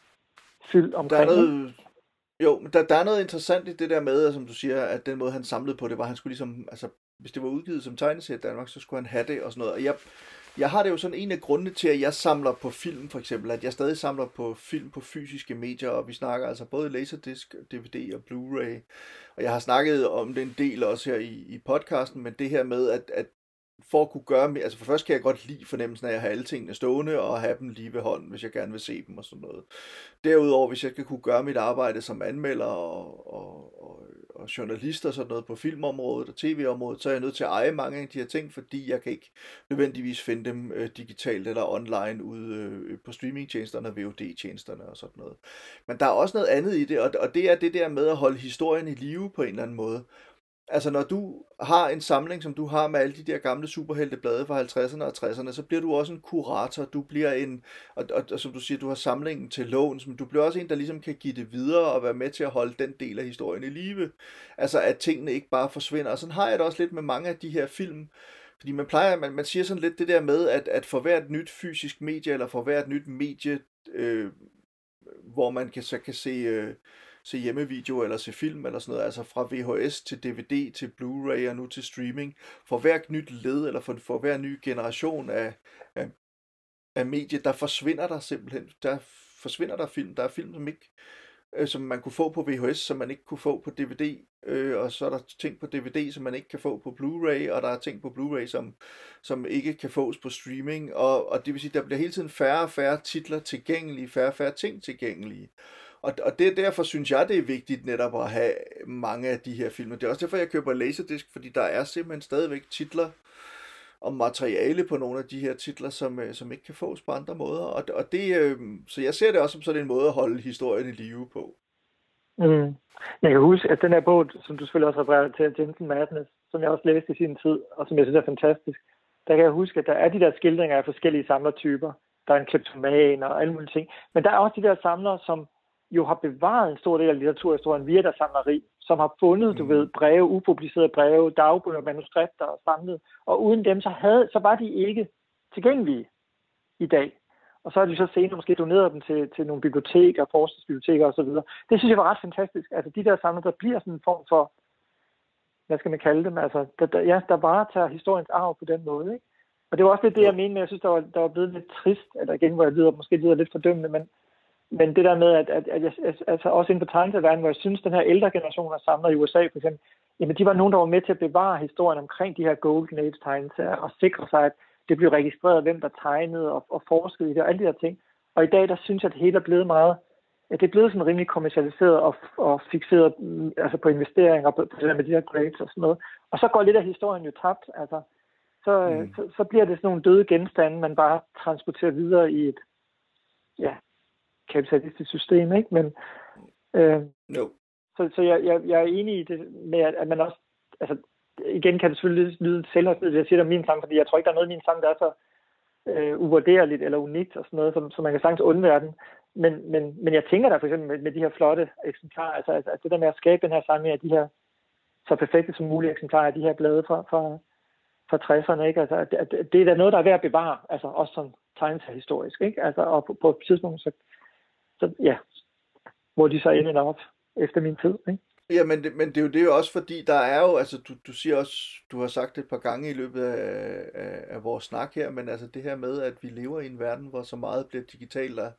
fyld omkring. Der er noget, jo, der, der er noget interessant i det der med, som du siger, at den måde, han samlede på det, var, han skulle ligesom, altså, hvis det var udgivet som tegneserie i Danmark, så skulle han have det og sådan noget. Og jeg, jeg har det jo sådan en af grundene til, at jeg samler på film, for eksempel, at jeg stadig samler på film på fysiske medier, og vi snakker altså både Laserdisc, D V D og Blu-ray. Og jeg har snakket om det en del også her i, i podcasten, men det her med, at, at for at kunne gøre mere, altså for først kan jeg godt lide fornemmelsen af at have alle tingene stående og have dem lige ved hånden, hvis jeg gerne vil se dem og sådan noget. Derudover, hvis jeg skal kunne gøre mit arbejde som anmelder og, og, og, og journalist og sådan noget på filmområdet og tv-området, så er jeg nødt til at eje mange af de her ting, fordi jeg kan ikke nødvendigvis finde dem øh, digitalt eller online ude øh, på streamingtjenesterne og V O D-tjenesterne og sådan noget. Men der er også noget andet i det, og, og det er det der med at holde historien i live på en eller anden måde. Altså når du har en samling, som du har med alle de der gamle superhelteblade fra halvtredserne og tresserne, så bliver du også en kurator, du bliver en, og, og, og som du siger, du har samlingen til låns, men du bliver også en, der ligesom kan give det videre og være med til at holde den del af historien i live. Altså at tingene ikke bare forsvinder, og sådan har jeg det også lidt med mange af de her film, fordi man plejer, man, man siger sådan lidt det der med, at, at for hvert nyt fysisk medie, eller for hvert nyt medie, øh, hvor man kan, så kan se... Øh, se hjemmevideo eller se film eller sådan noget, altså fra V H S til D V D til Blu-ray og nu til streaming. For hver nyt led, eller for, for hver ny generation af, af, af medie, der forsvinder der simpelthen, der forsvinder der film. Der er film, som ikke øh, som man kunne få på V H S, som man ikke kunne få på D V D, øh, og så er der ting på D V D, som man ikke kan få på Blu-ray, og der er ting på Blu-ray, som, som ikke kan fås på streaming, og, og det vil sige, der bliver hele tiden færre og færre titler tilgængelige, færre og færre ting tilgængelige. Og, og det, derfor synes jeg, det er vigtigt netop at have mange af de her film. Det er også derfor, jeg køber Laserdisc, fordi der er simpelthen stadigvæk titler og materiale på nogle af de her titler, som, som ikke kan fås på andre måder. Og, og det, øh, så jeg ser det også som sådan en måde at holde historien i live på. Mm. Jeg kan huske, at den her bog, som du selvfølgelig også refererer til, Jensen Madness, som jeg også læste i sin tid, og som jeg synes er fantastisk, der kan jeg huske, at der er de der skildringer af forskellige samlertyper. Der er en kleptoman og alle mulige ting. Men der er også de der samlere, som jo har bevaret en stor del af litteraturhistorien via deres samleri, som har fundet, du ved, breve, upublicerede breve, dagbøger, manuskripter og samlet. Og uden dem, så, havde, så var de ikke tilgængelige i dag. Og så har de så senere måske doneret dem til, til nogle biblioteker, forskningsbiblioteker osv. Det synes jeg var ret fantastisk. Altså de der samler, der bliver sådan en form for, hvad skal man kalde dem, altså der, der, ja, der bare tager historiens arv på den måde, ikke? Og det var også lidt det, jeg mener med, jeg synes, der var, der var blevet lidt trist, eller igen, hvor jeg lyder, måske lyder lidt fordømmende, men Men det der med, at, at, at jeg altså også inden for tegneserieverdenen, hvor jeg synes, den her ældre generation, der samler i U S A for eksempel, jamen de var nogen, der var med til at bevare historien omkring de her Golden Age tegneserier og sikre sig, at det blev registreret, hvem der tegnede og, og forskede i det og alle de her ting. Og i dag, der synes jeg, at det hele er blevet meget, at det er blevet sådan rimelig kommercialiseret og, og fixeret altså på investeringer på, på det der med de her grades og sådan noget. Og så går lidt af historien jo tabt. Altså, så, mm. så, så bliver det sådan nogle døde genstande, man bare transporterer videre i et, ja, kapitalistisk system, ikke? Men øh, no. så, så jeg, jeg, jeg er enig i det med, at man også, altså igen kan det selvfølgelig lyde selvhøjtideligt, jeg siger det om min samling, fordi jeg tror ikke, der er noget i min samling, der er så øh, uvurderligt eller unikt og sådan noget, som, som man kan sagtens undvære den. Men, men, men jeg tænker der for eksempel med, med de her flotte eksemplarer, altså at, at det der med at skabe den her samling af de her så perfekte som mulige eksemplarer af de her blade fra, fra, fra tresserne, ikke? Altså at, at det er da noget, der er værd at bevare, altså også som tegneseriehistorisk, ikke? Altså og på, på et tidspunkt, så Så, ja, hvor de så ender op efter min tid, ikke? Ja, men det, men det er jo det er jo også fordi, der er jo, altså du, du siger også, du har sagt det et par gange i løbet af, af, af vores snak her, men altså det her med, at vi lever i en verden, hvor så meget bliver digitalt og,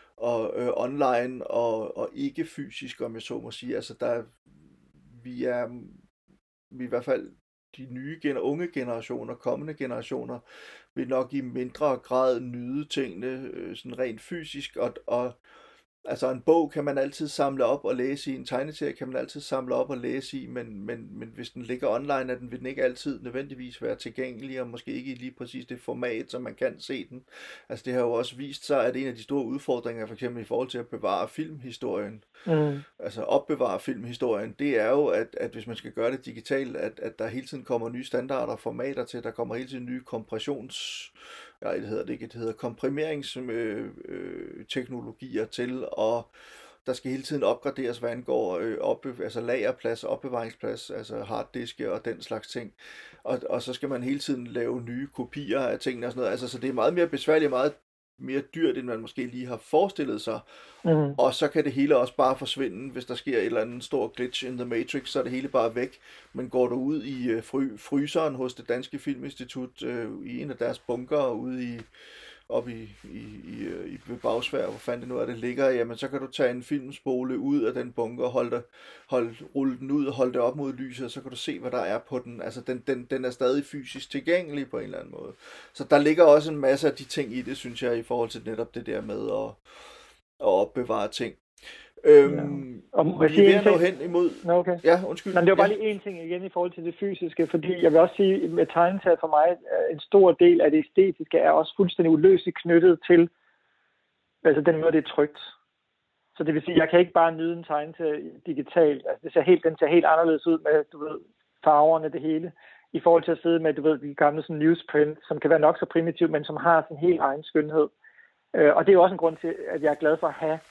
og øh, online og, og ikke fysisk, om jeg så må sige. Altså der, vi er, vi er i hvert fald de nye gener, unge generationer, kommende generationer, vil nok i mindre grad nyde tingene øh, sådan rent fysisk, og, og altså en bog kan man altid samle op og læse i, en tegneserie kan man altid samle op og læse i, men, men, men hvis den ligger online, er den, vil den ikke altid nødvendigvis være tilgængelig, og måske ikke i lige præcis det format, som man kan se den. Altså det har jo også vist sig, at en af de store udfordringer, for eksempel i forhold til at bevare filmhistorien, mm. altså opbevare filmhistorien, det er jo, at, at hvis man skal gøre det digitalt, at, at der hele tiden kommer nye standarder og formater til, der kommer hele tiden nye kompressions ja, det hedder det ikke, det hedder komprimeringsteknologier øh, øh, til, og der skal hele tiden opgraderes, hvad angår øh, opbe- altså lagerplads, opbevaringsplads, altså harddiske og den slags ting. Og, og så skal man hele tiden lave nye kopier af tingene og sådan noget. Altså, så det er meget mere besværligt, meget mere dyrt, end man måske lige har forestillet sig. Mm. Og så kan det hele også bare forsvinde, hvis der sker et eller andet stor glitch in the matrix, så er det hele bare væk. Men går du ud i uh, fry- fryseren hos det Danske Filminstitut, uh, i en af deres bunker ude i op i, i, i, i Bagsværd, hvor fanden det nu er, det ligger, jamen så kan du tage en filmspole ud af den bunker, holde det, holde, rulle den ud og holde det op mod lyset, og så kan du se, hvad der er på den. Altså den, den, den er stadig fysisk tilgængelig på en eller anden måde. Så der ligger også en masse af de ting i det, synes jeg, i forhold til netop det der med at, at opbevare ting. Øhm, ja. Og må vi er ved at nå hen imod... Nå, okay. Ja, undskyld. Men det var bare ja. lige en ting igen i forhold til det fysiske, fordi jeg vil også sige, med tegneserier for mig, en stor del af det æstetiske er også fuldstændig uløseligt knyttet til altså den måde, det er trykt. Så det vil sige, jeg kan ikke bare nyde en tegneserie digitalt. Altså det ser helt, den ser helt anderledes ud med, du ved, farverne, det hele, i forhold til at sidde med, du ved, de gamle sådan newsprint, som kan være nok så primitivt, men som har sin helt egen skønhed. Øh, og det er jo også en grund til, at jeg er glad for at have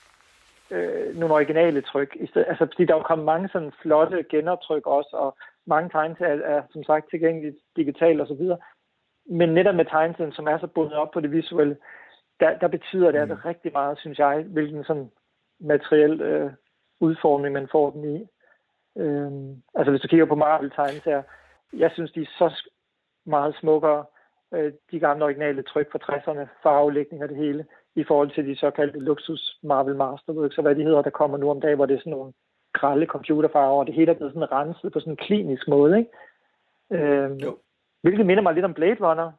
Øh, nogle originale tryk. I stedet, altså, fordi der er jo kommet mange sådan flotte genoptryk også, og mange tegneserier er, er som sagt tilgængeligt digitalt og så videre. Men netop med tegneserien, som er så bundet op på det visuelle, der, der betyder det mm. altså rigtig meget, synes jeg, hvilken sådan materiel øh, udformning man får den i. Øh, altså hvis du kigger på Marvel-tegneserier, jeg synes, de er så meget smukkere, øh, de gamle originale tryk fra tresserne, farvelægning og det hele, i forhold til de såkaldte luksus Marvel Masterworks, og hvad de hedder, der kommer nu om dagen, hvor det er sådan nogle grelle computerfarver, og det hele er blevet sådan renset på sådan en klinisk måde, ikke? Øhm, hvilket minder mig lidt om Blade Runner.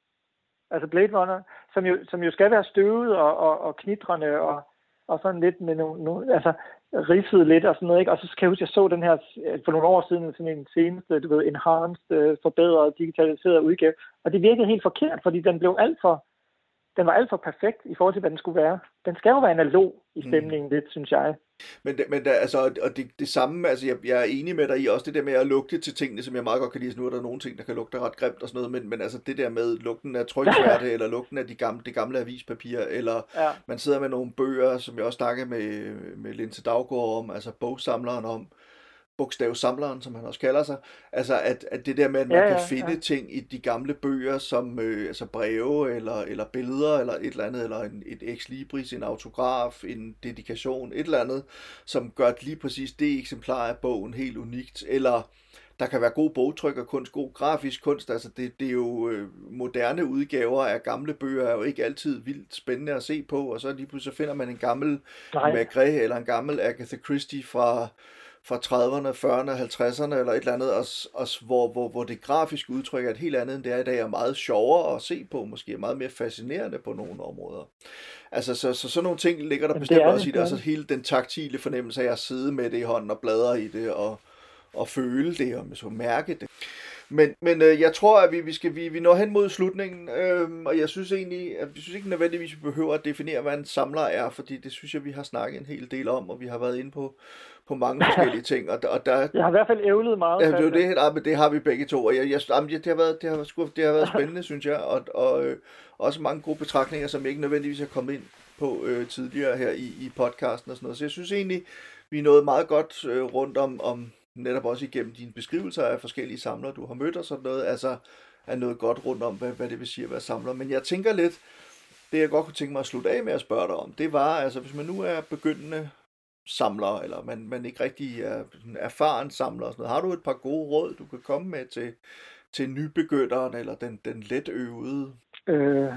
Altså Blade Runner, som jo, som jo skal være støvet og, og, og knitrende, og, og sådan lidt med nogle, nogle altså ridset lidt og sådan noget, ikke? Og så kan jeg huske, jeg så den her for nogle år siden, sådan en seneste, du ved, enhanced, forbedret, digitaliseret udgave, og det virkede helt forkert, fordi den blev alt for Den var alt for perfekt i forhold til, hvad den skulle være. Den skal jo være analog i stemningen mm. lidt, synes jeg. Men, det, men der, altså, og det, det samme, altså jeg, jeg er enig med dig i også det der med at lugte til tingene, som jeg meget godt kan lide. Nu er der nogle ting, der kan lugte ret grimt og sådan noget, men, men altså det der med lugten af tryksværte, eller lugten af de gamle, det gamle avispapir, eller ja. Man sidder med nogle bøger, som jeg også snakker med, med Linse Daugaard om, altså bogsamleren om, bogstavsamleren, som han også kalder sig, altså at, at det der med, at man ja, ja, kan finde ja. ting i de gamle bøger, som øh, altså breve, eller, eller billeder, eller et eller andet, eller en, et ex libris, en autograf, en dedikation, et eller andet, som gør lige præcis det eksemplar af bogen helt unikt, eller der kan være god bogtryk og kunst, god grafisk kunst, altså det, det er jo øh, moderne udgaver af gamle bøger, er jo ikke altid vildt spændende at se på, og så lige pludselig finder man en gammel Maigret, eller en gammel Agatha Christie fra fra trediverne, fyrrerne, halvtredserne eller et eller andet, også, også, hvor, hvor, hvor det grafiske udtryk er et helt andet end det er i dag, er meget sjovere at se på, måske er meget mere fascinerende på nogle områder. Altså, så, så sådan nogle ting ligger der Jamen, bestemt også i det, og så hele den taktile fornemmelse af at sidde med det i hånden og bladre i det, og, og føle det, og så mærke det. Men, men øh, jeg tror, at vi, vi, skal, vi, vi når hen mod slutningen, øh, og jeg synes egentlig, at vi synes ikke nødvendigvis, at vi behøver at definere, hvad en samler er, fordi det synes jeg, vi har snakket en hel del om, og vi har været inde på, på mange forskellige ting. Og der, og der, jeg har i hvert fald ævlet meget. Ja, det, det, det, men det har vi begge to, og jeg, jeg, det, har været, det, har, det har været spændende, synes jeg, og, og øh, også mange gode betragtninger, som ikke nødvendigvis har kommet ind på øh, tidligere her i, i podcasten og sådan noget. Så jeg synes egentlig, vi er nået meget godt øh, rundt om, om netop også igennem dine beskrivelser af forskellige samlere, du har mødt og sådan noget, altså er noget godt rundt om, hvad, hvad det vil sige at være samler. Men jeg tænker lidt, det jeg godt kunne tænke mig at slutte af med at spørge dig om, det var, altså hvis man nu er begyndende samler, eller man, man ikke rigtig er erfaren samler og sådan noget, har du et par gode råd, du kan komme med til, til nybegynderen, eller den, den let øvede? Øh,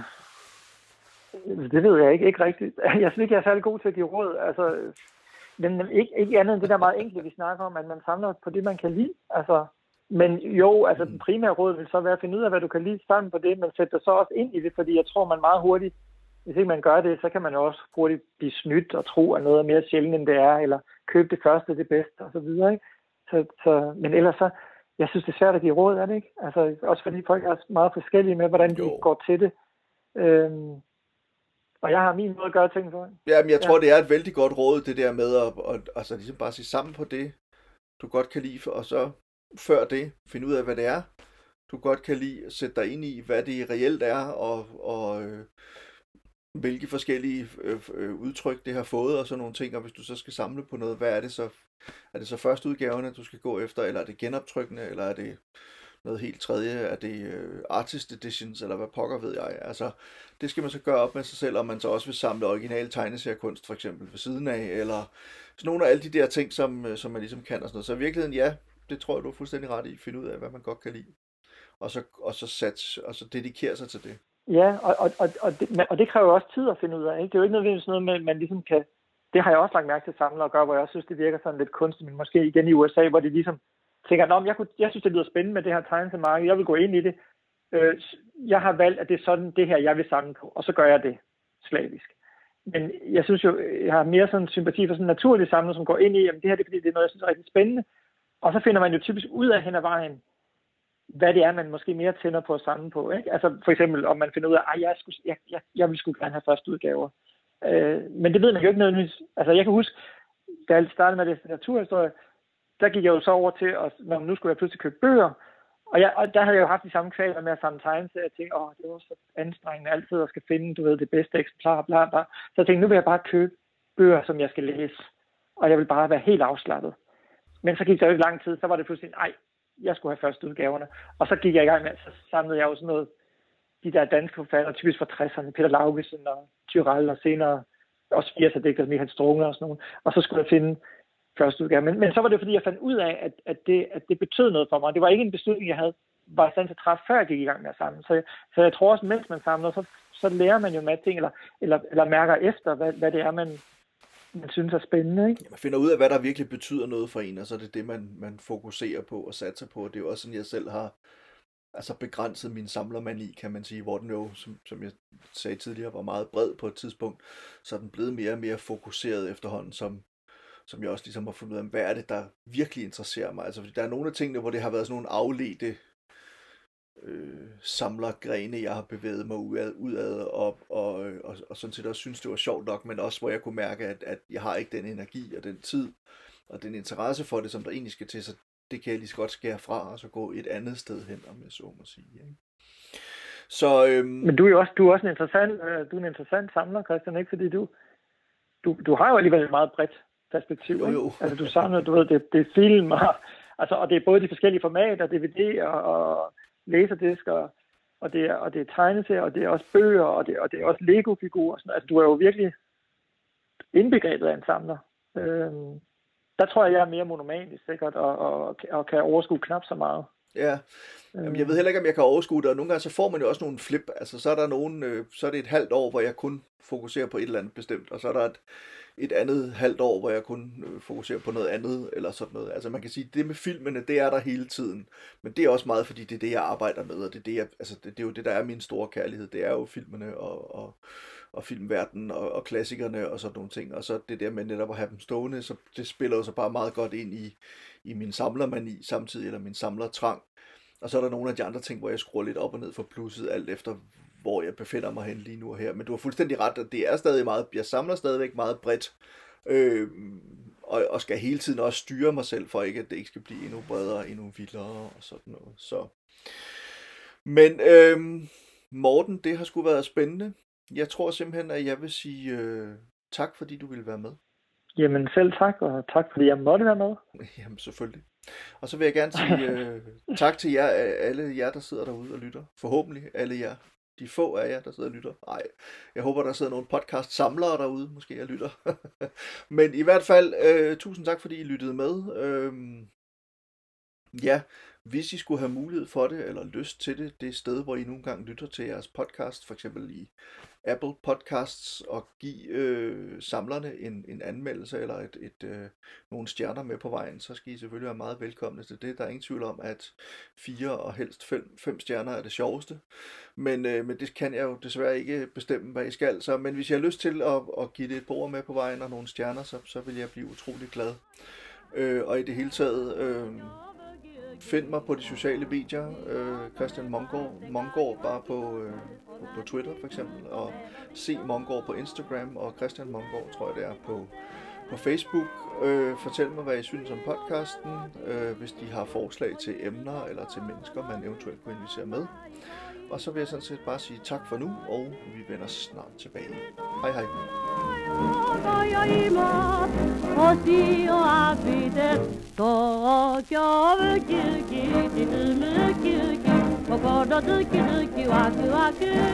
det ved jeg ikke, ikke rigtigt. Jeg synes ikke, jeg er særlig god til at give råd, altså. Men ikke, ikke andet end det der meget enkle, vi snakker om, at man samler på det, man kan lide. Altså, Men jo, altså den primære råd vil så være at finde ud af, hvad du kan lide sammen på det, men sætte dig så også ind i det, fordi jeg tror, man meget hurtigt, hvis ikke man gør det, så kan man jo også hurtigt blive snydt og tro, at noget er mere sjældent, end det er, eller købe det første, det bedste, og så videre, ikke? Så, så, men ellers så, jeg synes, det er svært at give råd, er det ikke? Altså, også fordi folk er meget forskellige med, hvordan de jo. går til det. Øhm, og jeg har min måde at gøre ting på. Ja, men jeg tror, ja. det er et vældig godt råd, det der med at, at altså, ligesom bare sige sammen på det, du godt kan lide, og så før det, finde ud af, hvad det er, du godt kan lide, sætte dig ind i, hvad det reelt er, og, og øh, hvilke forskellige øh, øh, udtryk det har fået, og sådan nogle ting, og hvis du så skal samle på noget, hvad er det så? Er det så første udgaverne, du skal gå efter, eller er det genoptrykkende, eller er det noget helt tredje, er det øh, artist editions, eller hvad pokker ved jeg. Altså, det skal man så gøre op med sig selv, om man så også vil samle original tegneseriekunst, for eksempel, ved siden af, eller sådan nogle af alle de der ting, som, som man ligesom kan og sådan noget. Så i virkeligheden, ja, det tror jeg, du er fuldstændig ret i, finde ud af, hvad man godt kan lide, og så, og så, sats, og så dedikere sig til det. Ja, og, og, og, og, det, og det kræver jo også tid at finde ud af, ikke? Det er jo ikke nødvendigvis noget, man, man ligesom kan. Det har jeg også lagt mærke til samler og gøre, hvor jeg også synes, det virker sådan lidt kunstigt, men måske igen i U S A, hvor de ligesom tænker, Nå, jeg, kunne, jeg synes, det lyder spændende med det her tegneseriemarked, jeg vil gå ind i det. Øh, jeg har valgt, at det er sådan det her, jeg vil samle på, og så gør jeg det slavisk. Men jeg synes jo, jeg har mere sådan sympati for sådan en naturlig samler, som går ind i, at det her det er, fordi det er noget, jeg synes er rigtig spændende. Og så finder man jo typisk ud af hen ad vejen, hvad det er, man måske mere tænder på at samle på. Ikke? Altså for eksempel, om man finder ud af, at jeg, skulle, jeg, jeg, jeg vil sgu gerne have første udgaver. Øh, men det ved man jo ikke nødvendigvis. Altså jeg kan huske, da jeg startede med det litteraturhistorie, der gik jeg jo så over til, at når nu skulle jeg pludselig købe bøger, og, jeg, og der havde jeg jo haft de samme kvaler med at samle tegneserier, og tænkte, åh, det var så anstrengende altid at skal finde, du ved, det bedste eksemplar, bla bla. Så jeg tænkte, nu vil jeg bare købe bøger, som jeg skal læse, og jeg vil bare være helt afslappet. Men så gik der jo ikke lang tid, så var det pludselig, nej, jeg skulle have første udgaverne. Og så gik jeg i gang med, så samlede jeg jo sådan noget, de der danske forfattere, typisk fra tresserne, Peter Laugesen og Tyrell, og senere også firserne-digter, Michael Strunge og sådan nogle. Og så skulle jeg finde første udgave. Men, men så var det, fordi jeg fandt ud af, at, at, det, at det betød noget for mig. Det var ikke en beslutning, jeg havde var i stand til at træffe, før jeg gik i gang med at samle. Så, så jeg tror også, mens man samler, så, så lærer man jo en masse ting, eller, eller, eller mærker efter, hvad, hvad det er, man, man synes er spændende. Ikke? Ja, man finder ud af, hvad der virkelig betyder noget for en, og så er det det, man, man fokuserer på og satser på. Det er jo også sådan, jeg selv har altså begrænset min samlermani, kan man sige, hvor den jo, som, som jeg sagde tidligere, var meget bred på et tidspunkt, så er den blevet mere og mere fokuseret efterhånden, som, som jeg også ligesom har fundet ud af, hvad er det, der virkelig interesserer mig. Altså, fordi der er nogle af tingene, hvor det har været sådan nogle afledte øh, samlergrene, jeg har bevæget mig udad, udad og, og, og, og sådan set også synes, det var sjovt nok, men også hvor jeg kunne mærke, at, at jeg har ikke den energi og den tid og den interesse for det, som der egentlig skal til, så det kan jeg lige så godt skære fra, og så gå et andet sted hen, om jeg så må sige. Ikke? Så, øhm... Men du er jo også, du er også en interessant, øh, du er en interessant samler, Christian, ikke? Fordi du, du, du har jo alligevel et meget bredt perspektiv. Jo, jo. Altså du samler, du ved, det, det er film, og, altså, og det er både de forskellige formater, D V D og, og laserdisk, og, og, det er, og det er tegneserier, og det er også bøger, og det, og det er også Lego-figurer. Sådan. Altså du er jo virkelig indbegrebet af en samler. Øhm, Der tror jeg, jeg er mere monomanisk sikkert, og, og, og kan overskue knap så meget. Ja, Jamen, jeg ved heller ikke, om jeg kan overskue det, og nogle gange så får man jo også nogle flip. Altså, så er der nogen, øh, så er det et halvt år, hvor jeg kun fokuserer på et eller andet bestemt, og så er der et, et andet halvt år, hvor jeg kun øh, fokuserer på noget andet, eller sådan noget. Altså, man kan sige, det med filmene, det er der hele tiden, men det er også meget, fordi det er det, jeg arbejder med, og det er, det, jeg, altså, det, det er jo det, der er min store kærlighed. Det er jo filmene og, og, og filmverdenen og, og klassikerne og sådan nogle ting, og så det der med netop at have dem stående, så det spiller jo så bare meget godt ind i, i min samlermani samtidig, eller min samlertrang. Og så er der nogle af de andre ting, hvor jeg skruer lidt op og ned for plusset, alt efter hvor jeg befinder mig hen lige nu og her. Men du har fuldstændig ret, at det er stadig meget, jeg samler stadigvæk meget bredt, øh, og, og skal hele tiden også styre mig selv, for ikke at det ikke skal blive endnu bredere, endnu vildere og sådan noget. Så. Men øh, Morten, det har sgu været spændende. Jeg tror simpelthen, at jeg vil sige øh, tak, fordi du ville være med. Jamen selv tak, og tak fordi jeg måtte være med. Jamen selvfølgelig. Og så vil jeg gerne sige øh, tak til jer, alle jer, der sidder derude og lytter. Forhåbentlig alle jer, de få af jer, der sidder og lytter. Nej, jeg håber, der sidder nogle podcast-samlere derude, måske jeg lytter. Men i hvert fald, øh, tusind tak, fordi I lyttede med. Øh, Ja, hvis I skulle have mulighed for det, eller lyst til det, det sted, hvor I nogle gange lytter til jeres podcast, for eksempel i Apple Podcasts, og give øh, samlerne en, en anmeldelse eller et, et, øh, nogle stjerner med på vejen, så skal I selvfølgelig være meget velkomne til det. Der er ingen tvivl om, at fire og helst fem, fem stjerner er det sjoveste, men, øh, men det kan jeg jo desværre ikke bestemme, hvad I skal. Så, men hvis jeg har lyst til at, at give det et bord med på vejen og nogle stjerner, så, så vil jeg blive utrolig glad. Øh, og i det hele taget... Øh, Find mig på de sociale medier, øh, Christian Mongård, Mongård bare på, øh, på, på Twitter for eksempel, og se Mongård på Instagram, og Christian Mongård tror jeg det er på, på Facebook. Øh, fortæl mig, hvad I synes om podcasten, øh, hvis de har forslag til emner eller til mennesker, man eventuelt kunne invitere med. Og så vil jeg sådan set bare sige tak for nu, og vi vender snart tilbage. Hej hej. 東京ウキウキリズムキウキ心ズキズキワクワク